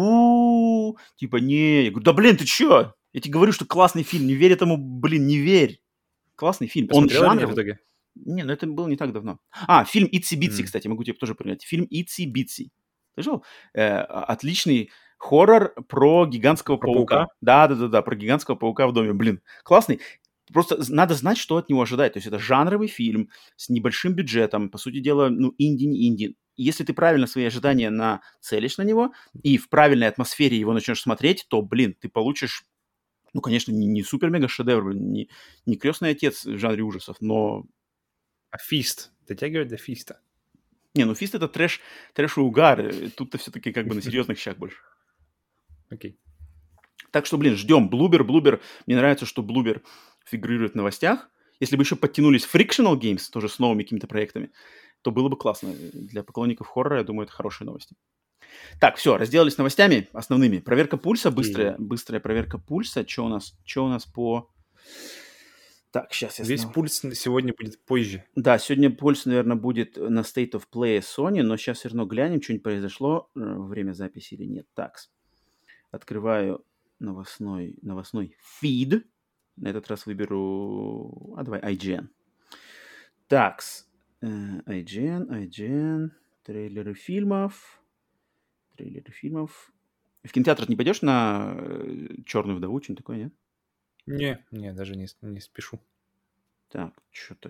не. Я говорю, да блин, ты чё? Я тебе говорю, что классный фильм, не верь этому, не верь. Классный фильм. Посмотрел он жанровый. В итоге? Не, это было не так давно. Фильм «Itsy Bitsy», кстати, могу тебе тоже принять. Фильм «Itsy Bitsy». Слышал? Отличный хоррор про гигантского паука. Да, про гигантского паука в доме. Блин, классный. Просто надо знать, что от него ожидать. То есть это жанровый фильм с небольшим бюджетом. По сути дела, инди, не инди. Если ты правильно свои ожидания нацелишь на него и в правильной атмосфере его начнешь смотреть, то, ты получишь, конечно, не супер-мега-шедевр, не «Крестный отец» в жанре ужасов, но... А «Фист» дотягивает до «Фиста»? «Фист» — это трэш и угар. Тут-то все-таки как бы на серьезных щах больше. Окей. Так что, ждем. Блубер. Мне нравится, что Блубер фигурирует в новостях. Если бы еще подтянулись Frictional Games, тоже с новыми какими-то проектами, то было бы классно. Для поклонников хоррора, я думаю, это хорошие новости. Так, все, разделались новостями основными. Проверка пульса, быстрая проверка пульса. Что у нас по... Так, сейчас я... Весь пульс сегодня будет позже. Да, сегодня пульс, наверное, будет на State of Play Sony, но сейчас все равно глянем, что-нибудь произошло во время записи или нет. Так, открываю новостной фид. На этот раз выберу... давай, IGN. Такс. IGN. Трейлеры фильмов. В кинотеатр не пойдешь на «Черную вдову», что-нибудь такое, нет? Не, даже не спешу. Так, что-то.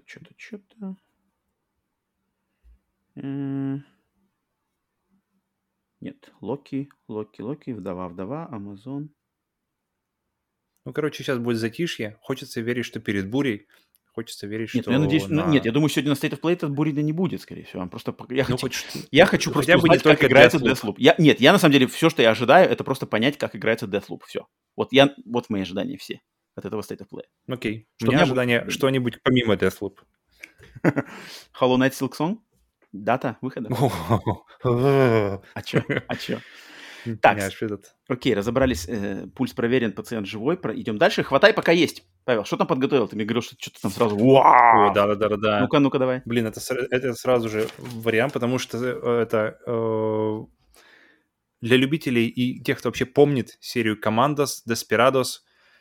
Нет, Локи, вдова, Амазон. Сейчас будет затишье. Хочется верить, что перед бурей. Хочется верить, что... Я надеюсь... Нет, я думаю, сегодня на State of Play этот буря не будет, скорее всего. Я хочу просто узнать, как играется Deathloop. Я на самом деле, все, что я ожидаю, это просто понять, как играется Deathloop. Все. Вот мои ожидания все от этого State of Play. Окей. У меня ожидание что-нибудь помимо Deathloop. Hollow Knight Silksong? Дата выхода? А чё? Так, окей, разобрались. Пульс проверен, пациент живой. Идем дальше. Хватай, пока есть. Павел, что там подготовил? Ты мне говорил, что что-то там сразу... О, да. Ну-ка, давай. Блин, это сразу же вариант, потому что это для любителей и тех, кто вообще помнит серию Commandos, Desperados,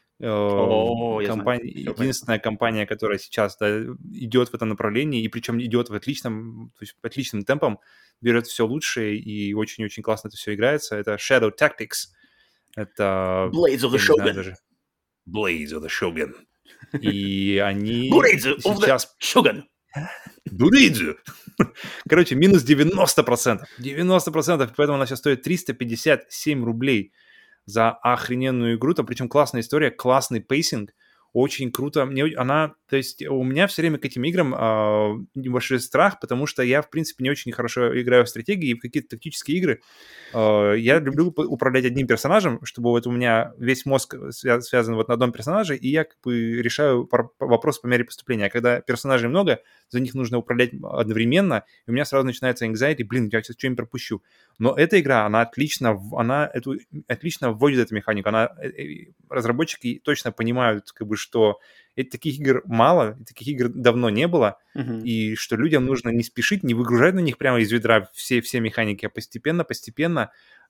единственная компания, которая сейчас идет в этом направлении, и причем идет отличным темпом, берет все лучшее и очень-очень классно это все играется. Это Shadow Tactics. Это... Blades of the Shogun. Blades of the Shogun. И они сейчас... Shogun. Блейдзу. Короче, минус 90%. 90%, поэтому она сейчас стоит 357 рублей за охрененную игру, там причем классная история, классный пейсинг, очень круто. То есть у меня все время к этим играм небольшой страх, потому что я, в принципе, не очень хорошо играю в стратегии и в какие-то тактические игры. Я люблю управлять одним персонажем, чтобы вот у меня весь мозг связан вот на одном персонаже, и я как бы решаю вопрос по мере поступления. А когда персонажей много, за них нужно управлять одновременно, и у меня сразу начинается anxiety, я сейчас что-нибудь пропущу. Но эта игра, она отлично вводит эту механику. Разработчики точно понимают, как бы, что таких игр мало, таких игр давно не было, и что людям нужно не спешить, не выгружать на них прямо из ведра все механики, а постепенно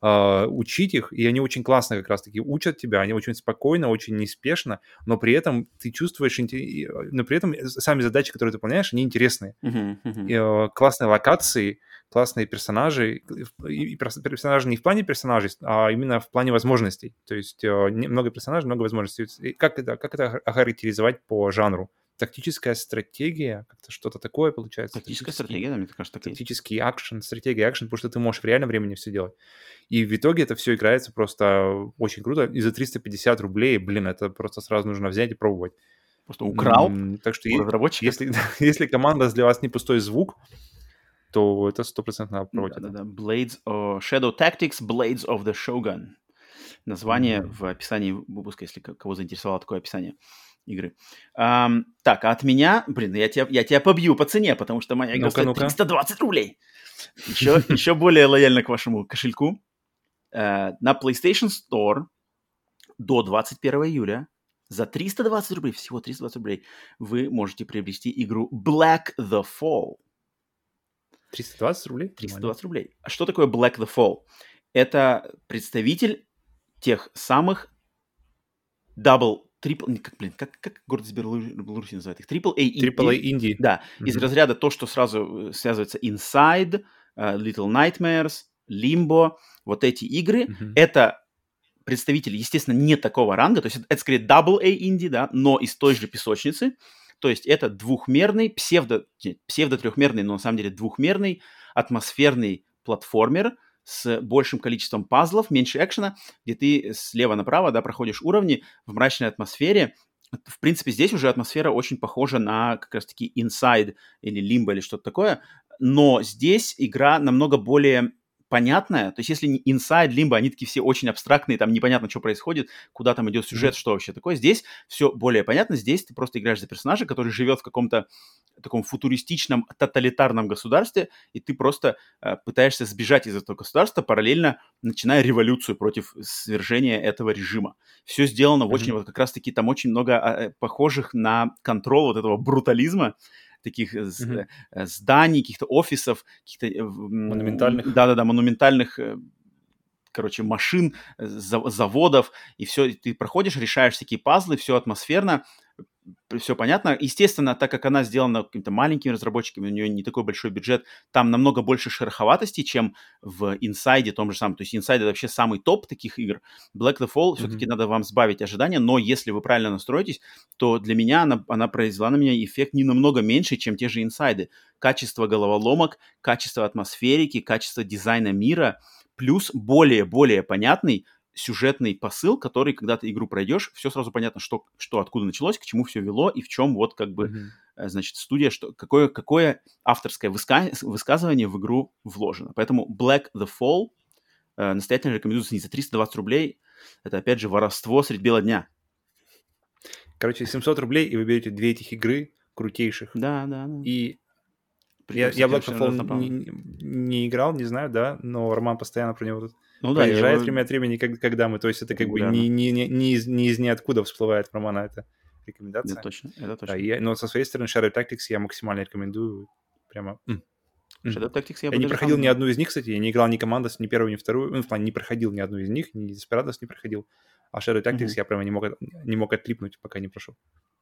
учить их, и они очень классно как раз-таки учат тебя, они очень спокойно, очень неспешно, но при этом ты чувствуешь, но при этом сами задачи, которые ты выполняешь, они интересные. Классные локации, классные персонажи, и персонажи не в плане персонажей, а именно в плане возможностей. То есть много персонажей, много возможностей. Как это охарактеризовать по жанру? Тактическая стратегия, как-то что-то такое получается. Тактическая стратегия, да, мне кажется, так и есть. Тактический акшен, стратегия акшен, потому что ты можешь в реальном времени все делать. И в итоге это все играется просто очень круто. И за 350 рублей, блин, это просто сразу нужно взять и пробовать. Просто украл Так что у разработчика. если команда для вас не пустой звук, то это 100% надо пробовать. Да. Shadow Tactics Blades of the Shogun. Название в описании выпуска, если кого заинтересовало такое описание игры. Так, а от меня, блин, я тебя побью по цене, потому что моя игра стоит 320 рублей. Еще более лояльно к вашему кошельку. На PlayStation Store до 21 июля за 320 рублей, всего 320 рублей, вы можете приобрести игру Black the Fall. 320 рублей? 320 рублей. А что такое Black the Fall? Это представитель тех самых как город из Беларуси называют их? AAA Indie. Да, из разряда то, что сразу связывается Inside, Little Nightmares, Limbo. Вот эти игры, это представители, естественно, не такого ранга, то есть это скорее AA Indie, да, но из той же песочницы. То есть это двухмерный, псевдо-трехмерный, но на самом деле двухмерный атмосферный платформер с большим количеством пазлов, меньше экшена, где ты слева направо, да, проходишь уровни в мрачной атмосфере. В принципе, здесь уже атмосфера очень похожа на как раз-таки Inside или Limbo или что-то такое, но здесь игра намного более понятная. То есть если не Inside, Limbo, они такие все очень абстрактные, там непонятно, что происходит, куда там идет сюжет, что вообще такое. Здесь все более понятно. Здесь ты просто играешь за персонажа, который живет в каком-то таком футуристичном, тоталитарном государстве, и ты просто пытаешься сбежать из этого государства, параллельно начиная революцию против свержения этого режима. Все сделано в очень, вот как раз-таки там очень много похожих на контрол вот этого брутализма, таких зданий, каких-то офисов, каких-то монументальных. Да-да-да, монументальных, короче, машин, заводов, и все, ты проходишь, решаешь всякие пазлы, все атмосферно, все понятно. Естественно, так как она сделана какими-то маленькими разработчиками, у нее не такой большой бюджет, там намного больше шероховатостей, чем в Inside том же самом. То есть Inside — это вообще самый топ таких игр. Black the Fall все-таки надо вам сбавить ожидания, но если вы правильно настроитесь, то для меня она произвела на меня эффект не намного меньше, чем те же Inside. Качество головоломок, качество атмосферики, качество дизайна мира, плюс более понятный сюжетный посыл, который, когда ты игру пройдешь, все сразу понятно, что откуда началось, к чему все вело и в чем вот как бы, значит, студия, какое авторское высказывание в игру вложено. Поэтому Black the Fall настоятельно рекомендую ценить за 320 рублей. Это, опять же, воровство средь бела дня. Короче, 700 рублей, и вы берете 2 этих игры крутейших. Да. И я Black the Fall не играл, не знаю, да, но Роман постоянно про него тут проезжает время от времени, когда мы, то есть это как бы не из ниоткуда всплывает в Романа эта рекомендация. Это точно. Да, но со своей стороны Shadow Tactics я максимально рекомендую, прямо... Shadow Tactics я не проходил ни одну из них, кстати, я не играл ни Commandos, ни первую, ни вторую, в плане не проходил ни одну из них, ни Desperados не проходил, а Shadow Tactics я прямо не мог отлипнуть, пока не прошел.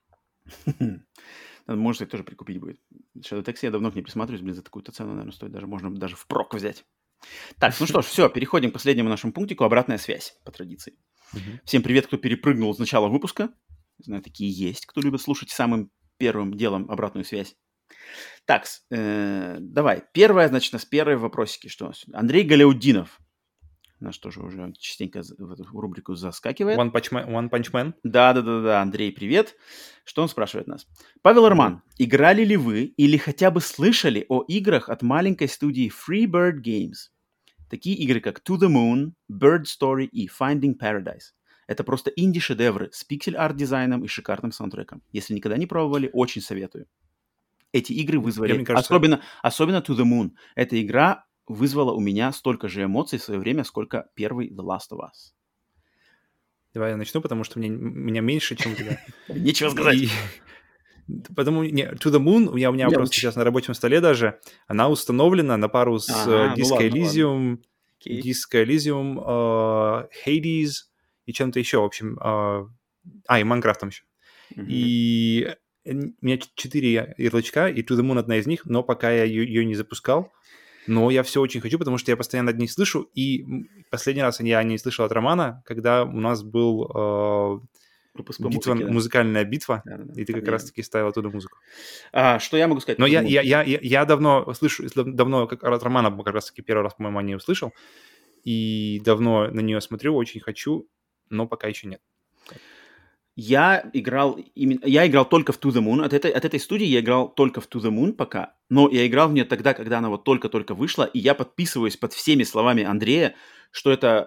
Может, тоже прикупить будет. Shadow Tactics я давно к ней присматриваюсь, за такую-то цену, наверное, стоит можно даже впрок взять. Так, ну что ж, все, переходим к последнему нашему пунктику. Обратная связь, по традиции. Всем привет, кто перепрыгнул с начала выпуска. Не знаю, такие есть, кто любит слушать самым первым делом обратную связь. Так, давай. Значит, у нас первые вопросики. Что у нас? Андрей Галяудинов. Наш тоже уже частенько в эту рубрику заскакивает. One Punch Man? Да, Андрей, привет. Что он спрашивает нас? Павел Арман, играли ли вы или хотя бы слышали о играх от маленькой студии Freebird Games? Такие игры, как To the Moon, Bird Story и Finding Paradise. Это просто инди-шедевры с пиксель-арт-дизайном и шикарным саундтреком. Если никогда не пробовали, очень советую. Эти игры вызвали... Особенно To the Moon. Эта игра вызвала у меня столько же эмоций в свое время, сколько первый The Last of Us. Давай я начну, потому что у меня меньше, чем у тебя. Нечего сказать. Потому To the Moon у меня просто сейчас на рабочем столе даже, она установлена на пару с Disco Elysium Disco Elysium, Hades и чем-то еще, в общем. И Майнкрафтом еще. И у меня 4 ярлычка, и To The Moon одна из них, но пока я ее не запускал. Но я все очень хочу, потому что я постоянно от них слышу. И последний раз я не слышал от Романа, когда у нас был музыкальная битва, и ты как раз-таки ставил оттуда музыку. Что я могу сказать? Но я давно слышу, как от Романа как раз-таки первый раз, по-моему, о ней услышал. И давно на нее смотрю, очень хочу, но пока еще нет. Я играл только в To The Moon. От этой студии я играл только в To The Moon пока. Но я играл в нее тогда, когда она вот только-только вышла. И я подписываюсь под всеми словами Андрея, что это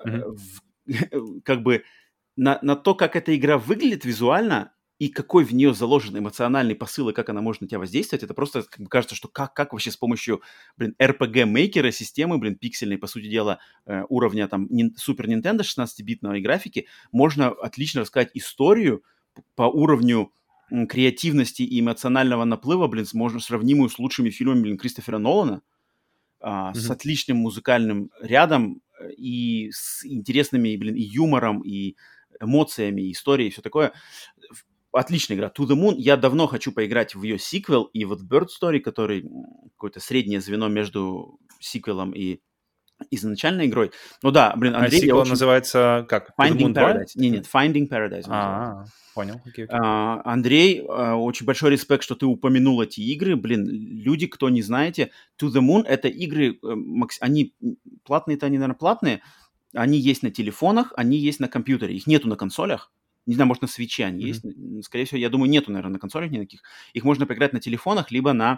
как бы на то, как эта игра выглядит визуально, и какой в нее заложен эмоциональный посыл, и как она может на тебя воздействовать, это просто как бы кажется, что как вообще с помощью, RPG-мейкера системы, пиксельной, по сути дела, уровня там Super Nintendo 16-битной графики, можно отлично рассказать историю по уровню креативности и эмоционального наплыва, можно сравнимую с лучшими фильмами, Кристофера Нолана, с отличным музыкальным рядом и с интересными, и юмором, и эмоциями, и историей, и все такое. Отличная игра. To The Moon. Я давно хочу поиграть в ее сиквел и вот Bird Story, который какое-то среднее звено между сиквелом и изначальной игрой. Ну да, Андрей... сиквел называется как? Finding Paradise. Нет, Finding Paradise. Понял. Окей. Андрей, очень большой респект, что ты упомянул эти игры. Люди, кто не знаете, To The Moon — это игры, они платные-то, они, наверное, платные. Они есть на телефонах, они есть на компьютере. Их нету на консолях. Не знаю, может, на свитче они есть. Скорее всего, я думаю, нету, наверное, на консолях никаких. Их можно поиграть на телефонах, либо на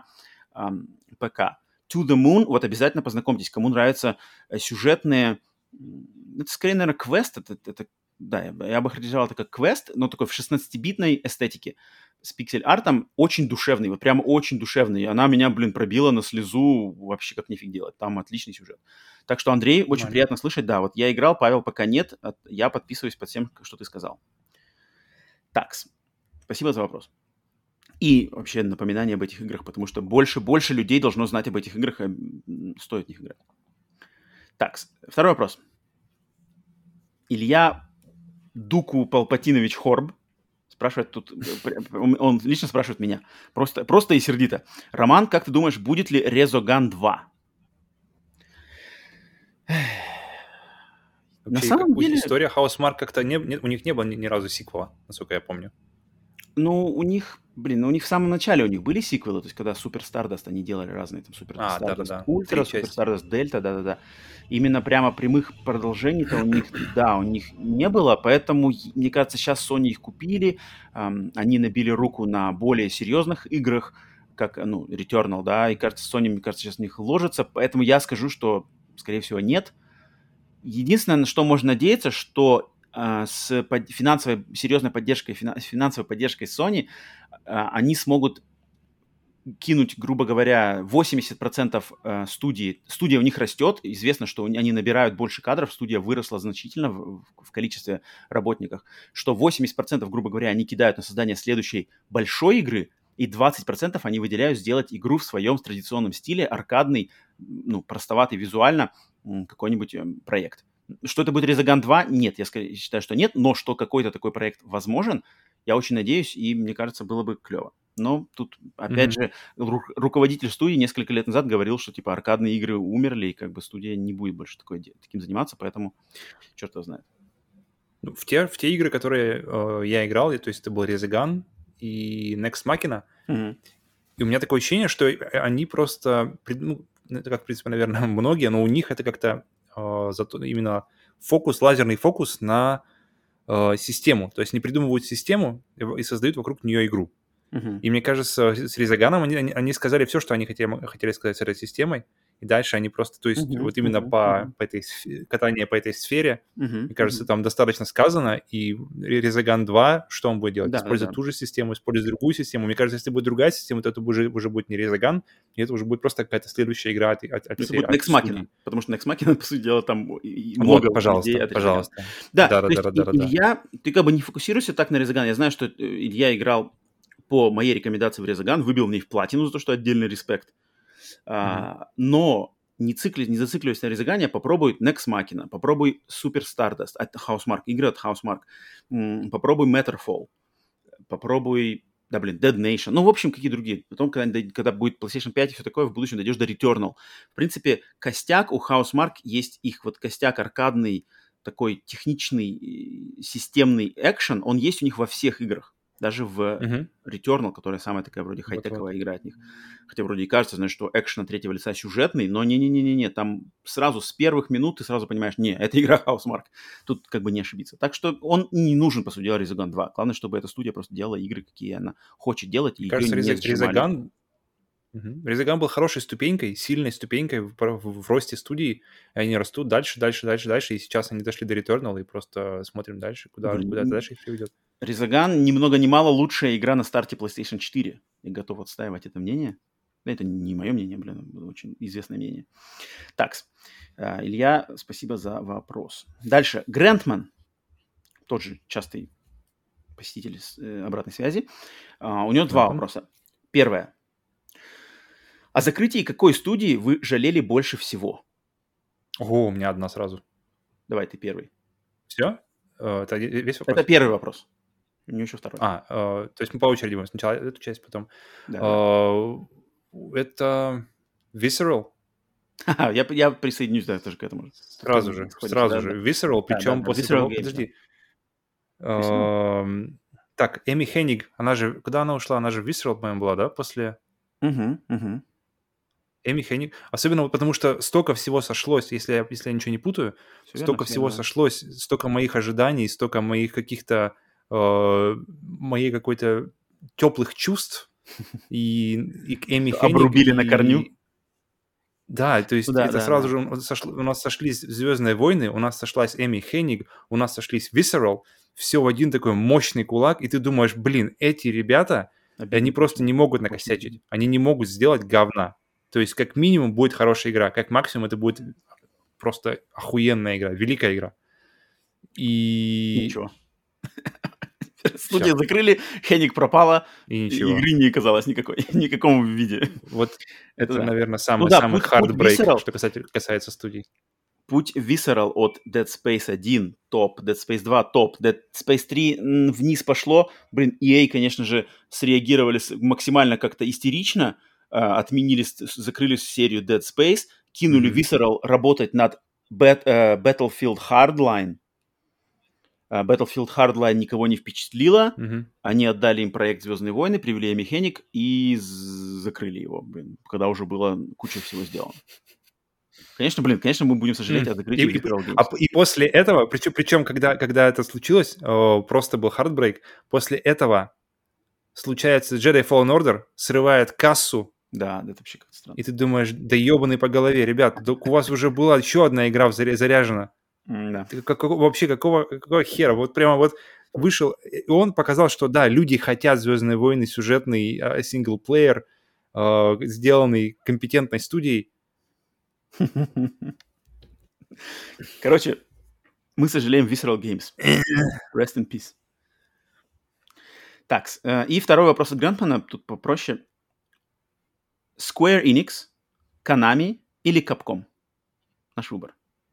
ПК. To The Moon, вот обязательно познакомьтесь, кому нравятся сюжетные... Это скорее, наверное, квест. Да, я бы характеризовал это как квест, но такой в 16-битной эстетике. С пиксель-артом очень душевный, вот прям очень душевный. И она меня, пробила на слезу вообще как нифиг делать. Там отличный сюжет. Так что, Андрей, очень приятно слышать. Да, вот я играл, Павел пока нет. Я подписываюсь под всем, что ты сказал. Так, спасибо за вопрос. И вообще напоминание об этих играх, потому что больше людей должно знать об этих играх, стоит в них играть. Так, второй вопрос. Илья Дуку Палпатинович Хорб спрашивает тут, он лично спрашивает меня, просто и сердито. Роман, как ты думаешь, будет ли Резоган 2? На самом деле... История Housemarque как-то у них не было ни разу сиквела, насколько я помню. Ну, у них в самом начале у них были сиквелы, то есть когда Super Stardust они делали разные, там Super Stardust Ultra, Super Stardust Delta, да-да-да. Именно прямо прямых продолжений-то у них не было, поэтому, мне кажется, сейчас Sony их купили, они набили руку на более серьезных играх, как, Returnal, да, и, кажется, Sony, мне кажется, сейчас в них ложится, поэтому я скажу, что, скорее всего, нет. Единственное, на что можно надеяться, что с серьезной поддержкой, финансовой поддержкой Sony они смогут кинуть, грубо говоря, 80% студии. Студия у них растет, известно, что они набирают больше кадров, студия выросла значительно в количестве работников, что 80%, грубо говоря, они кидают на создание следующей большой игры, и 20% они выделяют сделать игру в своем традиционном стиле, аркадный, простоватый визуально какой-нибудь проект. Что это будет Резоган 2? Нет, я считаю, что нет, но что какой-то такой проект возможен, я очень надеюсь, и мне кажется, было бы клево. Но тут, опять же, руководитель студии несколько лет назад говорил, что, типа, аркадные игры умерли, и, как бы, студия не будет больше таким заниматься, поэтому черт его знает. В те игры, которые я играл, то есть это был Резоган и Next Machina, и у меня такое ощущение, что они просто, это как, в принципе, наверное, многие, но у них это как-то именно лазерный фокус на систему. То есть они придумывают систему и создают вокруг нее игру. И мне кажется, с Резоганом они сказали все, что они хотели сказать с этой системой. И дальше они просто, то есть вот именно по этой катанию по этой сфере, мне кажется, там достаточно сказано. И Резоган 2, что он будет делать? Использовать ту же систему, использовать другую систему. Мне кажется, если будет другая система, то это уже будет не Резоган, и это уже будет просто какая-то следующая игра от это будет Nex Machina, потому что Nex Machina, по сути дела, там много людей от Резогана. Да. Илья, ты как бы не фокусируйся так на Резоган. Я знаю, что Илья играл по моей рекомендации в Резоган, выбил мне в платину за то, что отдельный респект. Но не зацикливайся на Резагане, попробуй Nex Machina, попробуй Super Stardust от Housemarque, игры от Housemarque, попробуй Matterfall, попробуй, Dead Nation, ну, в общем, какие другие. Потом, когда будет PlayStation 5 и все такое, в будущем дойдешь до Returnal. В принципе, костяк у Housemarque есть их вот костяк аркадный, такой техничный, системный экшен, он есть у них во всех играх. Даже в Returnal, которая самая такая вроде хай-тековая игра от них. Хотя вроде и кажется, знаешь, что экшен от третьего лица сюжетный, но не-не-не-не, там сразу с первых минут ты сразу понимаешь, не, это игра Housemarque. Тут как бы не ошибиться. Так что он не нужен, по сути дела, Resogun 2. Главное, чтобы эта студия просто делала игры, какие она хочет делать, и ее кажется, не сжимали. Resogun был хорошей ступенькой, сильной ступенькой в росте студии. И они растут дальше. И сейчас они дошли до Returnal, и просто смотрим дальше, куда это дальше их приведет. Resogun ни много ни мало лучшая игра на старте PlayStation 4. Я готов отстаивать это мнение. Это не мое мнение, очень известное мнение. Так, Илья, спасибо за вопрос. Дальше. Грантман, тот же частый посетитель обратной связи. У него два вопроса. Первое. О закрытии какой студии вы жалели больше всего? Ого, у меня одна сразу. Давай, ты первый. Все? Это весь вопрос? Это первый вопрос. У него еще второй. То есть мы по очереди будем. Сначала эту часть, потом... Да. Это Visceral? Я присоединюсь тоже к этому. Сразу же. Visceral, причем после того... Подожди. Так, Эми Хенниг, когда она ушла? Она же в Visceral, по-моему, была, да? После... Эми Хенниг. Особенно потому, что столько всего сошлось, если я ничего не путаю, сошлось, столько моих ожиданий, столько моих каких-то моей какой-то теплых чувств и к Эми Хенниг. Обрубили на корню. Да, то есть это сразу же у нас сошлись «Звездные войны», у нас сошлась Эми Хенниг, у нас сошлись Visceral, все в один такой мощный кулак, и ты думаешь, эти ребята, они просто не могут накосячить, они не могут сделать говна. То есть как минимум будет хорошая игра, как максимум это будет просто охуенная игра, великая игра. И... Ничего. Студию закрыли, Хенниг пропала, и ничего. Игры не оказалось никаком виде. Вот это, наверное, самый heartbreak, что касается студий. Путь Visceral от Dead Space 1 топ, Dead Space 2 топ, Dead Space 3 вниз пошло. EA, конечно же, среагировали максимально как-то истерично, закрыли серию Dead Space, кинули Visceral работать над Battlefield Hardline. Battlefield Hardline никого не впечатлило. Они отдали им проект «Звездные войны», привели Эми Хенниг и закрыли его, когда уже было куча всего сделано. Конечно, мы будем сожалеть о закрытии Visceral Games. И после этого, причем когда это случилось, просто был heartbreak, после этого случается Jedi Fallen Order, срывает кассу. Да, это вообще как-то странно. И ты думаешь, да ебаный по голове, ребят, у вас уже была еще одна игра заряжена. Да. Вообще, какого хера? Вот прямо вот вышел, и он показал, что да, люди хотят «Звездные войны», сюжетный синглплеер, сделанный компетентной студией. Короче, мы сожалеем Visceral Games. Rest in peace. Так, и второй вопрос от Грантмана, тут попроще. Square Enix, Konami или Capcom? Наш выбор.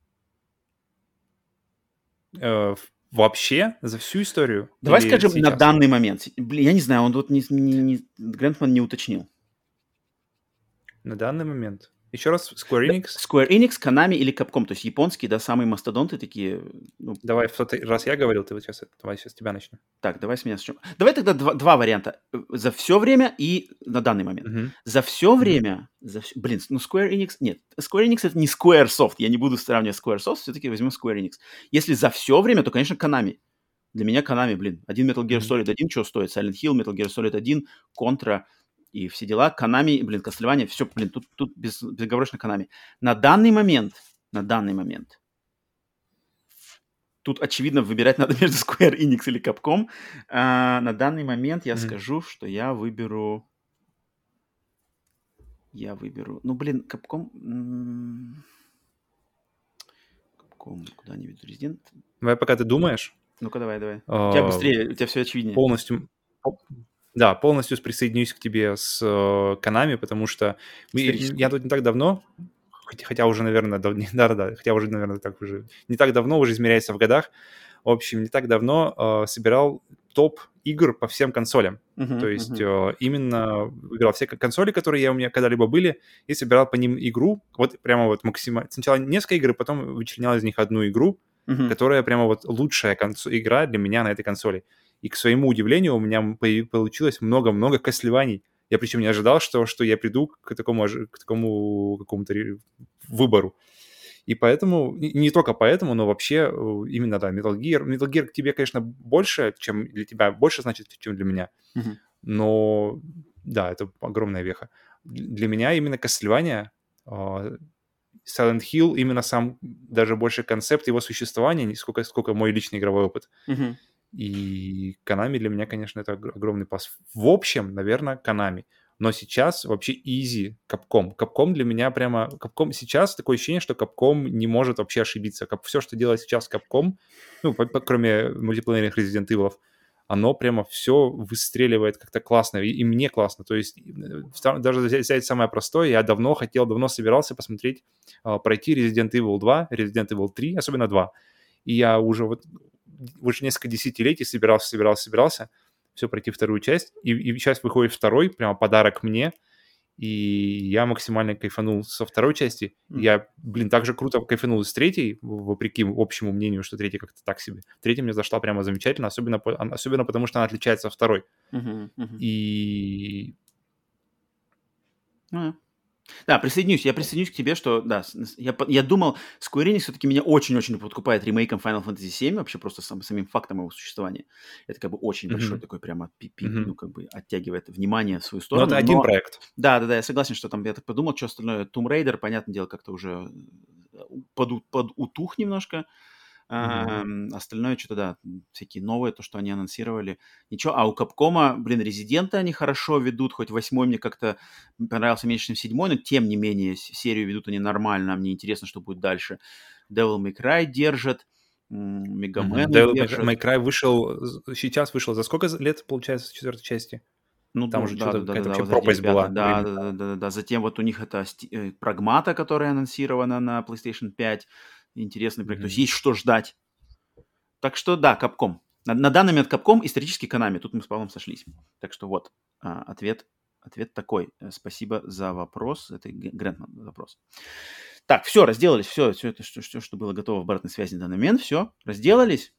Вообще? За всю историю? Давай скажем сейчас? На данный момент. Я не знаю, он тут Грантман не уточнил. На данный момент? Еще раз, Square Enix? Square Enix, Konami или Capcom. То есть японские, да, самые мастодонты такие. Давай, в тот раз я говорил, давай сейчас тебя начну. Так, давай с меня начнем. Давай тогда два варианта. За все время и на данный момент. За все время... Square Enix... Нет, Square Enix это не Squaresoft. Я не буду сравнивать Squaresoft, все-таки возьмем Square Enix. Если за все время, то, конечно, Konami. Для меня Konami, один Metal Gear Solid 1, что стоит? Silent Hill, Metal Gear Solid 1, Contra... И все дела. Konami, Castlevania, все, тут безоговорочно Konami. На данный момент, тут, очевидно, выбирать надо между Square Enix или Capcom. На данный момент я скажу, что я выберу... Capcom... Capcom, куда они ведут? Resident? Давай, пока ты думаешь. Ну-ка, давай. У тебя быстрее, у тебя все очевиднее. Полностью присоединюсь к тебе с Konami, потому что я тут не так давно хотя уже, наверное, да, хотя уже, наверное, так уже не так давно, уже измеряется в годах. В общем, не так давно собирал топ игр по всем консолям. То есть именно выбирал все консоли, которые у меня когда-либо были, и собирал по ним игру. Вот прямо вот максимально... Сначала несколько игр, потом вычленял из них одну игру, которая прямо вот лучшая игра для меня на этой консоли. И, к своему удивлению, у меня получилось много-много Castlevania. Я причем не ожидал, что я приду к такому какому-то выбору. И поэтому, не только поэтому, но вообще именно, да, Metal Gear. Metal Gear к тебе, конечно, больше, чем для тебя, больше значит, чем для меня. Но, да, это огромная веха. Для меня именно Castlevania, Silent Hill, именно сам, даже больше концепт его существования, сколько мой личный игровой опыт. И Konami для меня, конечно, это огромный плюс. В общем, наверное, Konami. Но сейчас вообще easy Capcom. Capcom для меня прямо... Capcom сейчас такое ощущение, что Capcom не может вообще ошибиться. Все, что делает сейчас Capcom, ну, кроме мультиплеерных Resident Evil, оно прямо все выстреливает как-то классно. И мне классно. То есть даже взять самое простое, я давно собирался посмотреть, пройти Resident Evil 2, Resident Evil 3, особенно 2. И я уже несколько десятилетий собирался все пройти вторую часть, и сейчас выходит второй, прямо подарок мне, и я максимально кайфанул со второй части. Я, так же круто кайфанул и с третьей, вопреки общему мнению, что третья как-то так себе. Третья мне зашла прямо замечательно, особенно потому, что она отличается от второй. И... Да, я присоединюсь к тебе, что, да, я думал, Square Enix все-таки меня очень-очень подкупает ремейком Final Fantasy VII, вообще просто самим фактом его существования. Это как бы очень большой такой прямо, ну, как бы оттягивает внимание в свою сторону. Но это один проект. Да, я согласен, что там, я так подумал, что остальное, Tomb Raider, понятное дело, как-то уже подутух немножко. Остальное что-то, да, всякие новые, то, что они анонсировали. Ничего, а у Капкома, Резиденты они хорошо ведут, хоть 8-й мне как-то понравился меньше, чем 7-й, но тем не менее серию ведут они нормально, мне интересно, что будет дальше. Devil May Cry держит, Мегамен держит. Devil May Cry сейчас вышел за сколько лет, получается, с 4-й части? Ну, там уже что-то какая-то вообще вот пропасть была. Да. Затем вот у них это Прагмата, которая анонсирована на PlayStation 5. Интересный проект. То есть есть что ждать. Так что да, Capcom. На данный момент Capcom, исторически Konami. Тут мы с Павлом сошлись. Так что вот, ответ такой. Спасибо за вопрос. Это Грентман вопрос. Так, все, разделались. Все это, что было готово в обратной связи на данный момент. Все, разделались.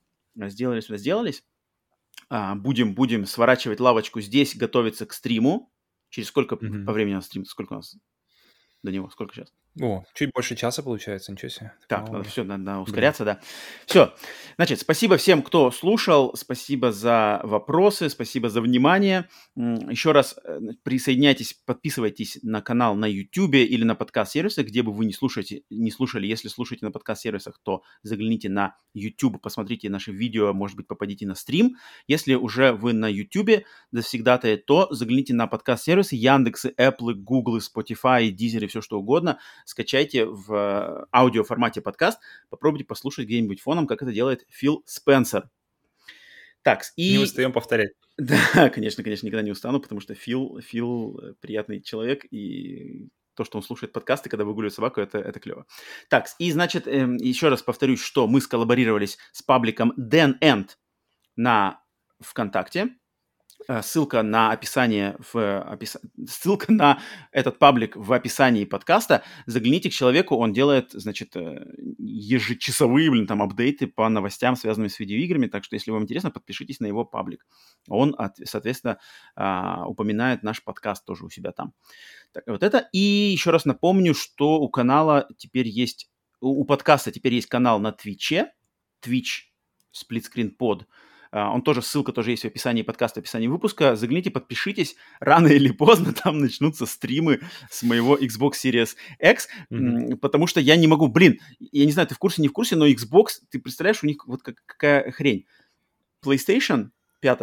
Будем сворачивать лавочку здесь, готовиться к стриму. Через сколько по времени у нас стрим? Сколько у нас до него? Сколько сейчас? Чуть больше часа получается, ничего себе. Так, надо ускоряться, да. Все, значит, спасибо всем, кто слушал, спасибо за вопросы, спасибо за внимание. Еще раз присоединяйтесь, подписывайтесь на канал на YouTube или на подкаст-сервисах, где бы вы не слушали. Если слушаете на подкаст-сервисах, то загляните на YouTube, посмотрите наши видео, может быть, попадите на стрим. Если уже вы на YouTube завсегдатые, то загляните на подкаст-сервисы Яндексы, Apple, Google, Spotify, Deezer и все что угодно. Скачайте в аудиоформате подкаст, попробуйте послушать где-нибудь фоном, как это делает Фил Спенсер. Так, не устаем повторять. Да, конечно, никогда не устану, потому что Фил приятный человек, и то, что он слушает подкасты, когда выгуливает собаку, это клево. Так, и, значит, еще раз повторюсь, что мы сколлаборировались с пабликом Den End на ВКонтакте. Ссылка на описание ссылка на этот паблик в описании подкаста. Загляните к человеку, он делает, значит, ежечасовые, апдейты по новостям, связанным с видеоиграми, так что, если вам интересно, подпишитесь на его паблик. Он, соответственно, упоминает наш подкаст тоже у себя там. Так, вот это. И еще раз напомню, что у канала теперь есть, у подкаста теперь есть канал на Твиче, Twitch Split Screen Pod. Ссылка тоже есть в описании подкаста, в описании выпуска. Загляните, подпишитесь. Рано или поздно там начнутся стримы с моего Xbox Series X, потому что я не могу... я не знаю, ты в курсе, не в курсе, но Xbox, ты представляешь, у них вот какая хрень. PlayStation 5,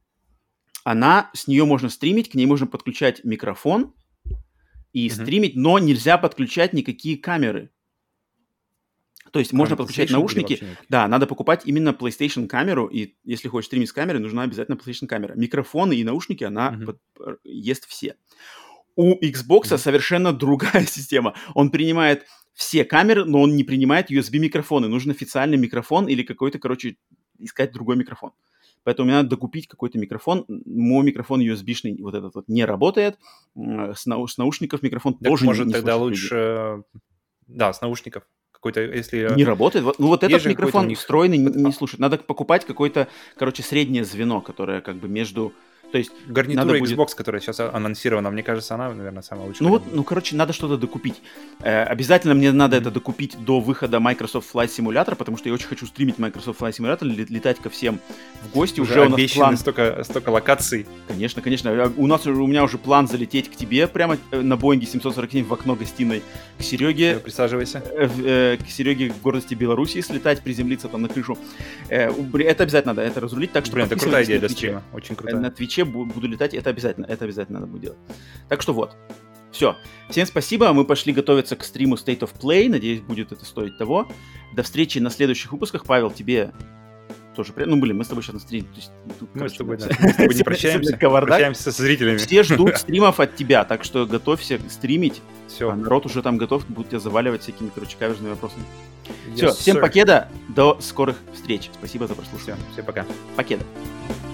с нее можно стримить, к ней можно подключать микрофон и стримить, но нельзя подключать никакие камеры. То есть можно подключать наушники. Да, надо покупать именно PlayStation камеру, и если хочешь стримить с камеры, нужна обязательно PlayStation камера. Микрофоны и наушники она ест все. У Xbox совершенно другая система. Он принимает все камеры, но он не принимает USB-микрофоны. Нужен официальный микрофон или какой-то, короче, искать другой микрофон. Поэтому мне надо докупить какой-то микрофон. Мой микрофон USB-шный вот этот вот не работает. С наушников микрофон так тоже может, не тогда слышит лучше... людей. Да, с наушников. Какой-то, если... Не работает. Ну, вот этот микрофон них... встроенный не слушает. Надо покупать какое-то, короче, среднее звено, которое как бы между... То есть гарнитура Xbox, которая сейчас анонсирована, мне кажется, она, наверное, самая лучшая. Ну вот, короче, надо что-то докупить. Обязательно мне надо это докупить до выхода Microsoft Flight Simulator, потому что я очень хочу стримить Microsoft Flight Simulator, летать ко всем в гости. Уже у нас план... столько локаций. Конечно, конечно. У меня уже план залететь к тебе прямо на Боинге 747 в окно гостиной. К Сереге... Присаживайся. К Сереге в гордости Беларуси слетать, приземлиться там на крышу. Это обязательно надо, это разрулить. Так что это крутая идея для стрима, очень крутая. На Твиче буду летать, это обязательно надо будет делать. Так что вот, все. Всем спасибо, мы пошли готовиться к стриму State of Play, надеюсь, будет это стоить того. До встречи на следующих выпусках. Павел, тебе тоже приятно. Ну, блин, мы с тобой сейчас на стриме. Мы с тобой не прощаемся, прощаемся со зрителями. Все ждут стримов от тебя, так что готовься стримить. Все. А народ уже там готов, будет тебя заваливать всякими, каверзными вопросами. Все, всем покеда, до скорых встреч. Спасибо за прослушивание. Всем пока. Покеда.